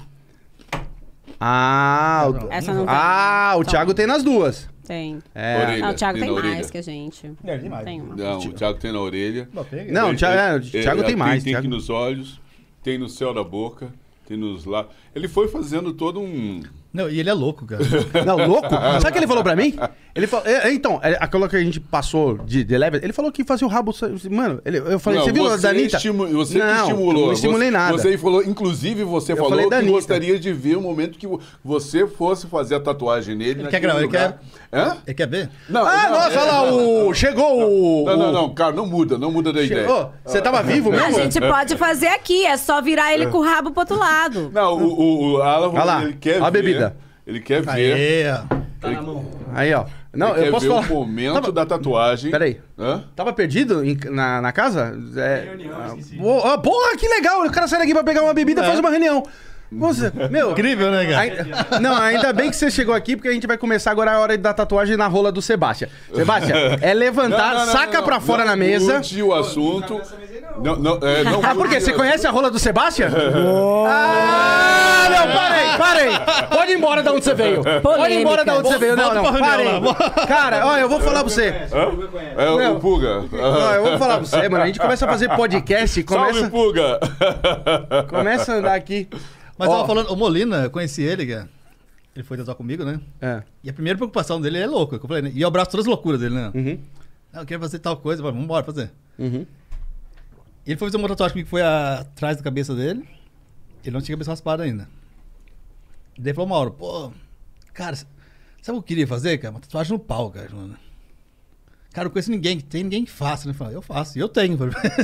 Ah, o, Essa não tem. ah, o Então, Thiago tem nas duas. Tem. É. Orelha. Não, o Thiago tem tem na mais orelha. que a gente. É, demais. Tem uma. Não, o Thiago tem na orelha. Não, pega. Não, o Ele- Thiago, é, o ele- Thiago ele- tem mais. Tem Thiago- aqui nos olhos, tem no céu da boca, tem nos lábios. Ele foi fazendo todo um... Não, e ele é louco, cara. Não, louco? Sabe o que ele falou pra mim? Ele falou, é, é, então, é, aquilo que a gente passou de, de leve, ele falou que fazia o rabo. Mano, ele, eu falei, Não, você viu a você da Anitta? estimu- Você Não, que estimulou. eu não estimulei você, nada. Você falou, inclusive, você Eu falou falei da que Anitta. gostaria de ver o momento que você fosse fazer a tatuagem nele. Ele naquele quer gravar, ele lugar. Hã? Ele quer ver? Não, Ah, não, nossa, é- olha lá, o... Chegou o... Não, não, o- não, cara, não muda, não muda da ideia. Chegou? Você tava vivo mesmo? A gente pode fazer aqui, é só virar ele com o rabo pro outro lado. Não, o, o, o Alan, Olha lá, ele quer ó a ver. bebida. Ele quer ver. Aê, ó. Aí, ó. Não, ele eu quer posso ver falar... o momento Tava- da tatuagem. Peraí. Hã? Tava perdido em- na, na casa? É... Reunião, ah, esqueci. pô- ah, porra, que legal! O cara sai daqui pra pegar uma bebida e faz uma reunião. Você, meu... Incrível, né, cara? Ai- Não, ainda bem que você chegou aqui, porque a gente vai começar agora a hora da tatuagem na rola do Sebastião. Sebastião, é levantar, Não, não, não, saca não, pra não. fora Não na mesa. mude o assunto. Não, não, é, não Ah, por quê? mude Você o conhece a rola do Sebastião? Ah, não, parei, parei. Pode ir embora da onde você veio. Pode ir embora da onde você veio. Não, não, Volta pra parei. reunião Cara, olha, eu vou falar pra você. É o, Não. o Puga. Ó, eu vou falar pra você, mano. A gente começa a fazer podcast e Salve, começa, Puga. começa a andar aqui. Mas Ó, tava falando, o Molina, eu conheci ele, cara. Ele foi tatuar comigo, né? É. E a primeira preocupação dele é louco, que eu falei, né? E eu abraço todas as loucuras dele, né? Uhum. Ah, eu quero fazer tal coisa, vamos embora fazer. Uhum. Ele foi fazer uma tatuagem comigo que foi atrás da cabeça dele. Ele não tinha cabeça raspada ainda. Daí ele falou, Mauro, pô, cara, sabe o que eu queria fazer, cara? Uma tatuagem no pau, cara, mano. Cara, eu não conheço ninguém que tem, ninguém que faça, né? Eu falei, eu faço, e eu tenho.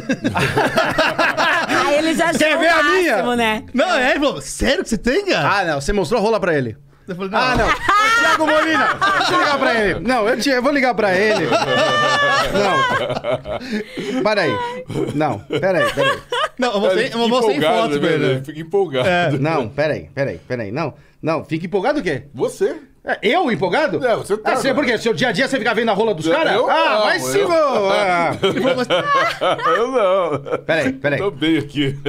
Aí ele já Quer achou ver o a minha? máximo, né? Não, é, ele falou, sério que você tem, cara? Ah, não, você mostrou a rola pra ele. Eu falei, não. Ah, não. Ô, Thiago Molina, deixa eu ligar pra ele. Não, eu, te, eu vou ligar pra ele. Não. Para aí. Não, pera aí, pera aí. Não, eu mostrei, eu mostrei em Empolgado, fotos pra né, ele. velho? Fica empolgado. É. Não, pera aí, pera aí, pera aí. Não, não, fica empolgado o quê? Você? É, eu empolgado? É, você tá, Ah, você, cara. por quê? Seu dia a dia você fica vendo a rola dos Eu- caras? eu Ah, não, vai eu- sim, vô. Ah. Eu não. Peraí, peraí. Tô bem aqui.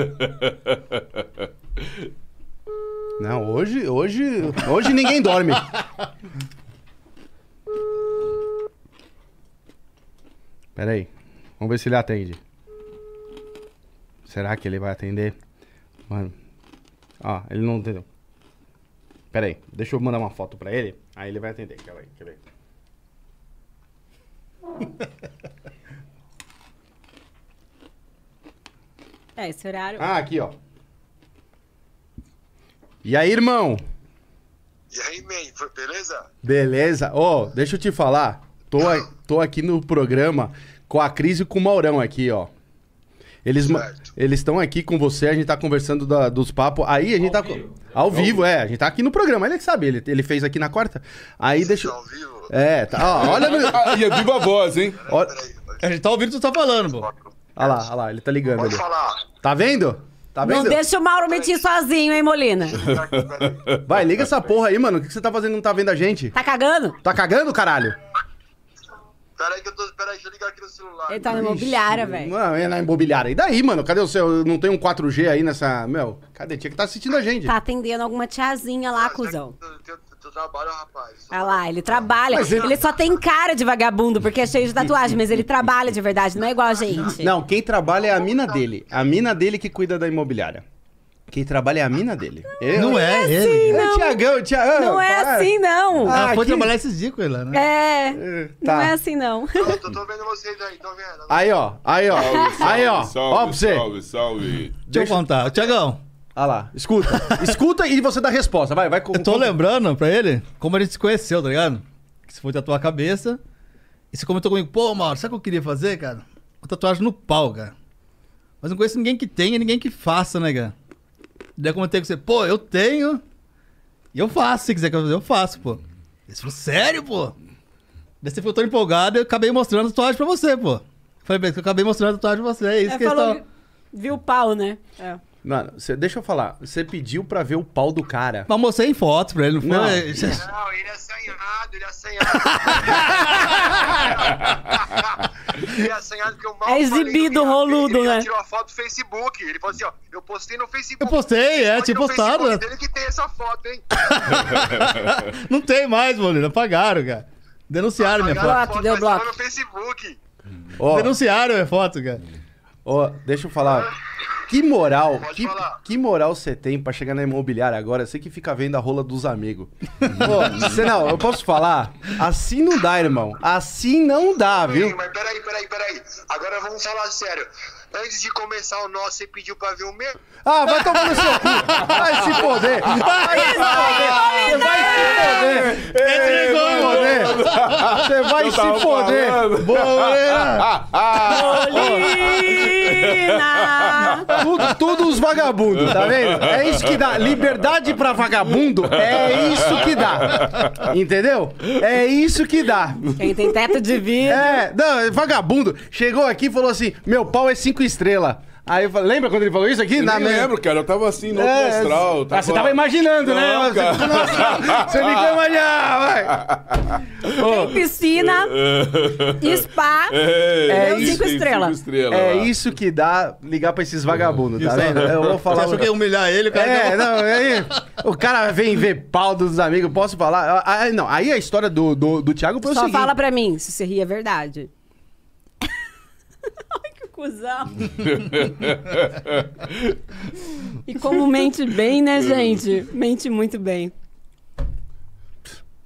Não, hoje, hoje, hoje ninguém dorme. Peraí, vamos ver se ele atende. Será que ele vai atender? Mano, ó, ele não entendeu. Peraí, deixa eu mandar uma foto pra ele, aí ele vai atender. Quer ver? Quer ver? É, esse horário. Ah, aqui, ó. E aí, irmão? E aí, man, foi- beleza? Beleza? Ó, deixa eu te falar. Tô, a- tô aqui no programa com a Cris e com o Maurão aqui, ó. Eles ma- Certo. eles estão aqui com você, a gente tá conversando da- dos papos. Aí a gente Ao tá. vivo. Ao vivo, é. A gente tá aqui no programa. Ele que sabe, ele, ele fez aqui na quarta. Aí deixa. Tá ao vivo? É, tá. Ó, olha. no- Ah, e é viva a voz, hein? Olha, Peraí, A gente tá ouvindo o que tu tá falando, pô. olha lá, olha lá, ele tá ligando pode ali. falar. Tá vendo? Tá Não vendo? deixa o Mauro mentir sozinho, hein, Molina? Peraí. Vai, liga essa porra aí, mano. O que você tá fazendo? Não tá vendo a gente? Tá cagando? Tá cagando, caralho? Peraí que eu tô. Peraí, deixa eu ligar aqui no celular. Ele tá na imobiliária, velho. Não, é na imobiliária. E daí, mano? Cadê o seu? Não tem um quatro G aí nessa. Meu, cadê? Tinha que estar assistindo a gente. Tá atendendo alguma tiazinha lá, Ah, cuzão. Eu, eu, eu trabalho, rapaz. Olha lá, ele trabalha. Mas ele- ele... só tem cara de vagabundo, porque é cheio de tatuagem, mas ele trabalha de verdade, não é igual a gente. Não, quem trabalha é a mina dele. A mina dele que cuida da imobiliária. Quem trabalha é a mina dele. Eu- Não é, assim, ele. É, não. Tiagão, Tiagão. Não é assim, não. Ah, Ela foi aqui- trabalhar esses dias com ele lá, né? É, tá. não é assim, não. Eu tô, tô vendo vocês aí, tô vendo. Aí, ó. Aí, ó. Aí, ó. Salve, Ó pra você. salve, salve. Deixa eu contar. Tiagão, Olha lá. Escuta. Escuta e você dá a resposta. Vai, vai. eu tô lembrando pra ele como a gente se conheceu, tá ligado? Que você foi tatuar a cabeça e você comentou comigo, pô, Mauro, sabe o que eu queria fazer, cara? Uma tatuagem no pau, cara. Mas não conheço ninguém que tenha, ninguém que faça, né, cara? Daí eu comentei com você, pô, eu tenho e eu faço, se quiser que eu fazer, eu faço, pô. Ele falou, sério, pô? Daí você ficou tão empolgado e eu acabei mostrando a tatuagem pra você, pô. Eu falei, bem, que eu acabei mostrando a tatuagem pra você, é isso É, que eles falou, tão... viu o pau, né? É. Mano, você, deixa eu falar. Você pediu pra ver o pau do cara. Mas mostrei em fotos pra ele, não foi? Não. Não, ele é assanhado, ele é assanhado. Ele é assanhado porque o mal É exibido, falei, roludo, ele já né? tirou a foto do Facebook. Ele falou assim, ó, eu postei no Facebook. Eu postei, é, Pode tinha ir no postado, Facebook né? dele que tem essa foto, hein? Não tem mais, Molina, apagaram, cara. Denunciaram minha Apagaram a foto. Bloco, deu mas tava bloco. no Facebook. Ó, Denunciaram minha foto, cara. ó, deixa eu falar. Que moral, Pode que, falar. que moral você tem pra chegar na imobiliária agora? Você que fica vendo a rola dos amigos. Pô, você não, eu posso falar? Assim não dá, irmão. Assim não dá, Sim, viu? mas peraí, peraí, peraí. Agora vamos falar sério. Antes de começar o nosso, você pediu pra ver o meu? Ah, vai tomar no seu cu. Vai se foder. Vai se foder. Você vai se foder. Você vai Eu se tava foder. falando. Boa. Molina! Tudo, tudo os vagabundos, tá vendo? É isso que dá. Liberdade pra vagabundo é isso que dá. Entendeu? É isso que dá. Quem tem teto de vidro. É, não, é vagabundo. Chegou aqui e falou assim: meu pau é cinco estrelas. Aí eu falei, lembra quando ele falou isso aqui? Eu Na nem me- lembro, cara. Eu tava assim, no outro É, astral. Ah, você tava imaginando, né? Não, Você, cara. Nossa, você ficou imaginando, vai. Ô, Tem piscina, spa, É, deu isso, cinco tem estrelas. Cinco estrelas É lá. isso que dá ligar pra esses vagabundos, tá vendo? Eu vou Você falar. achou que ia humilhar ele, o cara... É, não, aí o cara vem ver pau dos amigos, posso falar? Ah, não, aí a história do, do, do Thiago foi o Só seguinte. fala pra mim, se você ri é verdade. Ai, que cuzão. E como mente bem, né, gente? Mente muito bem.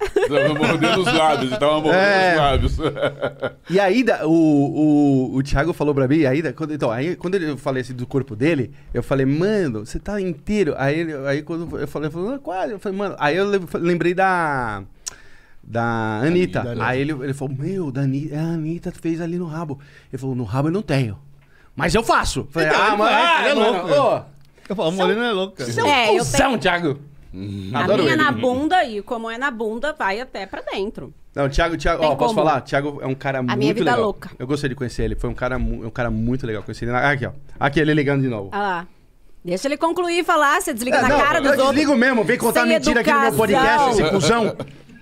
Tava mordendo os lábios, ele tava mordendo É. os lábios. E aí, da- o, o, o Thiago falou pra mim, aí, da- quando, então, aí quando eu falei assim do corpo dele, eu falei, mano, você tá inteiro. Aí, ele- aí quando eu falei, eu falei, "Ah, quase. Eu falei, mano, aí eu lem- lembrei da. Da Anitta. Da Anitta. Aí ele, ele falou, meu, da Anitta, a Anitta fez ali no rabo. Ele falou, no rabo eu não tenho. Mas eu faço. Falei, Então, ah, ele mano, faz, ah, ele é mano, louco, ô, Eu falo, o Molina é louco, cara. você é um É, eu cuzão, tenho- Thiago. A Adoro minha ele. na bunda e como é na bunda, vai até pra dentro. Não, o Thiago, Thiago, Tem ó, posso como. falar? O Thiago é um cara muito minha vida legal. louca. Eu gostei de conhecer ele. Foi um cara, mu- um cara muito legal. Conheci ele na... Aqui, ó. Aqui, ele ligando de novo. Olha lá. Deixa ele concluir e falar, você desliga É, na não, cara dos eu outros. desligo mesmo. Vem contar Sem mentira aqui no meu podcast, educação. esse cuzão.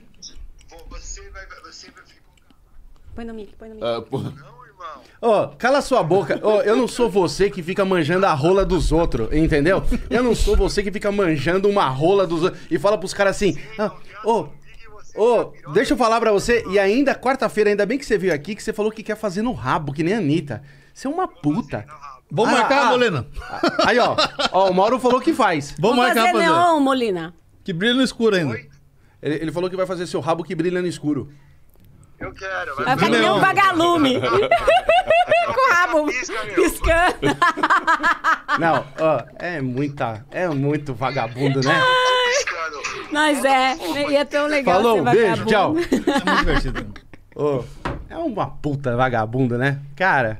Você vai, você vai ficar. Põe no mic, põe no mic. Ah, pô. Não, irmão. Ô, cala sua boca. Ô, eu não sou você que fica manjando a rola dos outros, entendeu? Eu não sou você que fica manjando uma rola dos outros e fala pros caras assim, ah, ô, ô, deixa eu falar pra você, e ainda quarta-feira, ainda bem que você veio aqui, que você falou que quer fazer no rabo, que nem a Anitta. Você é uma puta. Vamos Ah, marcar, ah. Molina. Aí, ó, ó, o Mauro falou que faz. Vamos marcar fazer pra fazer. neon, Molina. Que brilha no escuro ainda. Ele, ele falou que vai fazer seu rabo que brilha no escuro. Eu quero. Vai Vai ficar que nem Neon. um vagalume. Com o rabo Pisca, meu. piscando. Não, ó, é muita, é muito vagabundo, né? piscando. Mas é, e é tão legal Falou, ser beijo, tchau. vagabundo. É muito divertido. Ô, é uma puta vagabunda, né? Cara,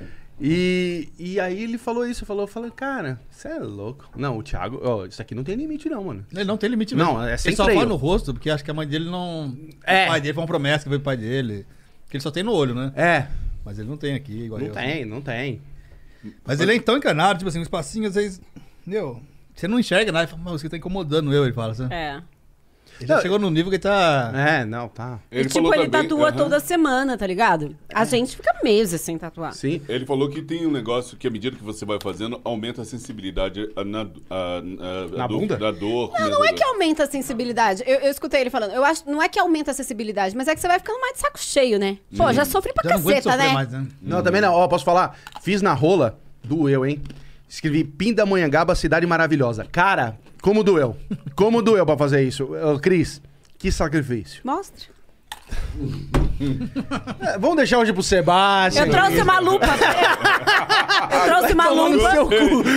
e, e aí ele falou isso, falou, eu falei, cara, você é louco. Não, o Thiago, ó, isso aqui não tem limite não, mano. Ele não tem limite mesmo. Não, é sem Ele só freio. fala no rosto, porque acho que a mãe dele não... É. O pai dele foi uma promessa que veio o pai dele. Que ele só tem no olho, né? É, Mas ele não tem aqui, igual não eu. tem, não tem. Mas ele é tão encanado, tipo assim, um espacinho, às vezes... Meu, você não enxerga nada. Ele fala, mas você tá incomodando eu, ele fala assim. É. Ele já Não, chegou no nível que ele tá... É, não, tá. Ele e tipo, falou ele também- tatua aham. toda semana, tá ligado? A gente fica meses sem tatuar. Sim. Ele falou que tem um negócio que, à medida que você vai fazendo, aumenta a sensibilidade a- na, a- a- Na a dor- bunda? da dor. Não, não é que aumenta a sensibilidade. Eu, eu escutei ele falando. Eu acho, não é que aumenta a sensibilidade, mas é que você vai ficando mais de saco cheio, né? Pô, já sofri pra Já não aguento caceta, sofrer né? mais, né? Não, também não. Ó, posso falar? Fiz na rola, doeu, hein? Escrevi Pindamonhangaba, cidade maravilhosa. Cara, como doeu. Como doeu pra fazer isso. Ô, Cris, que sacrifício. Mostra. É, vamos deixar hoje pro Sebastião. Eu trouxe uma lupa. Eu trouxe uma Tomar no lupa. seu cu.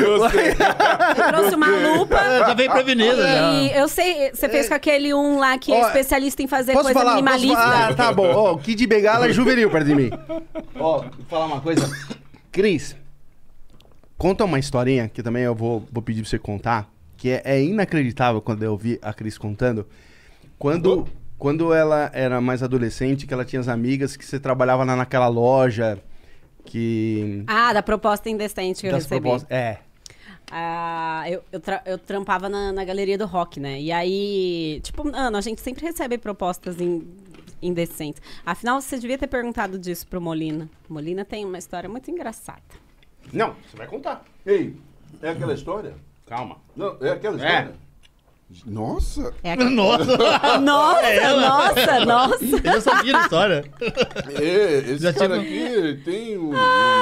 Eu trouxe uma lupa. Já veio prevenido, já. E eu sei, você fez com aquele um lá que é Ó, especialista em fazer Posso coisa falar? Posso minimalista. falar? Ah, tá bom. Ó, o Kid Bengala é juvenil perto de mim. Ó, vou falar uma coisa. Cris, conta uma historinha que também eu vou, vou pedir pra você contar, que é, é inacreditável quando eu ouvi a Cris contando. Quando, quando ela era mais adolescente, que ela tinha as amigas, que você trabalhava na, naquela loja que... Ah, da proposta indecente que eu das recebi. propostas- É. Ah, eu, eu, tra- eu trampava na, na galeria do rock, né? E aí, tipo, Ana, a gente sempre recebe propostas in- indecentes. Afinal, você devia ter perguntado disso pro Molina. Molina tem uma história muito engraçada. Não, você vai contar. Ei, é aquela história? Calma. Não, é aquela É. história? Nossa! É aquela... Nossa! Nossa, nossa, nossa. Eu já sabia da história. É, esse Já cara tive- aqui tem um,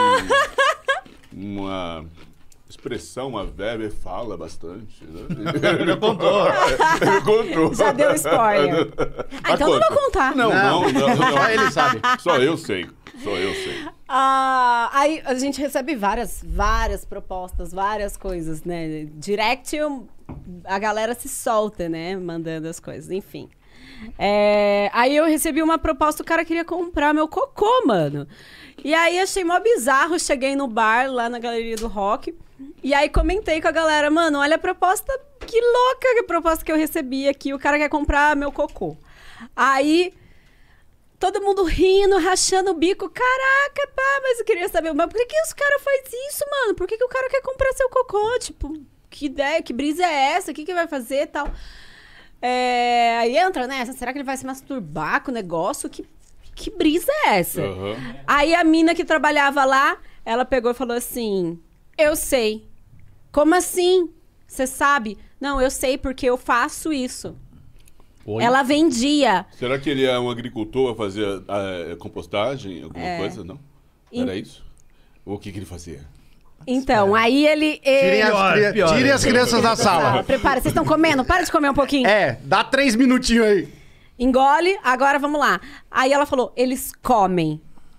um- uma expressão, uma verba, ele fala bastante. Né? Já contou. Ele contou. Já deu spoiler. Ah, então eu não vou contar. Não, não, não, não, Só ele sabe. Só eu sei. Só eu sei. Ah, aí a gente recebe várias, várias propostas, várias coisas, né? Direct, eu- a galera se solta, né? Mandando as coisas, enfim. É, aí eu recebi uma proposta, o cara queria comprar meu cocô, mano. E aí achei mó bizarro, cheguei no bar, lá na galeria do rock, e aí comentei com a galera, mano, olha a proposta, que louca a proposta que eu recebi aqui, o cara quer comprar meu cocô. Aí... Todo mundo rindo, rachando o bico. Caraca, pá, mas eu queria saber, mas por que, que os caras fazem isso, mano? Por que, que o cara quer comprar seu cocô? Tipo, que ideia, que brisa é essa? O que, que vai fazer e tal? É, aí entra nessa, será que ele vai se masturbar com o negócio? Que, que brisa é essa? Aham. Aí a mina que trabalhava lá, ela pegou e falou assim, eu sei. Como assim? Você sabe? Não, eu sei porque eu faço isso. Oi? Ela vendia. Será que ele é um agricultor a fazer a, compostagem, alguma coisa? Não? Era isso? Ou o que, que ele fazia? Então, aí ele... ele... Tirem, as, Pior, cri- pior. tirem as crianças da Ah, sala. prepara, vocês estão comendo? Para de comer um pouquinho. É, dá três minutinhos aí. engole, agora vamos lá. Aí ela falou, eles comem.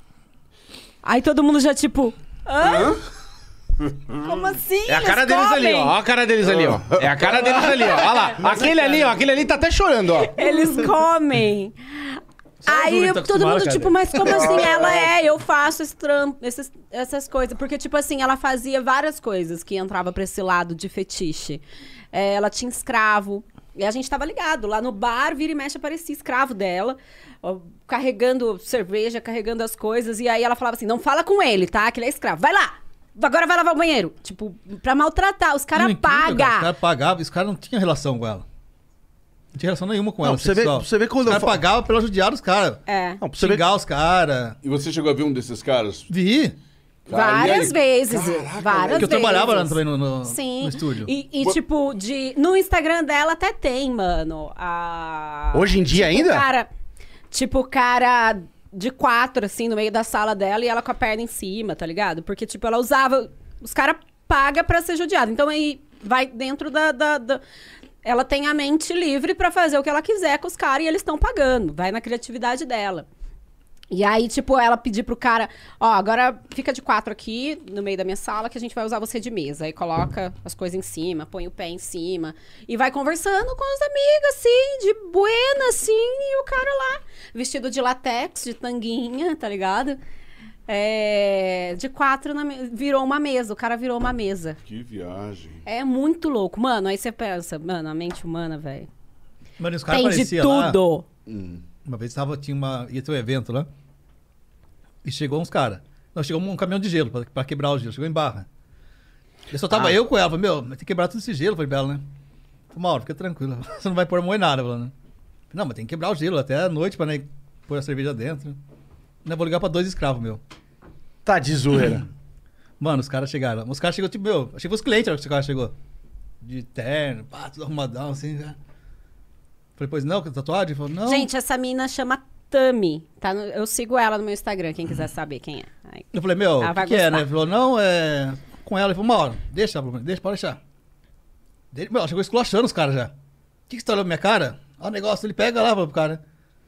Aí todo mundo já tipo, hã? Como assim? É a cara eles deles comem? ali, ó. Ó a cara deles ali, ó. É a cara deles ali, ó. Olha lá. Aquele ali, ó. Aquele ali tá até chorando, ó. Eles comem. Só a Aí Júlia eu- tá todo mundo, acostumada, tipo, cara. mas como assim? Ela é, eu faço esse trampo, esses, essas coisas. Porque, tipo assim, ela fazia várias coisas que entrava pra esse lado de fetiche. É, ela tinha escravo. E a gente tava ligado. Lá no bar, vira e mexe, aparecia escravo dela. Ó, carregando cerveja, carregando as coisas. E aí ela falava assim, não fala com ele, tá? Que ele é escravo. Vai lá! Agora vai lavar o banheiro. Tipo, pra maltratar. Os caras Não, incrível, cara. Os pagam. caras pagavam, os caras não tinham relação com ela. Não tinha relação nenhuma com Não, ela. pra você ver- sexual. pra você ver quando Os eu caras fa- pagavam pela judiar os caras. É. Não, pra você ver... Xingar os caras. E você chegou a ver um desses caras? Vi. Cara, Várias e aí? vezes. Caraca, várias Porque eu trabalhava lá vezes. também no, no, Sim. no estúdio. E, e, Bo- tipo, de, no Instagram dela até tem, mano. A... Hoje em dia tipo, ainda? Cara, tipo, cara de quatro, assim, no meio da sala dela e ela com a perna em cima, tá ligado? Porque, tipo, ela usava... Os caras pagam pra ser judiada. Então, aí vai dentro da... da, da... Ela tem a mente livre pra fazer o que ela quiser com os caras e eles estão pagando. Vai na criatividade dela. E aí, tipo, ela pedir pro cara, ó, agora fica de quatro aqui no meio da minha sala que a gente vai usar você de mesa. Aí coloca as coisas em cima, põe o pé em cima e vai conversando com os amigos, assim, de buena, assim, e o cara lá, vestido de latex, de tanguinha, tá ligado? É, de quatro, na me- virou uma mesa, o cara virou uma mesa. Que viagem. É muito louco. Mano, aí você pensa, mano, a mente humana, velho, Mano, e os caras tem de apareciam lá. tudo. Uma vez tava, tinha uma, ia ter um evento lá. E chegou uns caras. Não, chegou um caminhão de gelo pra, pra quebrar o gelo. Chegou em Barra. E só tava Ah. eu com ela. Falei, meu, mas tem que quebrar todo esse gelo. Falei pra ela, né? Falei, Mauro, fica tranquilo. Você não vai pôr moer nada. Falei, né? Não, mas tem que quebrar o gelo até a noite pra né, pôr a cerveja dentro. Não, vou ligar pra dois escravos, meu. Tá de zoeira. Mano, os caras chegaram. Os caras chegou tipo, meu, achei que os clientes a hora que o cara chegou. De terno, pá, tudo arrumadão, assim, cara. Falei, pois não, que tatuagem? Falei, não. Gente, essa mina chama Tami, tá? no- eu sigo ela no meu Instagram, quem quiser saber quem é. Aí. Eu falei, meu, Ela o vai que, que é, gostar. né? Ele falou, não, é. Com ela. Ele falou, Mauro, deixa, ela falou, deixa, pode deixar. Ele, meu, ela chegou esculachando os caras já. O que, que você tá olhando pra minha cara? Olha o negócio, ele pega lá, falou pro cara.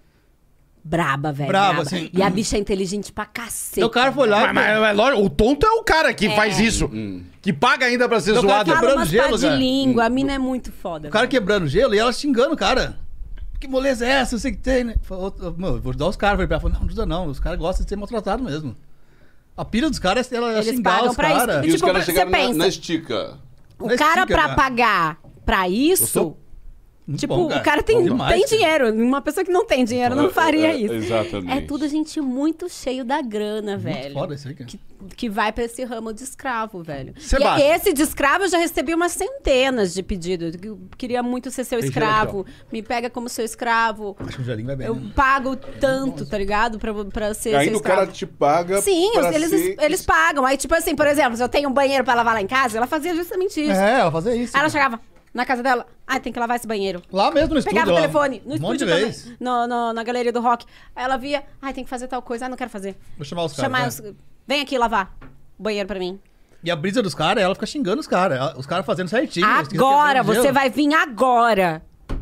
Braba, velho. Braba, assim. E a bicha é inteligente pra cacete. Então o cara foi lá. Mas, mas, mas lógico, o tonto é o cara que faz isso. Que paga ainda pra ser Então, o cara zoado. quebrando Fala umas gelo, pá de cara. língua, a mina é muito foda. O cara velho. quebrando gelo e ela xingando o cara. Que moleza é essa? Eu sei que tem, né? Falou, mano, vou ajudar os caras. Falei pra ela, falou, não, não ajuda não. Os caras gostam de ser maltratados mesmo. A pilha dos caras é ela Eles xingar pagam os pra isso. caras. E os Tipo, caras você chegaram na, pensa. na estica. O Mas cara, fica, pra cara. pagar pra isso... Gostou? Muito Tipo, bom, o cara tem, Bom demais, tem cara. dinheiro. Uma pessoa que não tem dinheiro não faria É, é, isso. exatamente. É tudo gente muito cheio da grana, Muito velho. foda isso aí, cara. Que, que vai pra esse ramo de escravo, velho. Sebastião. E esse de escravo eu já recebi umas centenas de pedidos. Eu queria muito ser seu Tem escravo. Me pega como seu escravo. Acho que o gelinho vai bem, Eu né? pago tanto, tá ligado? Pra, pra ser Ainda seu o cara escravo. te paga Sim, pra eles, ser... eles pagam. Aí, tipo assim, por exemplo, se eu tenho um banheiro pra lavar lá em casa, ela fazia justamente isso. É, ela fazia isso. Aí ela cara. chegava na casa dela, ah, tem que lavar esse banheiro. Lá mesmo no estúdio. Pegava o lá. telefone no um monte estúdio de também, vez. no, no- na galeria do rock. Aí ela via, ai, tem que fazer tal coisa, ah, não quero fazer. Vou chamar os caras. Chamar vai. os... Vem aqui lavar o banheiro pra mim. E a brisa dos caras, ela fica xingando os caras. Ela- Os caras fazendo certinho. eles ficam Agora, quebrando você gelo. vai vir agora.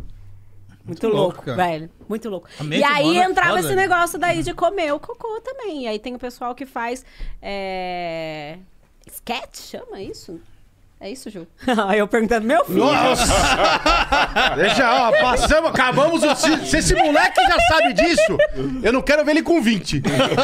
Muito, louco, louco, cara. velho. Muito louco. A mente E aí humana é entrava foda, esse né? negócio daí de comer o cocô também. E aí tem o pessoal que faz. É... Sketch, chama isso? É isso, Ju? Aí eu perguntando, meu filho. Nossa! Deixa, ó, passamos, acabamos o... Se, se esse moleque já sabe disso, eu não quero ver ele com vinte.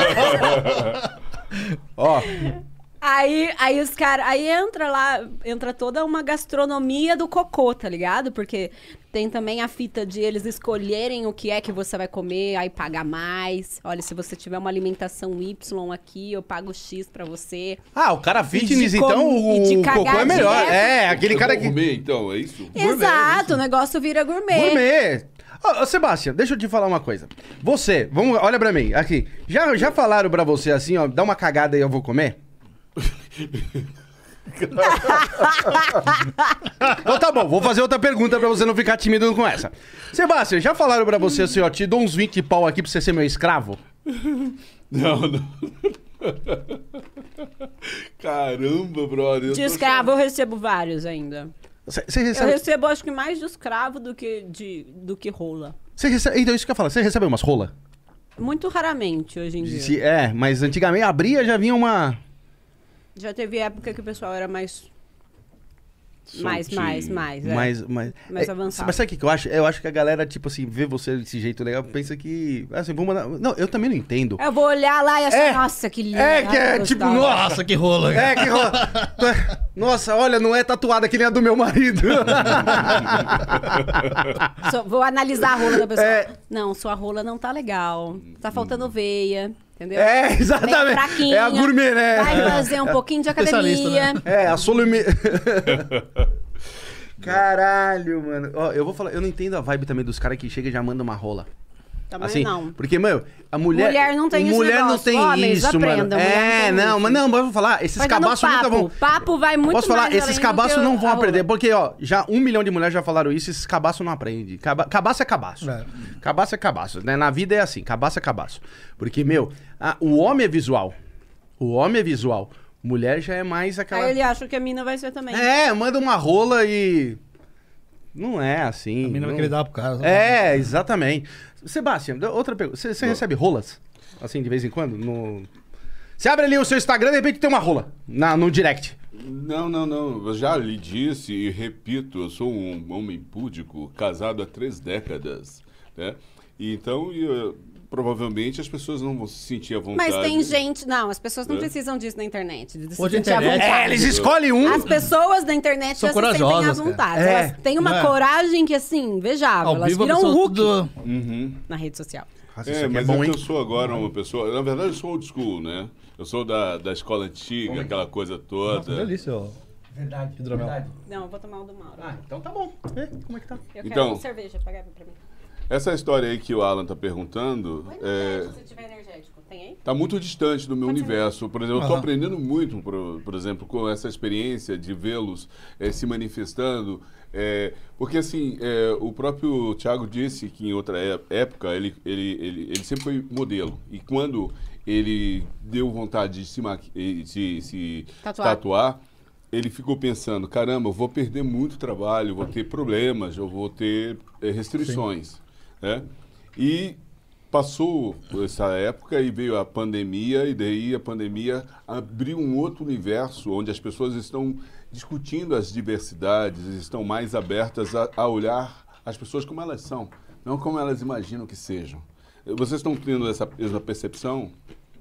Ó, Aí, aí os caras. Aí entra lá, entra toda uma gastronomia do cocô, tá ligado? Porque tem também a fita de eles escolherem o que é que você vai comer, aí pagar mais. Olha, se você tiver uma alimentação Y aqui, eu pago X pra você. ah, o cara fitness, de então com- e de o cagar cocô é melhor. direto. É, aquele Eu cara vou que... comer, então, é isso? Exato, o negócio vira gourmet. Gourmet. Ô, ô, Sebastião, deixa eu te falar uma coisa. Você, vamos, olha pra mim, aqui. Já, já falaram pra você assim, ó, dá uma cagada e eu vou comer? Então tá bom, vou fazer outra pergunta pra você não ficar tímido com essa. Sebastião, já falaram pra você assim, ó, te dou uns vinte pau aqui pra você ser meu escravo? Não, não. Caramba, brother. eu De tô escravo eu recebo vários ainda. Você você Eu recebe... recebo acho que mais de escravo do que de do que rola. Você recebe... Então, isso que eu falo. Você recebe umas rola? Muito raramente hoje em dia. Se- É, mas antigamente abria, já vinha uma... Já teve época que o pessoal era mais... Mais, Soltinho. mais, mais. É. Mais, mais, Mais é, avançado. Mas sabe o que que eu acho? Eu acho que a galera, tipo assim, vê você desse jeito legal, pensa que... Assim, vou mandar... Não, eu também não entendo. Eu vou olhar lá e achar, É. nossa, que lindo. É, que é ai, tipo, gostosa. Nossa, que rola. É, que rola. Nossa, olha, não é tatuada que nem a do meu marido. Só vou analisar a rola da pessoa. É. Não, sua rola não tá legal. Tá faltando veia, entendeu? É, Bem exatamente. fraquinha. É a gourmet, né? Vai fazer um pouquinho de Especialista, academia. né? É, a Solome... Caralho, mano. Ó, eu vou falar, eu não entendo a vibe também dos caras que chegam e já mandam uma rola. Também Assim, não. porque, mano, a mulher... Mulher não tem esse mulher não negócio. tem Homens, isso, aprendam, mano. mulher não É, tem não, isso. mas não, mas eu vou falar, esses Vai dar no cabaços nunca papo. vão... Papo vai muito Posso falar, mais esses além do cabaços que não a vão rola. aprender, porque, ó, já um milhão de mulheres já falaram isso, esses cabaços não aprendem. Caba... Cabaço é cabaço. É. Cabaço é cabaço, né? Na vida é assim, cabaço é cabaço. Porque, meu, a- o homem é visual. O homem é visual. Mulher já é mais aquela... Aí ele acha que a mina vai ser também. É, manda uma rola e... Não é assim. A mina vai não- querer dar pro cara. É, exatamente. Sebastião, outra pergunta. Você você recebe rolas? Assim, de vez em quando? No... Você abre ali o seu Instagram e de repente tem uma rola na, no direct. Não, não, não. Eu já lhe disse e repito, eu sou um homem púdico, casado há três décadas, né? E então, eu- provavelmente as pessoas não vão se sentir à vontade. Mas tem gente... Não, as pessoas não É. precisam disso na internet. De se Hoje a sentir à internet- vontade. É, eles escolhem um. As pessoas da internet São já se sentem à corajosas, cara. vontade. É. Elas têm uma Não é? coragem que, assim, vejável. Ao Elas vivo, a viram um pessoa Hulk tudo- Uhum. na rede social. Nossa, É, isso aqui mas é bom, é hein? que eu sou agora uma pessoa... Na verdade, eu sou old school, né? Eu sou da, da escola antiga, aquela coisa toda. Nossa, delícia, ó. Verdade, Hidromel. verdade. Não, eu vou tomar o do Mauro. Ah, Então tá bom. É, como é que tá? Eu Então- quero cerveja, pagar pra mim. Essa história aí que o Alan tá perguntando... Põe é, energético, se tiver energético. Tem aí? Tá muito distante do meu Pode ser. universo. Por exemplo, eu tô Aham. aprendendo muito, por, por exemplo, com essa experiência de vê-los eh, se manifestando. eh, porque, assim, eh, o próprio Thiago disse que em outra é- época ele, ele, ele, ele sempre foi modelo. E quando ele deu vontade de se, maqui- eh, de se Tatuar. tatuar, ele ficou pensando, caramba, eu vou perder muito trabalho, vou ter problemas, eu vou ter eh, restrições, né? E passou essa época e veio a pandemia, e daí a pandemia abriu um outro universo onde as pessoas estão discutindo as diversidades, estão mais abertas a, a olhar as pessoas como elas são, não como elas imaginam que sejam. Vocês estão tendo essa mesma percepção?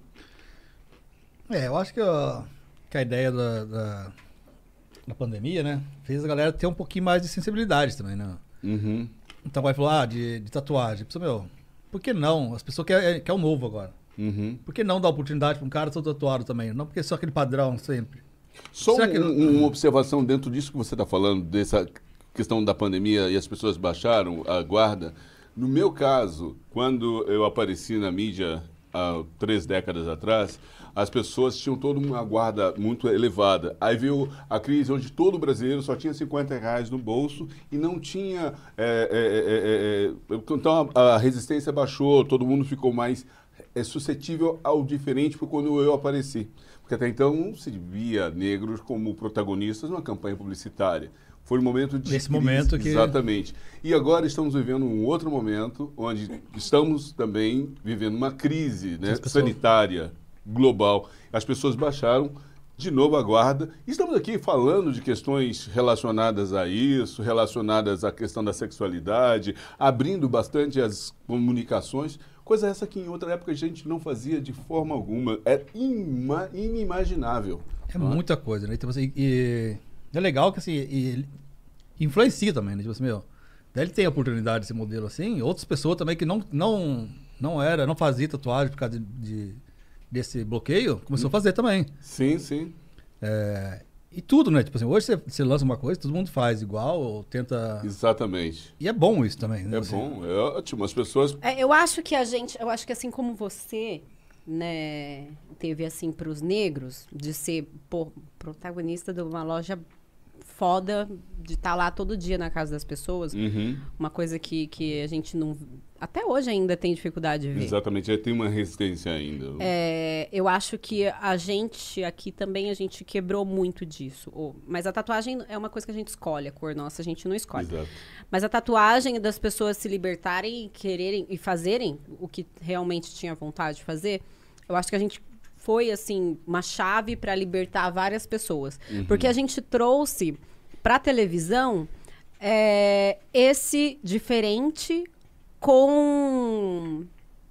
É, eu acho que, ó, que a ideia da, da, da pandemia, né, fez a galera ter um pouquinho mais de sensibilidade também, né? Uhum. Então vai falar ah, de, de tatuagem. Pessoal, meu, por que não? As pessoas querem quer o novo agora. Uhum. Por que não dar oportunidade para um cara todo tatuado também? Não porque é só aquele padrão sempre. Só Será um- que- um- uma observação dentro disso que você está falando, dessa questão da pandemia e as pessoas baixaram a guarda. No meu caso, quando eu apareci na mídia há três décadas atrás, as pessoas tinham toda uma guarda muito elevada. Aí veio a crise onde todo brasileiro só tinha cinquenta reais no bolso e não tinha... é, é, é, é, é, então a, a resistência baixou, todo mundo ficou mais é, suscetível ao diferente por quando eu apareci. Porque até então não se via negros como protagonistas numa campanha publicitária. Foi um momento de Nesse crise, momento que- Exatamente. E agora estamos vivendo um outro momento onde estamos também vivendo uma crise, né, As pessoas- sanitária global. As pessoas baixaram de novo a guarda. Estamos aqui falando de questões relacionadas a isso, relacionadas à questão da sexualidade, abrindo bastante as comunicações. Coisa essa que em outra época a gente não fazia de forma alguma. É ima- inimaginável. É não muita coisa, né? Então, assim, e é legal que assim, e, ele influencia também, né? Tipo assim, meu, daí ele tem a oportunidade de ser modelo assim, outras pessoas também que não, não, não era, não fazia tatuagem por causa de, de- desse bloqueio, começou a fazer também. Sim, sim. É, e tudo, né? Tipo assim, hoje você, você lança uma coisa, todo mundo faz igual, ou tenta. Exatamente. E é bom isso também, né? É Assim, bom, é ótimo. As pessoas... É, eu acho que a gente, eu acho que assim como você, né, teve assim para os negros de ser pô, protagonista de uma loja foda de estar lá todo dia na casa das pessoas. Uhum. Uma coisa que, que a gente não... Até hoje ainda tem dificuldade de ver. Exatamente, já tem uma resistência ainda. É, eu acho que a gente aqui também, a gente quebrou muito disso. Ou- Mas a tatuagem é uma coisa que a gente escolhe, a cor nossa a gente não escolhe. Exato. Mas a tatuagem das pessoas se libertarem e quererem e fazerem o que realmente tinha vontade de fazer, eu acho que a gente foi, assim, uma chave para libertar várias pessoas. Porque a gente trouxe pra televisão é, esse diferente com...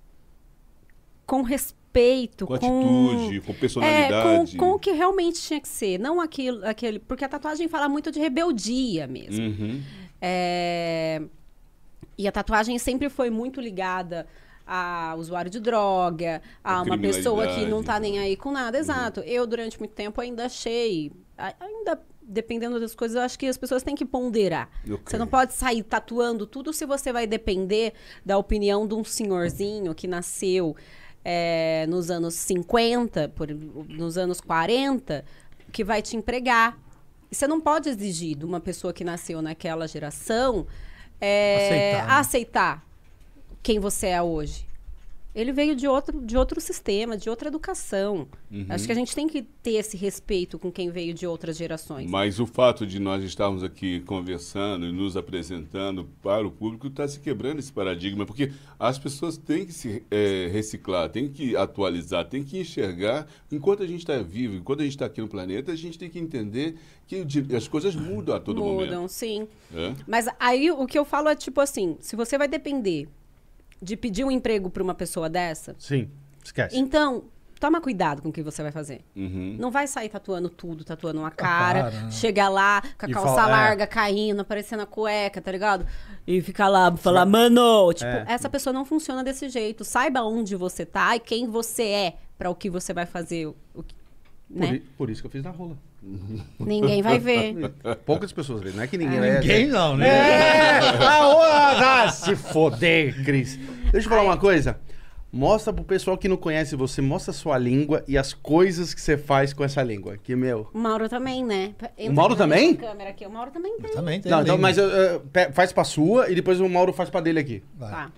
com respeito, Com atitude, com é, personalidade. com, com o que realmente tinha que ser. Não aquilo, aquele... Porque a tatuagem fala muito de rebeldia mesmo. Uhum. É, e a tatuagem sempre foi muito ligada a usuário de droga, a A uma pessoa que não tá criminalidade. nem aí com nada. Exato. Eu, durante muito tempo, ainda achei... a- Ainda, dependendo das coisas, eu acho que as pessoas têm que ponderar. Ok. Você não pode sair tatuando tudo se você vai depender da opinião de um senhorzinho que nasceu é, nos anos cinquenta, por, nos anos quarenta, que vai te empregar. E você não pode exigir de uma pessoa que nasceu naquela geração é, Aceitar, né? aceitar quem você é hoje. Ele veio de outro, de outro sistema, de outra educação. Uhum. Acho que a gente tem que ter esse respeito com quem veio de outras gerações. Mas o fato de nós estarmos aqui conversando e nos apresentando para o público está se quebrando esse paradigma, porque as pessoas têm que se eh, reciclar, têm que atualizar, têm que enxergar. Enquanto a gente está vivo, enquanto a gente está aqui no planeta, a gente tem que entender que o di- as coisas mudam a todo Mudam, momento. sim. É? Mas aí o que eu falo é tipo assim, se você vai depender de pedir um emprego para uma pessoa dessa, Sim, esquece. então toma cuidado com o que você vai fazer. Uhum. Não vai sair tatuando tudo, tatuando uma cara, cara, né? chegar lá com a E calça fala- é. larga caindo, aparecendo a cueca, tá ligado? E ficar lá, falar, mano, tipo, É. essa pessoa não funciona desse jeito. Saiba onde você tá e quem você é para o que você vai fazer, o, o que- Por, né? i- por isso que eu fiz na rola. Ninguém vai ver. Poucas pessoas veem, não é que ninguém Ah, vai... Ninguém não, né? É! Ah, ô, ah, se foder, Cris. Deixa eu falar uma coisa. Mostra pro pessoal que não conhece você, mostra a sua língua e as coisas que você faz com essa língua. Que, meu... O Mauro também, né? Entra O Mauro aqui na também? minha câmera aqui. O Mauro também tem. Também tem. Não, então, língua. mas eu, eu, pe- faz pra sua e depois o Mauro faz pra dele aqui. Vai. Tá.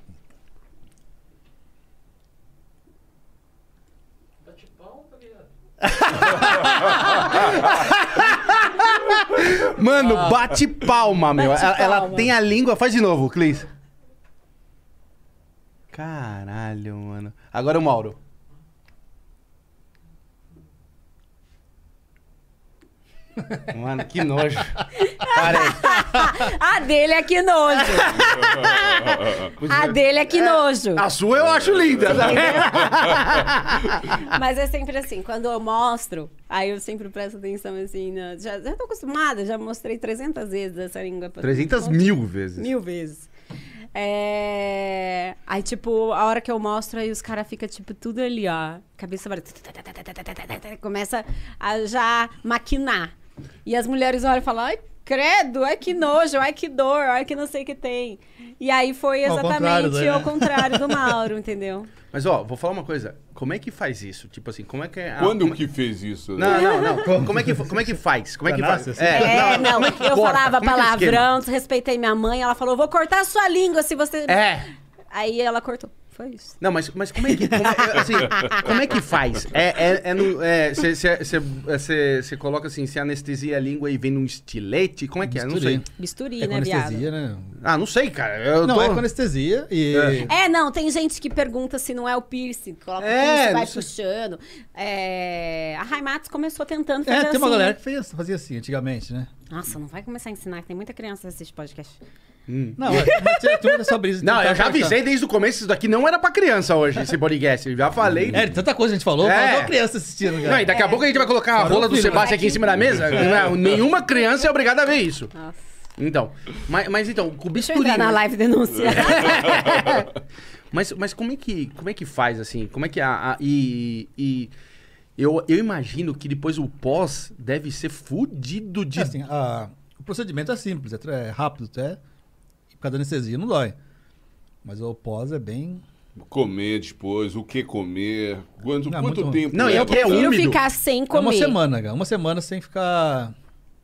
Bate pau, tá ligado? Mano, bate palma, meu. Bate Ela, ela palma. tem a língua... Faz de novo, Clis. Caralho, mano. Agora o Mauro. Mano, que nojo. Parei. A dele é que nojo. A dele é que nojo. A sua eu acho linda. Tá? Mas é sempre assim, quando eu mostro, aí eu sempre presto atenção assim, na- já, já tô acostumada, já mostrei trezentas vezes essa língua. pra- trezentas mil vezes. Mil vezes. É... Aí, tipo, a hora que eu mostro, aí os caras ficam, tipo, tudo ali, ó. Cabeça vai... Começa a já maquinar. E as mulheres olham e falam, ai, credo, ai que nojo, ai que dor, ai que não sei o que tem. E aí foi Ao contrário exatamente daí, né? o contrário do Mauro, entendeu? Mas, ó, vou falar uma coisa. Como é que faz isso? Tipo assim, como é que é... a- Quando como... que fez isso? né? Não, não, não. Co- Como é que, como é que faz? Como é que Já faz? nasce assim? É, não, como é que eu corta? falava Como é que é o esquema? palavrão, desrespeitei minha mãe, ela falou, vou cortar a sua língua se você... É. Aí ela cortou. Foi isso. Não, mas, mas como é que... Como é, assim, como é que faz? É, é, é no... Você coloca assim, você anestesia a língua e vem num estilete? Como é que é? Não sei. Bisturi. Bisturi, É com né, viado? anestesia, né? Ah, não sei, cara. Eu Não, tô... é com anestesia e... É, não, tem gente que pergunta se não é o piercing, coloca É, o piercing, vai não sei. puxando. É, a Raimatos começou tentando fazer É, assim. tem uma galera que fez, fazia assim antigamente, né? Nossa, não vai começar a ensinar, que tem muita criança que assiste podcast. Não, é, mas tinha tinha essa brisa de Não, tentar eu já cortar. avisei desde o começo, isso daqui não era pra criança hoje, esse podcast. Eu já falei. É, tanta coisa a gente falou, É. faltou criança assistindo, cara. Não, e daqui a pouco a gente vai colocar a Parou rola o do filho, Sebastião né? aqui em cima da mesa. Não, nenhuma criança é obrigada a ver isso. Nossa. Então, mas, mas então, com o Deixa eu bisturi... entrar na né? live denunciar. Mas, mas como é que como é que faz assim? Como é que a, a- e, e eu, eu imagino que depois o pós deve ser fudido de É assim, a- o procedimento é simples, é, tra- é rápido até. E por causa da anestesia não dói. Mas o pós é bem... Comer depois, o que comer, quanto, Não, quanto muito- tempo Não, e é leva o que é pra- Prefiro úmido. ficar sem É comer. uma semana, cara. Uma semana sem ficar...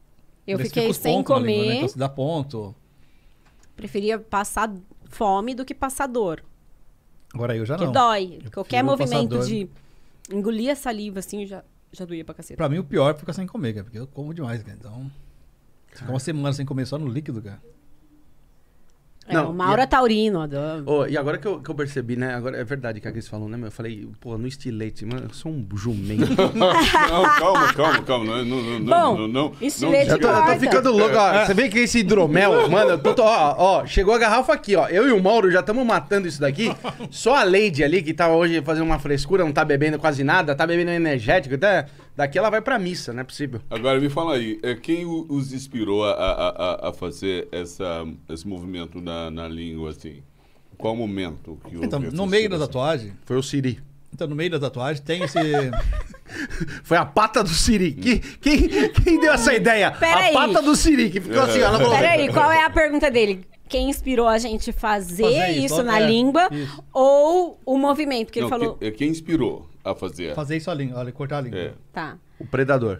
Eu Eles fiquei ficam os sem pontos na língua, né? comer. Então se dá ponto. Preferia passar fome do que passar dor. Agora eu já Porque não. dói. Eu Qualquer prefiro passar movimento dor. de engolir a saliva, assim, já, já doía pra caceta. Pra mim o pior é ficar sem comer, cara. Porque eu como demais, cara. Então... Ficar uma semana sem comer só no líquido, cara. É, Não, o Mauro e- é taurino. adoro. Ô, e agora que eu, que eu percebi, né? Agora é verdade que a Cris falou, né? meu? Eu falei, pô, no estilete, mano, eu sou um jumento. Não, calma, calma, calma. Não, não, não, Bom, não, não, estilete não Eu tô, eu tô Corta. ficando louco, ó. Você vê que esse hidromel, mano, eu tô, tô- ó, ó, chegou a garrafa aqui, ó. Eu e o Mauro já estamos matando isso daqui. Só a Lady ali, que tá hoje fazendo uma frescura, não tá bebendo quase nada, tá bebendo energético, até. Daqui ela vai pra missa, não é possível. Agora me fala aí, é, quem o- os inspirou a, a, a- a fazer essa, esse movimento na, na língua, assim? Qual momento que houve Então, essa no meio da inspiração? tatuagem... Foi o Siri. Então, no meio da tatuagem tem esse... Foi a pata do Siri. Que- Quem, quem deu essa ideia? Pera a aí. pata do Siri, que ficou assim, ó. Ela falou, Peraí, qual é a pergunta dele? Quem inspirou a gente fazer, Fazer isso, isso, ó, na é, língua isso. ou o movimento que ele Não, falou? que- é quem inspirou a fazer? Fazer isso a língua, olha, cortar a língua. É. Tá. O predador.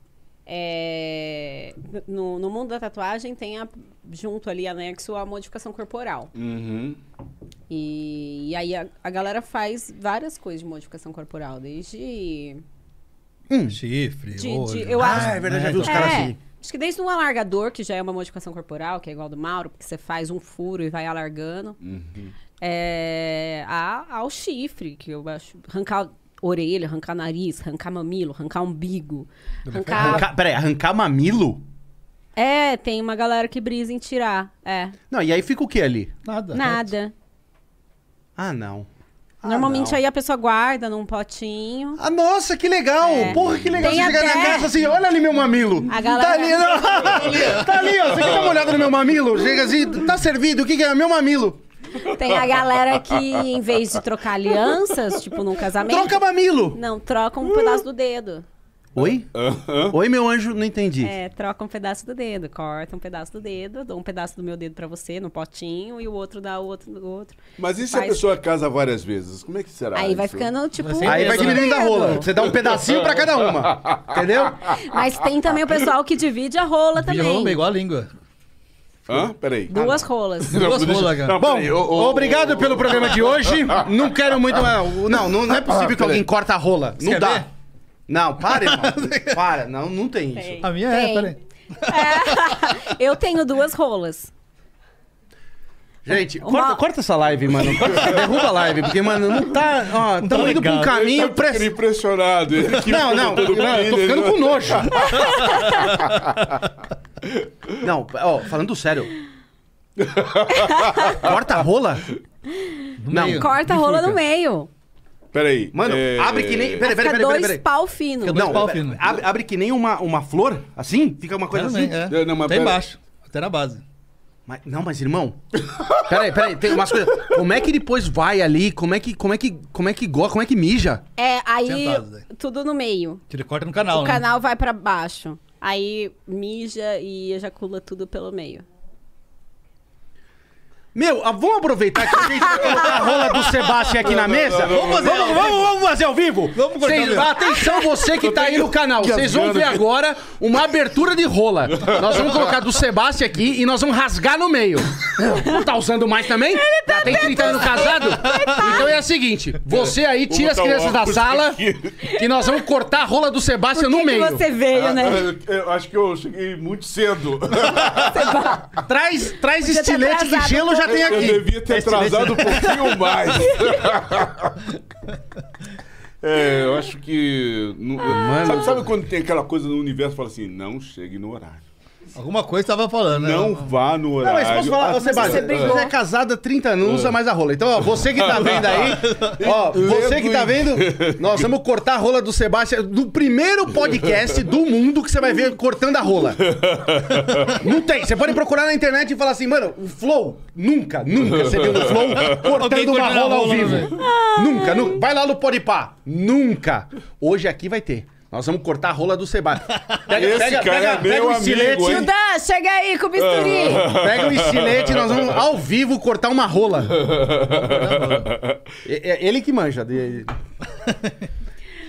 É, No, no mundo da tatuagem tem a- junto ali, anexo, a modificação corporal. Uhum. E, e aí a, a galera faz várias coisas de modificação corporal, desde... Chifre, De- olho. de- eu Ah, acho- é verdade, já né, vi os então. caras É, assim. acho que desde um alargador, que já é uma modificação corporal, que é igual do Mauro, porque você faz um furo e vai alargando, é, a- ao chifre, que eu acho... Arrancar orelha, arrancar nariz, arrancar mamilo, arrancar umbigo, arrancar... Arrancar, peraí, arrancar mamilo? É, tem uma galera que brisa em tirar, é. Não, e aí fica o que ali? Nada. Nada. Ah, não. Ah, Normalmente não. aí a pessoa guarda num potinho. Ah, nossa, que legal! É. Porra, que legal Tem você chegar na até- casa assim, olha ali meu mamilo. A galera- Tá ali, não. Tá ali, ó. Você quer dar uma olhada no meu mamilo? Chega assim, tá servido, o que, que é? Meu mamilo. Tem a galera que, em vez de trocar alianças, tipo num casamento... Troca mamilo. Não, troca um pedaço do dedo. Oi? Oi, meu anjo, não entendi. É, troca um pedaço do dedo. Corta um pedaço do dedo, dou um pedaço do meu dedo pra você, no potinho, e o outro dá o outro do outro. Mas e se a Faz- pessoa casa várias vezes? Como é que será Aí vai isso? ficando, tipo... Vai ser Aí vai Dedo, né? diminuindo a rola. Você dá um pedacinho pra cada uma. Entendeu? Mas tem também o pessoal que divide a rola Vídeo também. rolando igual a língua. Hã? Peraí. Duas rolas. Duas deixa- rolas, cara. Não, Bom, peraí, ô, ô, obrigado pelo programa de hoje. Não quero muito. Não, não, não é possível que alguém corta a rola. Não quer dá. ver? Não, para, irmão. Para. Não, não tem isso. Tem. A minha é, Tem. peraí. É. Eu tenho duas rolas. Gente, Uma- corta, corta essa live, mano. Corta, derruba a live, porque, mano, não tá. Ó, estamos indo pra um legal. caminho. Ele tá ficando Pre... impressionado. Ele aqui Não, não, todo não, eu tô mundo, ficando ele- com nojo. Não, ó, falando sério. Corta a rola? Não, meio. Corta a rola no meio. Peraí. Mano, é, abre que nem. Peraí, Fica peraí, peraí, dois peraí. pau fino. Fica dois Não, pau pera- fino. abre, abre que nem uma, uma flor, assim? Fica uma coisa assim? É, É, não, mas até pera- embaixo. Até na base. Mas- não, mas irmão. Peraí, peraí, tem umas coisas. Como é que depois vai ali? Como é que, como é que, como é que gosta? Como é que mija? É, aí Sentado, daí. tudo no meio. Tira e corta no canal, O né? canal vai pra baixo. Aí mija e ejacula tudo pelo meio. Meu, ah, vamos aproveitar que a gente vai colocar a rola do Sebastião aqui na mesa? Vamos fazer, vamos, vamos, vamos fazer ao vivo? Vamos cortar Vocês- mesmo. atenção, você que tá aí no canal. Vocês vão ver agora uma abertura de rola. Nós vamos colocar do Sebastião aqui e nós vamos rasgar no meio. Não tá usando mais também? Já tem trinta anos casado? Então é o seguinte: você aí tira as botar o crianças da óculos sala aqui. que nós vamos cortar a rola do Sebastião Por no que que meio. você veio, né? Ah, Eu acho que eu cheguei muito cedo. Traz, traz Podia ter estilete de atrasado gelo, um já tem Eu aqui. devia ter atrasado um pouquinho mais. É, eu acho que. não- sabe, sabe quando tem aquela coisa no universo que fala assim: não chegue no horário. Alguma coisa tava falando, né? Não vá no Não, horário. mas posso falar, Ah, ô, Sebastião, você você brigou. é casada há trinta anos, não usa mais a rola. Então, ó, você que tá vendo aí, ó, você que tá vendo, nós vamos cortar a rola do Sebastião, do primeiro podcast do mundo que você vai ver cortando a rola. Não tem, você pode procurar na internet e falar assim, mano, o Flow, nunca, nunca você viu no Flow cortando Alguém uma cortando a rola ao rola, vivo. né? Nunca, nunca. Vai lá no Podpah, nunca. Hoje aqui vai ter. Nós vamos cortar a rola do Sebastião. Pega, Esse pega, cara pega, é pega meu o amigo, estilete. hein? Duda, chega aí com o bisturi. Pega o estilete e nós vamos ao vivo cortar uma rola. É- é ele que manja. de-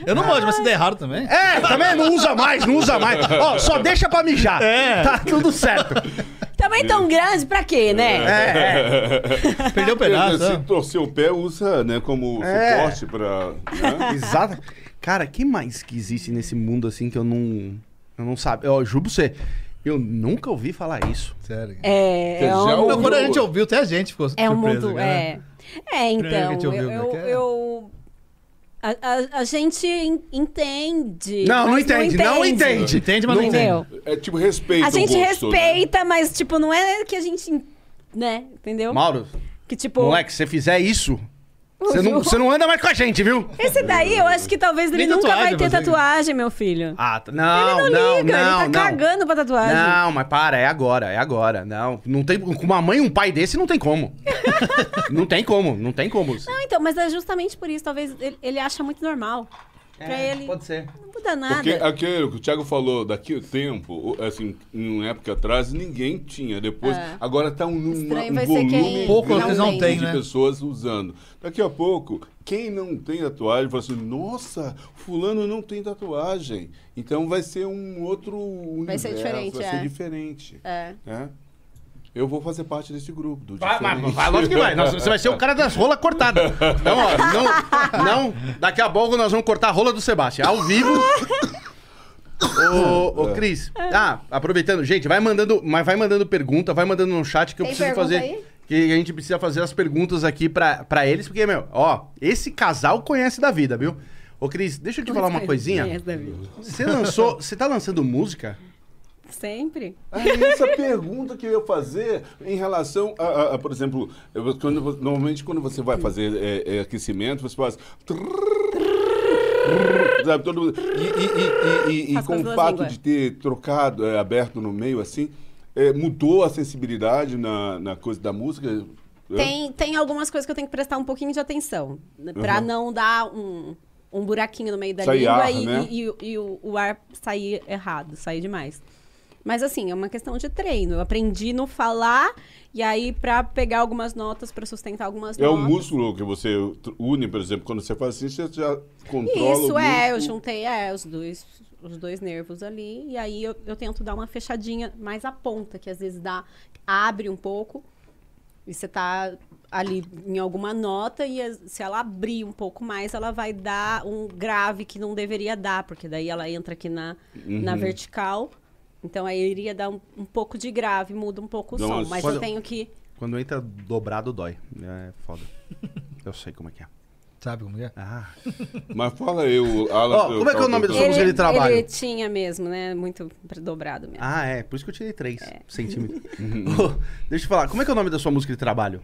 Eu não manjo, mas se der errado também. É, também não usa mais, não usa mais. Ó, só deixa pra mijar. É. Tá tudo certo. Também tão grande, pra quê, né? É, é. Perdeu o pedaço. Se ó. torcer o pé, usa, né, como É. suporte pra... Né? Exato. Cara, que mais que existe nesse mundo assim que eu não. Eu não sabe. Eu juro pra você, eu nunca ouvi falar isso. Sério. É, Você é já um, ouviu? Não, quando a gente ouviu, até a gente ficou é um surpreso, mundo. cara. É, é Primeiro que a então. gente Eu, ouviu, eu, né, que é- eu- a, a- a gente en- entende. Não, não mas entende, não entende. Entende, mas não entende. Entendeu? É tipo respeito A gente o gosto, né? respeita, mas, tipo, não é que a gente. Né? Entendeu? Mauro, Que, tipo. moleque, se você fizer isso, você não, você não anda mais com a gente, viu? Esse daí, eu acho que talvez ele Nem nunca tatuagem vai ter você- tatuagem, meu filho. Ah, tá- não, Ele não, não não, liga, não, ele tá não. cagando pra tatuagem. Não, mas para, é agora, é agora. Não, não tem, com uma mãe e um pai desse não tem como. Não tem como, não tem como. Não, então, mas é justamente por isso, talvez ele, ele acha muito normal. Pra ele, Pode ser. não muda nada. Porque aquilo que o Thiago falou, daqui o tempo, o- assim, em uma época atrás, ninguém tinha. Depois, É. agora tá um, um, Estranho um vai ser volume quem Pouco grande eles não tem, têm, de né? pessoas usando. Daqui a pouco, quem não tem tatuagem, fala assim, nossa, fulano não tem tatuagem. Então vai ser um outro Vai ser universo, diferente, vai é. ser diferente. É. né? Eu vou fazer parte desse grupo. Do Vai, vai, diferente. vai, lógico que vai. Nós- você vai ser o cara das rolas cortadas. Então, ó, não, não. Daqui a pouco nós vamos cortar a rola do Sebastião. Ao vivo. Ô, ô, Cris. Ah, aproveitando. Gente, vai mandando, mas vai mandando pergunta, vai mandando no chat que eu Tem preciso pergunta fazer. aí? Que a gente precisa fazer as perguntas aqui pra, pra eles, porque, meu, ó, esse casal conhece da vida, viu? Ô, Cris, deixa eu te falar uma coisinha. Conhece, Davi. Você lançou. Você tá lançando música? Sempre. Ah, essa pergunta que eu ia fazer em relação a, a- a, por exemplo, eu- quando, vo- normalmente quando você vai fazer é, é, aquecimento, você faz. Sabe, todo, mundo- e e- e- e- e Faz com com as o duas fato línguas. de ter trocado, é, aberto no meio assim, é, mudou a sensibilidade na, na coisa da música? Tem, tem algumas coisas que eu tenho que prestar um pouquinho de atenção. Né, pra Uhum. não dar um, um buraquinho no meio da Sair língua ar, e, né? e- e- e o, o ar sair errado, sair demais. Mas assim, é uma questão de treino. Eu aprendi no falar e aí pra pegar algumas notas, pra sustentar algumas É o notas. músculo que você tr- une, por exemplo, quando você faz assim, você já controla Isso, o é, eu músculo. juntei é, os, dois, os dois nervos ali, e aí eu, eu tento dar uma fechadinha mais à ponta, que às vezes dá, abre um pouco, e você tá ali em alguma nota, e as- se ela abrir um pouco mais, ela vai dar um grave que não deveria dar, porque daí ela entra aqui na, na Uhum. vertical, então aí iria dar um, um pouco de grave, muda um pouco o Dá som, umas- mas Pode- eu tenho que... Quando entra dobrado, dói. É foda. Eu sei como é que é. Sabe como é? Ah. Mas fala aí, o Alan. Ó, como é que é o nome da sua música de trabalho? ele tinha mesmo, né, muito dobrado mesmo. Ah, é. Por isso que eu tirei três centímetros. Ô, deixa eu falar. Como é que é o nome da sua música de trabalho?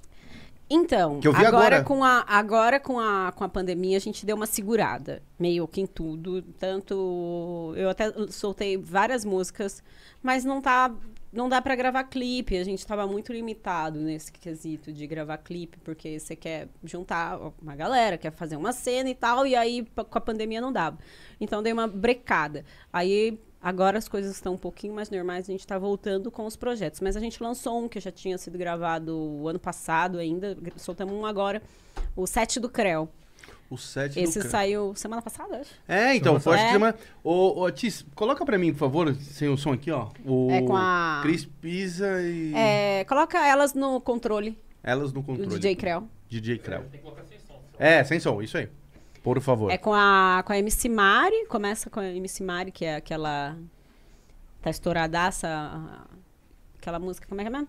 Então, Que eu vi agora. agora, com, a, agora com, a, com a pandemia, a gente deu uma segurada, meio que em tudo. Tanto. Eu até soltei várias músicas, mas não tá. Não dá pra gravar clipe. A gente tava muito limitado nesse quesito de gravar clipe, porque você quer juntar uma galera, quer fazer uma cena e tal, e aí p- com a pandemia não dava. Então dei uma brecada. Aí agora as coisas estão um pouquinho mais normais, a gente tá voltando com os projetos. Mas a gente lançou um que já tinha sido gravado o ano passado ainda, gra- soltamos um agora, o Sete do Creu. O sete Esse do Cra- saiu semana passada, acho. É, então, foi acho que É. chama. Ô, ô, Tis, coloca pra mim, por favor, sem o som aqui, ó. O É com a- Cris Pisa e. É, coloca elas no controle Elas no do controle. D J Creu. D J Creu. Tem que colocar sem som. É, sem som, isso aí. Por favor. É com a, com a M C Mari, começa com a M C Mari, que é aquela. Tá estouradaça. a- Aquela música, como é que é mesmo?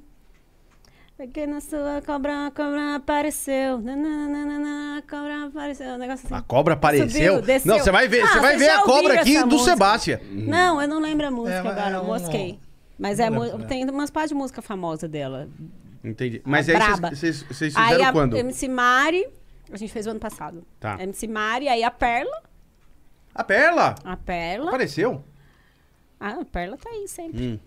Peguei na sua cobra, a cobra apareceu. Nananana, a cobra apareceu. Um negócio assim. A cobra apareceu. Subiu, desceu. Não, você vai ver, Ah, você vai vocês ver já a cobra ouviram aqui essa do música? Sebastião. Não, eu não lembro a música É, mas agora, é eu um- mosquei. Mas não é, lembro mu- também. tem umas pá de música famosa dela. Entendi. Mas A aí braba. vocês- vocês vocês Aí fizeram a quando? M C Mari, a gente fez o ano passado. Tá. M C Mari, aí a Perla. A Perla! A Perla. Apareceu? Ah, a Perla tá aí sempre. Hum.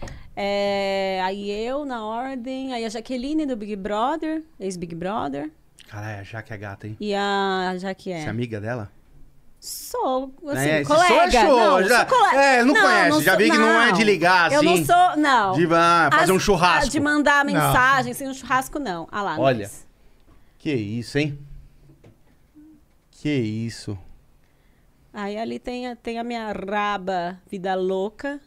É, aí eu, na ordem. Aí a Jaqueline do Big Brother, ex-Big Brother. Caralho, a Jaque é gata, hein? E a Jaque Você é é. amiga dela? Sou, assim, É, se colega. sou, é show, não, já- sou colega. é, não conhece, já sou- vi que não é de ligar, Eu não assim, sou, não. de, ah, fazer um As- churrasco. De mandar mensagem, assim, um churrasco, não. Ah lá, Olha. nós. Que isso, hein? Que isso. Aí ali tem a, tem a minha raba Vida Louca.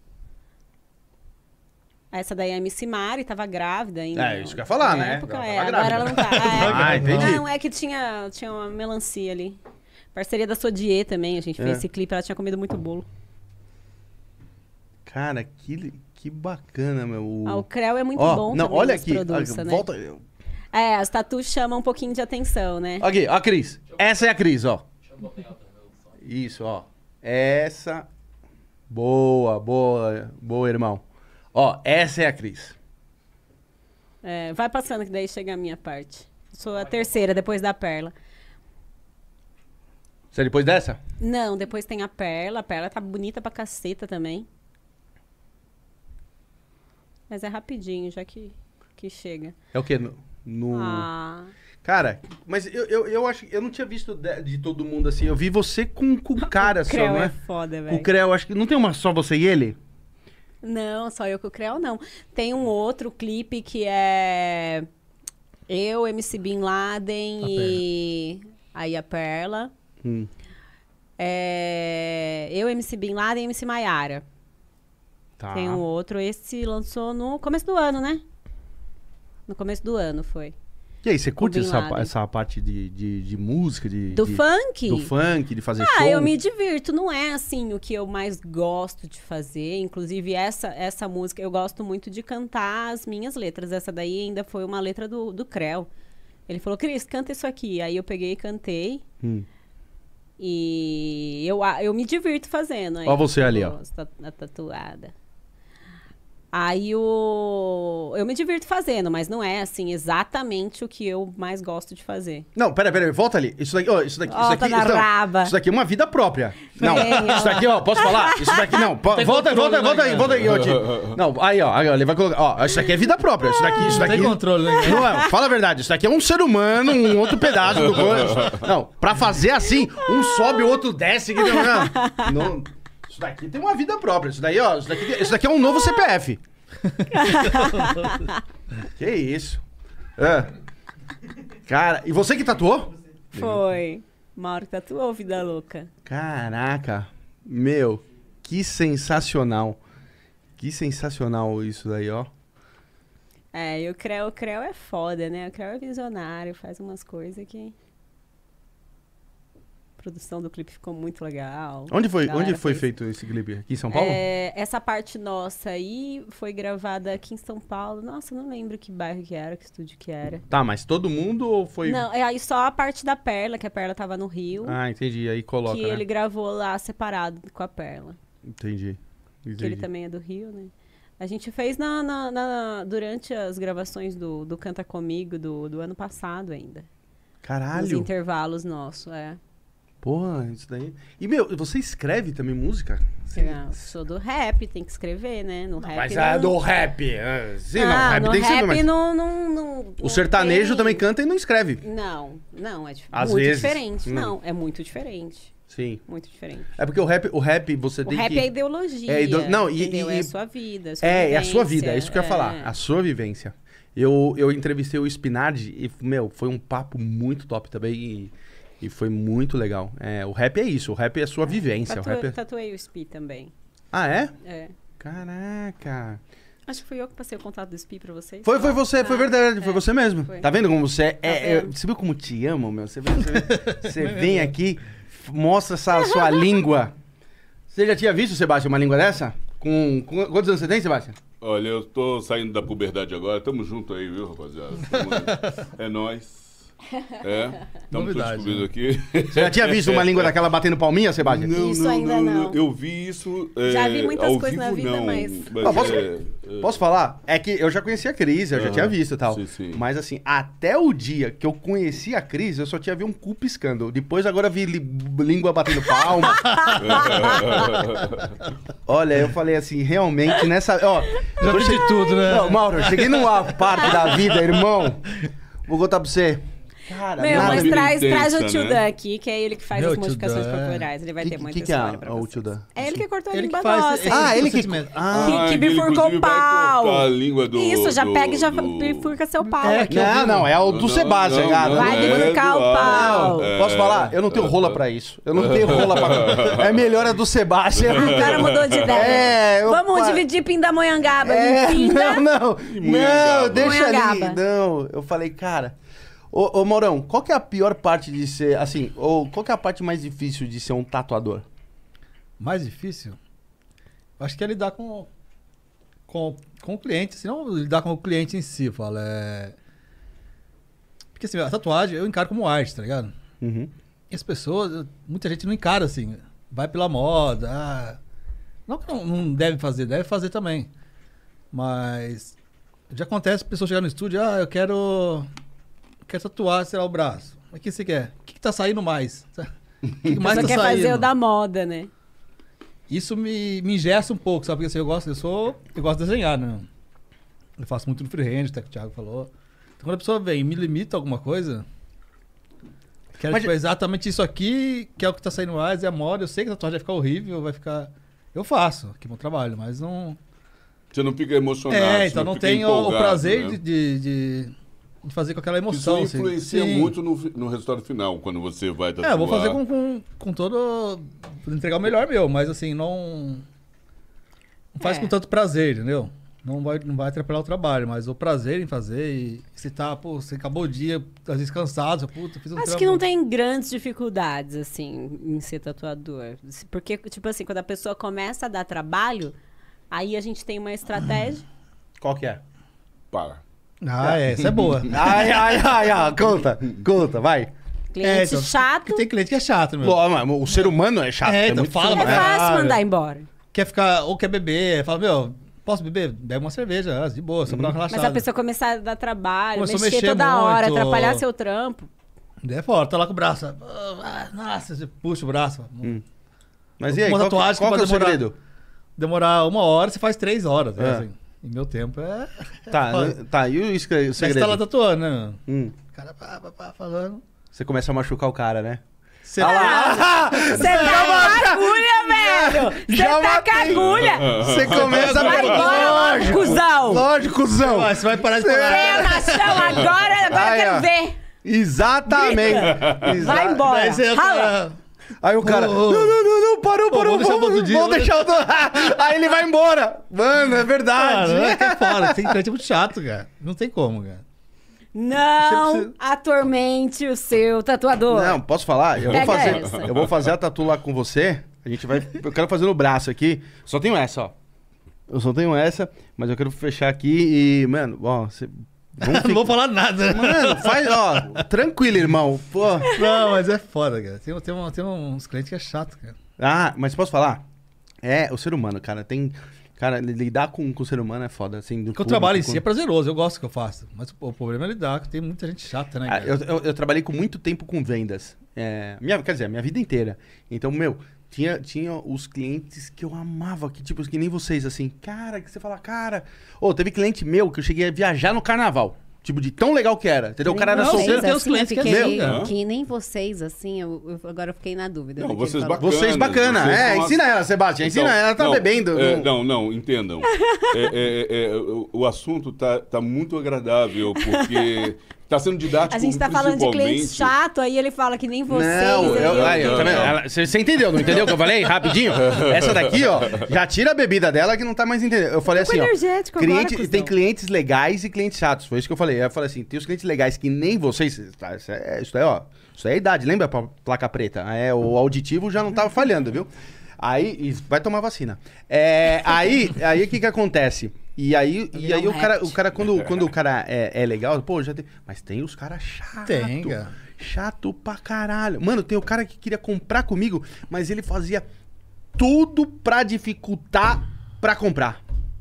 Essa daí é a M C Mari, tava grávida ainda. É, isso que eu ia falar, na né? época, Ela é, tava agora grávida. ela não tá. É, Ah, entendi. Não, é que tinha, tinha uma melancia ali. Parceria da Sodier também, a gente fez É. esse clipe, ela tinha comido muito bolo. Cara, que, que bacana, meu. O... Ah, o Creu é muito Ó, bom não, também olha nos aqui. produtos, ah, né? Volta. É, as tatuas chamam um pouquinho de atenção, né? Aqui, ó, a Cris. Essa é a Cris, ó. Isso, ó. Essa. Boa, boa, boa, irmão. Ó, essa é a Cris. É, vai passando que daí chega a minha parte. Sou a terceira, depois da Perla. Você é depois dessa? Não, depois tem a Perla. A Perla tá bonita pra caceta também. Mas é rapidinho, já que, que chega. É o quê? No. no- Ah, Cara, mas eu, eu, eu acho que eu não tinha visto de, de todo mundo assim. Eu vi você com, com o cara o só, Creu não é é? foda, Com o velho. Creu, acho que não tem uma só você e ele? Não, só eu com o Creu, não. Tem um outro clipe que é eu, M C Bin Laden A e aí a Perla. Hum. É... Eu, M C Bin Laden e M C Maiara. Tá. Tem um outro. Esse lançou no começo do ano, né? No começo do ano foi. E aí, você curte Bin essa, Laden. essa parte de, de, de música? De, Do de- funk? Do funk, de fazer Ah, show? eu me divirto. Não é assim o que eu mais gosto de fazer. Inclusive, essa, essa música, eu gosto muito de cantar as minhas letras. Essa daí ainda foi uma letra do, do Creu. Ele falou, Cris, canta isso aqui. Aí eu peguei e cantei. Hum. E eu, a- eu me divirto fazendo. Aí, Ó você ali, ó. tá- A tatuada. Aí o... eu me divirto fazendo, mas não é assim exatamente o que eu mais gosto de fazer. Não, peraí, peraí, volta ali. Isso daqui, ó, isso daqui, isso Ó, daqui, tá na isso, não, raba. isso daqui é uma vida própria. Não, Tem, ó. isso daqui, ó, posso falar? Isso daqui não. Po- Tem volta, controle, volta, né, volta aí, cara? volta aí, ó, tio. Não, aí, ó, aí, ó, ele vai colocar, ó, isso daqui é vida própria. Isso daqui, isso Não daqui. tem controle, né? Não é, fala a verdade, isso daqui é um ser humano, um outro pedaço do corpo. Não, pra fazer assim, um sobe, o outro desce. Que, não, não, isso daqui tem uma vida própria. Isso daí, ó, isso daqui, isso daqui é um novo C P F. Que isso? É. Cara, e você que tatuou? Foi. Mauro tatuou Vida Louca. Caraca, meu, que sensacional. Que sensacional isso daí, ó. É, e o Creu, o Creu é foda, né? O Creu é visionário, faz umas coisas que... A produção do clipe ficou muito legal. Onde foi, A galera onde foi fez- feito esse clipe? Aqui em São Paulo? É, essa parte nossa aí foi gravada aqui em São Paulo. Nossa, eu não lembro que bairro que era, que estúdio que era. Tá, mas todo mundo ou foi... Não, é aí só a parte da Perla, que a Perla tava no Rio. Ah, entendi. Aí coloca, que né? ele gravou lá separado com a Perla. Entendi. entendi. Que ele também é do Rio, né? A gente fez na, na- na- durante as gravações do, do Canta Comigo do, do ano passado ainda. Nos Caralho. intervalos nossos, é. Porra, isso daí... E, meu, você escreve também música? Você... Eu sou do rap, tem que escrever, né? No rap. Mas não... é do rap. é, Sim, não, Ah, rap no tem que ser... rap Mas... não, não, não- O não sertanejo tem- também canta e não escreve. Não, não, é dif- Às muito vezes. diferente. Hum. Não, é muito diferente. Sim. Muito diferente. É porque o rap, o rap você O tem rap que... é ideologia. É ideo- não, e- entendeu? e- É a sua vida. A sua É, é a sua vivência, vida, é isso que eu ia falar. é. A sua vivência. Eu, eu entrevistei o Spinardi e, meu, foi um papo muito top também e, e foi muito legal. É, o rap é isso, o rap é a sua vivência. Tatu- O rap é... Tatuei o Spi também. Ah, é? É. Caraca. Acho que fui eu que passei o contato do Spi pra vocês. Foi, foi você, foi Ah, verdade, foi é. você mesmo. Foi. Tá vendo como você é? Tá é- vendo? você viu como te amo, meu? Você, vem- você, você vem aqui, f- mostra essa sua língua. Você já tinha visto, Sebastião, uma língua dessa? Com, com- quantos anos você tem, Sebastião? Olha, eu tô saindo da puberdade agora. Tamo junto aí, viu, rapaziada? Tamo aí. É nóis. É, estamos todos Novidade, comigo né? aqui. Você já tinha visto uma língua daquela batendo palminha, Sebastião? Isso ainda não. Eu vi isso. é, Já vi muitas ao coisas na vivo, vida, não, mas- Ah, posso- é, é, Posso falar? É que eu já conhecia a Cris, eu já Aham. tinha visto e tal. Sim, sim. Mas assim, até o dia que eu conheci a Cris, eu só tinha visto um cu piscando. Depois agora vi li- língua batendo palma. Olha, eu falei assim, realmente nessa... Ó, Já vi de tudo, né? Não, Mauro, eu cheguei numa parte da vida, irmão. Vou contar pra você. Cara, Meu, nada. mas vida traz, traz o intensa, tio né? Dan aqui, que é ele que faz Meu, as tio modificações Dan. corporais. Ele vai Que- ter que- muita que que é história pra o vocês. tio Dan? É ele que cortou a Ele língua que faz nossa. esse Ah, ele que- procedimento. Ah, Que- que ele, bifurcou inclusive, o vai pau. cortar a língua do... Isso, já do- pega e já do- bifurca seu pau. É, aqui. que eu Não, vi. não, é o do Não, Sebastião, não, cara. não, Vai é bifurcar do o pau. É. Posso falar? Eu não tenho rola pra isso. Eu não tenho rola pra... É melhor a do Sebastião. O cara mudou de ideia. É, eu- Vamos pa- dividir Pindamonhangaba. É, Pinda. não, não. Monhangaba. Não, deixa ali. Monhangaba. Não, eu falei, cara... Ô, ô, Maurão, qual que é a pior parte de ser, assim, ou qual que é a parte mais difícil de ser um tatuador? Mais difícil? Acho que é lidar com, com, com o cliente, assim, não lidar com o cliente em si, eu falo, é... Porque assim, a tatuagem eu encaro como arte, tá ligado? Uhum. E as pessoas, muita gente não encara assim, vai pela moda, ah, não que não, não deve fazer, deve fazer também. Mas já acontece a pessoa chegar no estúdio, ah, eu quero, quero tatuar, sei lá, o braço. Mas o que você quer? O que, que tá saindo mais? O que mais Você tá quer saindo? fazer o da moda, né? Isso me, me ingessa um pouco, sabe? Porque assim, eu gosto, eu sou, eu gosto de desenhar, né? Eu faço muito no freehand, até que o Thiago falou. Então quando a pessoa vem e me limita a alguma coisa, quero Mas- tipo, exatamente isso aqui, que é o que tá saindo mais, é a moda, eu sei que a tatuagem vai ficar horrível, vai ficar... Eu faço, aqui meu trabalho, mas não... Você não fica emocionado. É, você então não fica tenho o empolgado, prazer né? de, de, de, de fazer com aquela emoção. Isso assim. influencia Sim. muito no, fi- no resultado final, quando você vai tatuar. É, eu vou fazer com, com, com todo... entregar o melhor meu, mas assim, não... Não faz É. com tanto prazer, entendeu? Não vai, não vai atrapalhar o trabalho, mas o prazer em fazer e se tá, pô, você acabou o dia, às vezes cansado, você, puta, fiz um Acho trampo. que não tem grandes dificuldades, assim, em ser tatuador. Porque, tipo assim, quando a pessoa começa a dar trabalho, aí a gente tem uma estratégia. Qual que é? Para. Ah, é, essa é boa. Ai, ai, ai, ai, conta, conta, vai. Cliente É, então, chato, porque tem cliente que é chato, meu. Pô, mas o ser humano é chato. É, então, muito fala ser é humano. pra- fácil Ah, mandar é. embora. Quer ficar, ou quer beber, fala, meu, posso beber? Bebe uma cerveja, ah, de boa, só pra dar uma relaxada. Mas a pessoa começar a dar trabalho, Começou a mexer, mexer toda hora, muito. atrapalhar seu trampo. É fora, tá lá com o braço. ah, Nossa, você puxa o braço. Mas e aí, Uma qual, que- tatuagem qual que que é o pode demorar- segredo? Demorar uma hora, você faz três horas. né, É. assim. E meu tempo é. Tá, foda. né, tá, e o escre- o Mas você segredo? tá lá tatuando, né? Hum, O cara pá, pá, pá, falando. você começa a machucar o cara, né? Você Ah, Você tá com agulha, velho! Você Já tá com matei. agulha! Você começa a Vai embora, Lógico, cuzão! lógico, cuzão. Vai, você vai parar de Você falar. é machão agora, agora Ai, eu quero ó. ver! Exatamente. Vai Exa- embora! Daí você Rala! Aí o cara, Ô, não, ô. não, não, não, parou, Pô, parou, vamos deixar vamos, o outro dia, vamos vamos deixar o outro... Aí ele vai embora. Mano, é verdade. Cara, é que é foda. Tem cliente muito chato, cara. Não tem como, cara. Não Você precisa- atormente o seu tatuador. Não, posso falar? Eu vou, Pega fazer, essa. eu vou fazer a tatu lá com você. A gente vai... Eu quero fazer no braço aqui. Só tenho essa, ó. Eu só tenho essa, mas eu quero fechar aqui e... Mano, ó... Você... Vamos Não vou falar nada. Mano, faz, ó, tranquilo, irmão. Pô. Não, mas é foda, cara. Tem, tem, um- tem uns clientes que é chato, cara. Ah, mas posso falar? É, o ser humano, cara, tem... Cara, lidar com, com o ser humano é foda, assim... do Porque o público, trabalho em com- si é prazeroso, eu gosto do que eu faço. Mas o, o problema é lidar, que tem muita gente chata, né, Ah, cara? eu, eu, eu trabalhei com muito tempo com vendas. É, minha, quer dizer, a minha vida inteira. Então, meu, tinha, tinha os clientes que eu amava, que tipo, que nem vocês, assim. Cara, que você fala, cara... Ô, teve cliente meu que eu cheguei a viajar no carnaval. Tipo, de tão legal que era. Entendeu? O cara era Não, solteiro. tem uns clientes que é fiquei, meu, cara. que nem vocês, assim, eu, eu- agora eu fiquei na dúvida. Não, do que ele vocês falou. bacanas. Vocês bacana. Vocês É, são as- ensina ela, Sebastião. Ensina Então, ela, tá não, bebendo. é, não- não, não, entendam. É, é, é, o, o assunto tá, tá muito agradável, porque tá sendo didático. A gente tá falando de cliente principalmente- chato, aí ele fala que nem vocês. Não, aí eu, eu- aí, tá vendo? Ela- Você você entendeu, não entendeu o que eu falei? Rapidinho? Essa daqui, ó, já tira a bebida dela que não tá mais entendendo. Eu falei Tô assim, com ó. energético Cliente, agora, tem cuzão. clientes legais e clientes chatos. Foi isso que eu falei. Eu falei assim, tem os clientes legais que nem vocês. Tá, isso, é, isso aí, ó. Isso aí é a idade, lembra a placa preta? É, o auditivo já não tava falhando, viu? Aí, e vai tomar vacina. É, aí, aí o que que acontece? E aí, e é aí um o cara, réptil. o cara quando, quando o cara é, é legal, pô, já tem. Mas tem os caras chatos. Tem, cara. Chato pra caralho. Mano, tem o cara que queria comprar comigo, mas ele fazia tudo pra dificultar pra comprar.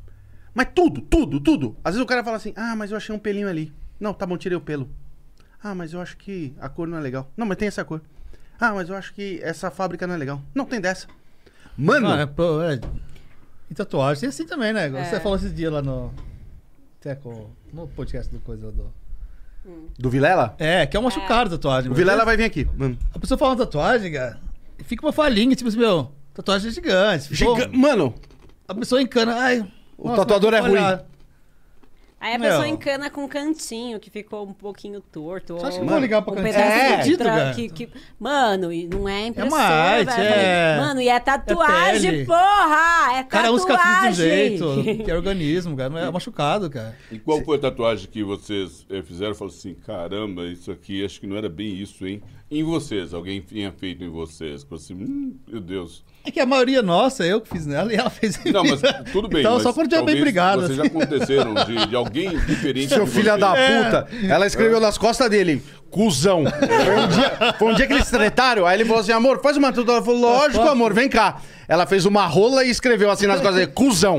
Mas tudo, tudo, tudo. Às vezes o cara fala assim, ah, mas eu achei um pelinho ali. Não, tá bom, tirei o pelo. Ah, mas eu acho que a cor não é legal. Não, mas tem essa cor. Ah, mas eu acho que essa fábrica não é legal. Não, tem dessa. Mano, Não, é, pô, é, em tatuagem tem assim também, né? É. Você falou esses dias lá no. Até com, no podcast do coisa do. Do Vilela? É, que é um machucado tatuagem. O meu. Vilela vai vir aqui. Mano, A pessoa fala uma tatuagem, cara, e fica uma falhinha, tipo assim, meu, tatuagem é gigante. Ficou- Giga- Mano, A pessoa encana, ai... O tatuador é ruim. Aí a Meu. pessoa encana com um cantinho que ficou um pouquinho torto. Você acha ou que eu vou ligar pra um cantinho? pedaço É. de Acredito, tra- cara. que, que- Mano, e não é impressora, arte, velho. é- Mano, e é tatuagem, pele. porra! É O cara usa tatuagem! cicatriz de um jeito, que é organismo, cara, não é machucado, cara. E qual foi a tatuagem que vocês eh, fizeram e falaram assim, caramba, isso aqui acho que não era bem isso, hein? Em vocês, alguém tinha feito em vocês? Falou assim, hum, meu Deus. É que a maioria nossa, eu que fiz nela e ela fez em Não, mim. mas tudo bem. Então, mas só quando tiver bem talvez brigado, Vocês assim. já aconteceram de, de alguém diferente seu de filho você. da puta. Ela escreveu nas costas dele, cuzão. Foi um, dia, foi um dia que eles tretaram. Aí ele falou assim, amor, faz uma tatuagem. Ela falou, lógico, amor, vem cá. Ela fez uma rola e escreveu assim nas costas dele, cuzão.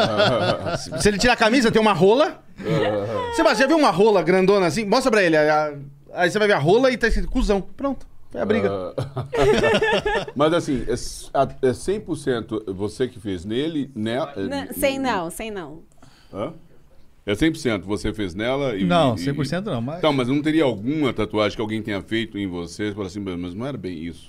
Se ele tirar a camisa, tem uma rola. Sebastião, já viu uma rola grandona assim? Mostra pra ele. Aí você vai ver a rola e tá escrito cuzão. Pronto. Foi a briga. Ah, mas assim, é, s- a- é cem por cento você que fez nele, nela... Não, sem não, sem não. Hã? É cem por cento você fez nela e... Não, e- cem por cento não, mas... Então, mas não teria alguma tatuagem que alguém tenha feito em você? Você fala assim, mas não era bem isso.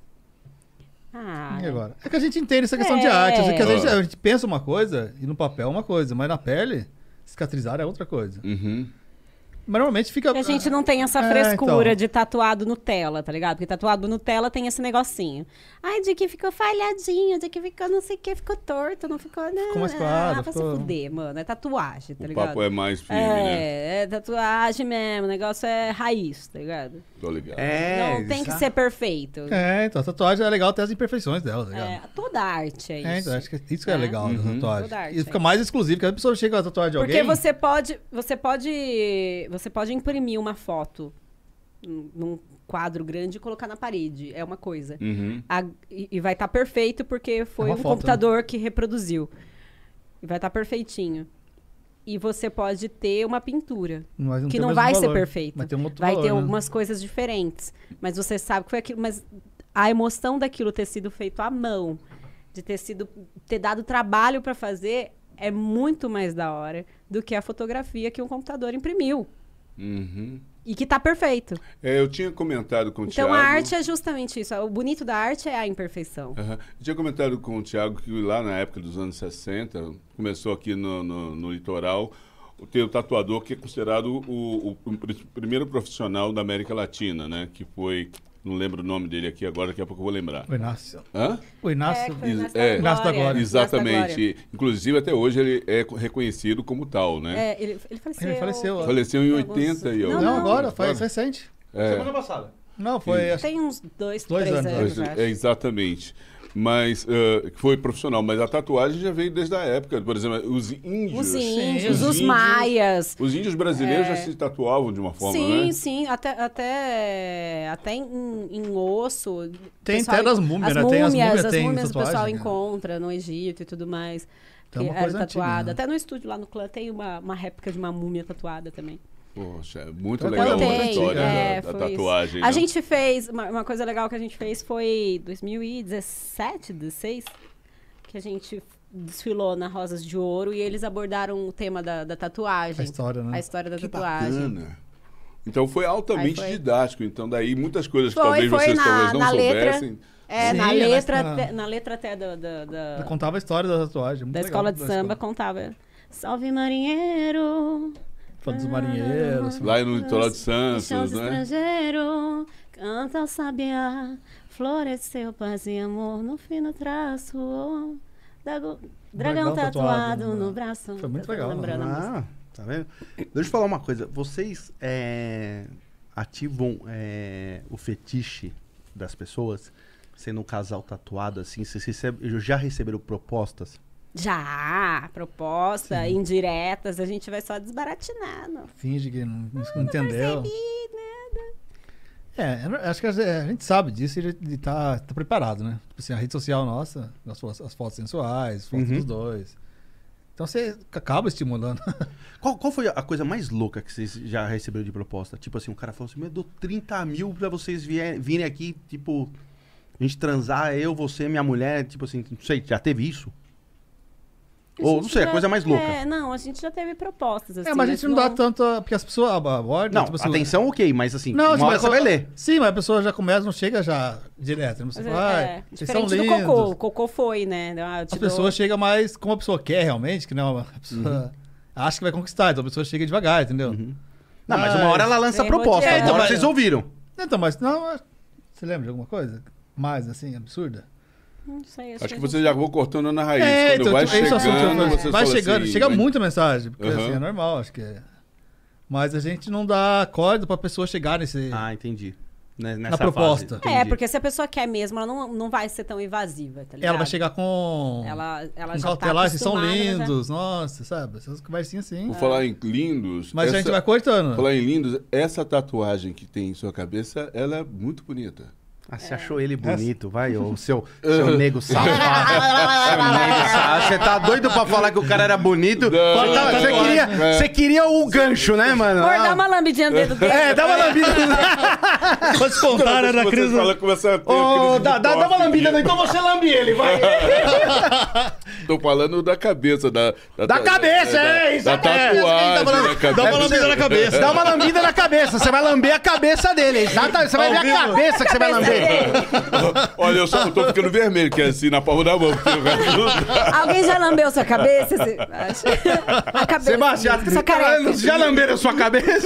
Ah, E agora? É que a gente entende essa questão de É. arte. Assim, que às vezes Ah. a gente pensa uma coisa e no papel é uma coisa, mas na pele, cicatrizar é outra coisa. Uhum. Mas normalmente fica... a gente não tem essa É, frescura então. de tatuado Nutella, tá ligado? Porque tatuado Nutella tem esse negocinho. Ai, de que ficou falhadinho, de que ficou não sei o que, ficou torto, não ficou... Não, Ficou mais ah, claro, pra ficou- se fuder, mano. É tatuagem, tá O ligado? papo é mais firme, né? É, é tatuagem mesmo, o negócio é raiz, tá ligado? Tô ligado. É, não tem que exato. ser perfeito. É, então, a tatuagem é legal ter as imperfeições dela, tá ligado? É, toda arte é isso. É, então, acho que isso que é, É. legal da Uhum. tatuagem. Toda arte, E é. fica mais exclusivo, que a pessoa chega com a tatuagem de Porque alguém... você pode, você pode, você pode imprimir uma foto num num quadro grande e colocar na parede, é uma coisa. Uhum. A- e, e vai estar perfeito porque foi É um uma foto, computador que reproduziu. E vai estar perfeitinho. E você pode ter uma pintura Mas que tem o não mesmo vai ser valor. perfeita. Vai ter um outro vai valor, ter né? algumas coisas diferentes, mas você sabe que foi aquilo, mas a emoção daquilo ter sido feito à mão, de ter sido ter dado trabalho para fazer é muito mais da hora do que a fotografia que um computador imprimiu Uhum. e que tá perfeito. É, eu tinha comentado com o Então Thiago... a arte é justamente isso, o bonito da arte é a imperfeição. Aham. Eu tinha comentado com o Thiago que lá na época dos anos sessenta, começou aqui no, no, no litoral, ter o tatuador que é considerado o, o, o pr- primeiro profissional da América Latina, né? Que foi, não lembro o nome dele aqui agora, daqui a pouco eu vou lembrar. O Inácio. Hã? O Inácio... que foi o Is- Inácio é. da Inácio da Glória. Glória. Inácio da Glória. Exatamente. Inclusive, até hoje ele é co- reconhecido como tal, né? É, ele, ele faleceu. Ele faleceu, Faleceu em Alguns- oitenta e Não, Não, não. agora, faz recente. É. Semana passada. Não, foi... acho- Tem uns dois, Dois três anos, anos, Mas, acho. é, exatamente. Mas eh, foi profissional. Mas a tatuagem já veio desde a época. Por exemplo, os índios. Os índios, Os os índios- maias. Os índios brasileiros já se tatuavam de uma forma, Sim, né? sim, até, até, até em, em osso. Tem pessoal- até das múmias, as né? Tem as múmias, as tem múmias o tatuagem, pessoal né? encontra no Egito e tudo mais. Então é que uma era coisa antiga, tatuada. né? Até no estúdio lá no clã tem uma, uma réplica de uma múmia tatuada também. Poxa, é muito Então, legal tem, a história é, da, da foi isso. tatuagem. A né? gente fez, uma, uma coisa legal que a gente fez foi dois mil e dezessete, dezesseis, que a gente desfilou na Rosas de Ouro e eles abordaram o tema da, da tatuagem. A história, né? A história da Que tatuagem. bacana. Então foi altamente Aí foi. didático. Então daí muitas coisas que Foi, talvez foi vocês na- talvez não na letra. soubessem. É, Sim, na, é, letra, na- até- na letra até da, da, da- Eu contava a história da tatuagem. muito da legal, escola de da samba, escola. contava. Salve marinheiro, Falando dos marinheiros. Lá no litoral de Santos, chãos né? estrangeiro, canta o sabiá, floresceu paz e amor no fino traço, Dago- dragão Dragão tatuado tatuado no no- braço. Foi muito Tô legal, lembrando a música. Ah, tá vendo? Deixa eu falar uma coisa. Vocês é, ativam é, o fetiche das pessoas, sendo um casal tatuado assim? Vocês recebe- já receberam propostas? Já, proposta, indiretas, a gente vai só desbaratinando. Finge que não, não entendeu. Percebi, nada. É, eu acho que a a gente sabe disso e de tá, tá preparado, né? Tipo assim, a rede social nossa, as fotos, as fotos sensuais, as fotos Uhum. dos dois. Então você acaba estimulando. Qual, qual foi a coisa mais louca que vocês já receberam de proposta? Tipo assim, um cara falou assim, eu dou trinta mil pra vocês vier- virem aqui, tipo, a gente transar, eu, você, minha mulher, tipo assim, não sei, já teve isso? A Ou, gente não sei, a já- coisa mais louca. É, não, a gente já teve propostas, assim. É, mas a gente não dá tanto. a- Porque as pessoas abordam. Não, tipo assim, atenção, ok, mas assim, Não, uma tipo, hora é você vai ler. Sim, mas a pessoa já começa, não chega já direto. Você Mas fala, é, "Ai, vocês diferente são do lindos." cocô. O cocô foi, né? Ah, eu te As dou- pessoas chegam mais como a pessoa quer realmente, que não, a pessoa acha que vai conquistar, então a pessoa chega devagar, entendeu? Não, mas uma hora ela lança a Tem proposta, roteiro. uma hora É, então, vocês mas- ouviram. Então, mas não, mas- você lembra de alguma coisa? Mais assim, absurda? Não sei, Acho que a você gente- já vou cortando na raiz. É, Quando então, vai tipo, esse assunto, chegando, vai vocês vai falam chegando, assim, chega vai- muita mensagem, porque Aham. assim, é normal, acho que é. Mas a gente não dá corda pra pessoa chegar nesse, Ah, entendi. Né, Nessa na proposta. fase, É, entendi. porque se a pessoa quer mesmo, ela não, não vai ser tão invasiva, tá ligado? Ela vai chegar com. Ela, ela com já cautelar, tá vocês são acostumada, já- lindos, nossa, sabe? Essas conversinhas assim. Por falar em lindos... Mas a gente essa- vai cortando. Falar em lindos, essa tatuagem que tem em sua cabeça, ela é muito bonita. Ah, você achou ele bonito, vai, ô seu, seu nego safado. Seu nego safado. Você tá doido pra falar que o cara era bonito? Não, Você tá- não, você, não, queria, é. você queria o gancho, né, mano? Amor, Ah. dá uma lambidinha no dedo dele. É, dá uma lambida. Quando se contar, né, na Você crise. fala, começa a ter Ô, crise de dá, dá, dá uma tosse. lambida, então você lambe ele, vai. Tô falando da cabeça, da... Da cabeça, da, é, Da exatamente. tatuagem, Dá uma- da cabeça. dá uma lambida na cabeça. Dá uma lambida na cabeça, você vai lamber a cabeça dele. Exatamente, você vai Ao ver a vivo. cabeça que você vai lamber. Olha, eu só eu tô ficando vermelho, que é assim, na palma da mão. Porque o resto... Alguém já lambeu sua cabeça? Você- acho- A cabeça. Sebastião, Sua careca. já lamberam sua cabeça?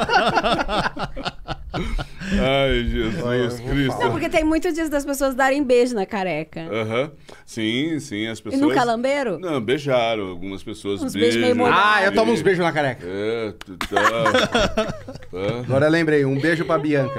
Ai, Jesus Cristo. Não, porque tem muitos dias das pessoas darem beijo na careca. Aham. Sim, sim, as E pessoas... nunca lamberam? Não, beijaram. Algumas pessoas Uns beijos beijam. meio molhados. Ah, eu tomo uns beijos na careca. É, tu tá... tá. Agora eu lembrei, um beijo pra Bianca.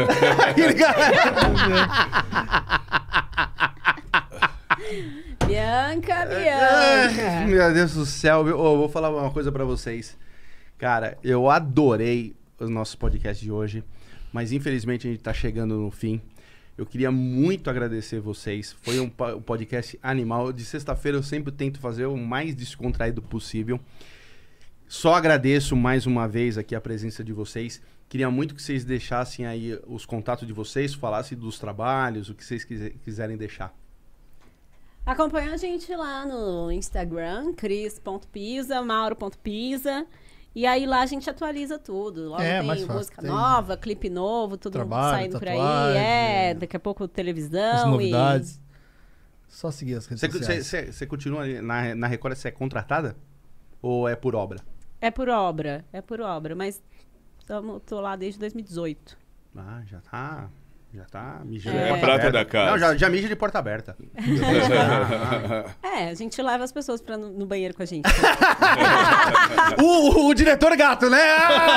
Bianca, Ai, Bianca. Meu Deus do céu, viu? Ô, vou falar uma coisa pra vocês. Cara, eu adorei o nosso podcast de hoje, mas infelizmente a gente tá chegando no fim. Eu queria muito agradecer vocês. Foi um po- um podcast animal. De sexta-feira eu sempre tento fazer o mais descontraído possível. Só agradeço mais uma vez aqui a presença de vocês. Queria muito que vocês deixassem aí os contatos de vocês, falassem dos trabalhos, o que vocês quise- quiserem deixar. Acompanha a gente lá no Instagram, cris ponto pisa, mauro ponto pisa. E aí lá a gente atualiza tudo. Logo É, tem mais fácil, música tem nova, clipe novo, tudo trabalho, saindo por aí. tatuagem, É, daqui a pouco televisão. As novidades. E... Só seguir as redes Você, sociais. você- você- você continua ali na, na Record, você é contratada? Ou é por obra? É por obra, é por obra. Mas tamo, tô lá desde dois mil e dezoito. Ah, já tá. Já tá mijando. É. de porta É prata aberta. da casa. Não, já, já mija de porta aberta. É, a gente leva as pessoas pra, no, no banheiro com a gente. o, o, o diretor gato, né?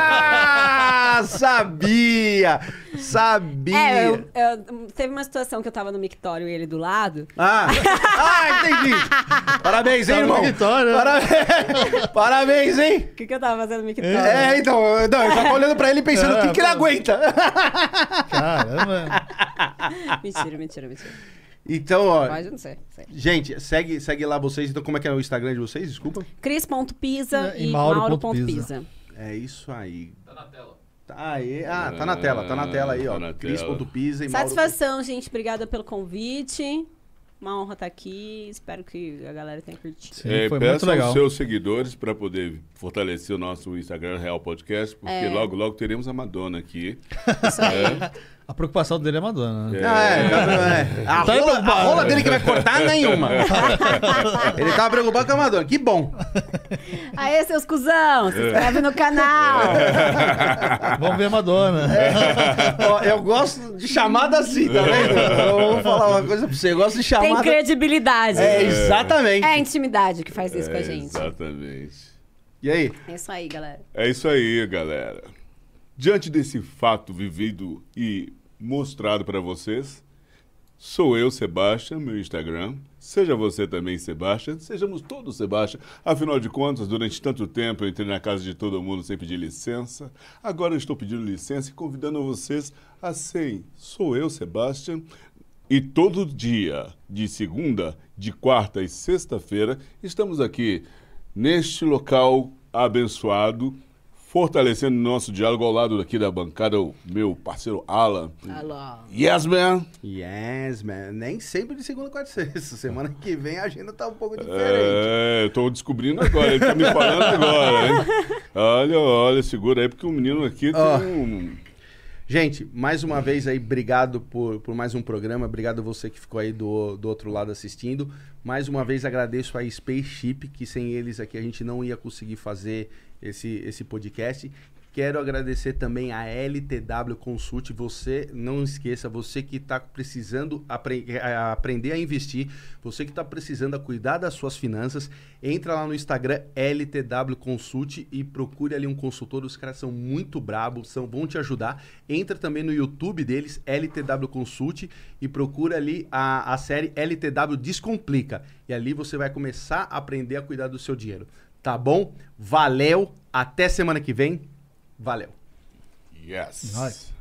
Ah, sabia! Sabia! É, eu, eu- teve uma situação que eu tava no mictório e ele do lado. Ah, ah, entendi. Parabéns, hein, Tá no irmão? mictório, né? Parabéns, parabéns, hein? O que, que eu tava fazendo no mictório? É, então, não, eu tava olhando pra ele pensando, o É, que, que ele pô. aguenta? Caramba. Mentira, mentira, mentira. Então, ó, Pode não ser. sei. gente, segue, segue lá vocês. Então, como é que é o Instagram de vocês? Desculpa. cris ponto pisa E e mauro ponto mauro.pisa. É isso aí. Tá na tela. Tá aí. Ah, tá na tela, tá na tela aí, ó. Tá na Cris tela. ponto pisa e Mauro. Satisfação, gente. Obrigada pelo convite. Uma honra estar aqui. Espero que a galera tenha curtido. Sim, É, foi muito peça legal. aos seus seguidores para poder fortalecer o nosso Instagram Real Podcast, porque É. logo, logo teremos a Madonna aqui. Isso aí. A preocupação dele é Madonna, né? Ah, é, tá- é. A, Tá rola, preocupado. a rola dele que vai cortar, nenhuma. Ele tava preocupado com a Madonna. Que bom. Aê, seus cuzão. Se inscreve no canal. Vamos ver a Madonna. Ó, eu gosto de chamada assim, tá vendo? Eu vou falar uma coisa pra você. Eu gosto de Tem chamada. credibilidade. É, exatamente. É a intimidade que faz isso com a É, gente. exatamente. E aí? É isso aí, galera. É isso aí, galera. Diante desse fato vivido e mostrado para vocês, sou eu, Sebastian, meu Instagram. Seja você também, Sebastian. Sejamos todos Sebastian. Afinal de contas, durante tanto tempo eu entrei na casa de todo mundo sem pedir licença. Agora eu estou pedindo licença e convidando vocês a serem Sou eu, Sebastian. E todo dia, de segunda, de quarta e sexta-feira, estamos aqui neste local abençoado, fortalecendo o nosso diálogo ao lado aqui da bancada, o meu parceiro Alan. Alô. Yes, man! Yes, man. Nem sempre de segunda, quarta e sexta. Semana que vem a agenda tá um pouco diferente. É, eu tô descobrindo agora, ele tá me falando agora, hein? Olha, olha, segura aí, porque o menino aqui tem Ó. um... Gente, mais uma vez aí, obrigado por, por mais um programa. Obrigado a você que ficou aí do, do outro lado assistindo. Mais uma vez agradeço a Spaceship, que sem eles aqui a gente não ia conseguir fazer esse, esse podcast. Quero agradecer também a L T W Consult. Você, não esqueça, você que está precisando apre a aprender a investir, você que está precisando a cuidar das suas finanças, entra lá no Instagram L T W Consult e procure ali um consultor. Os caras são muito brabos, são, vão te ajudar. Entra também no YouTube deles, L T W Consult, e procura ali a, a série L T W Descomplica. E ali você vai começar a aprender a cuidar do seu dinheiro. Tá bom? Valeu, até semana que vem. Valeu. Yes. Nice.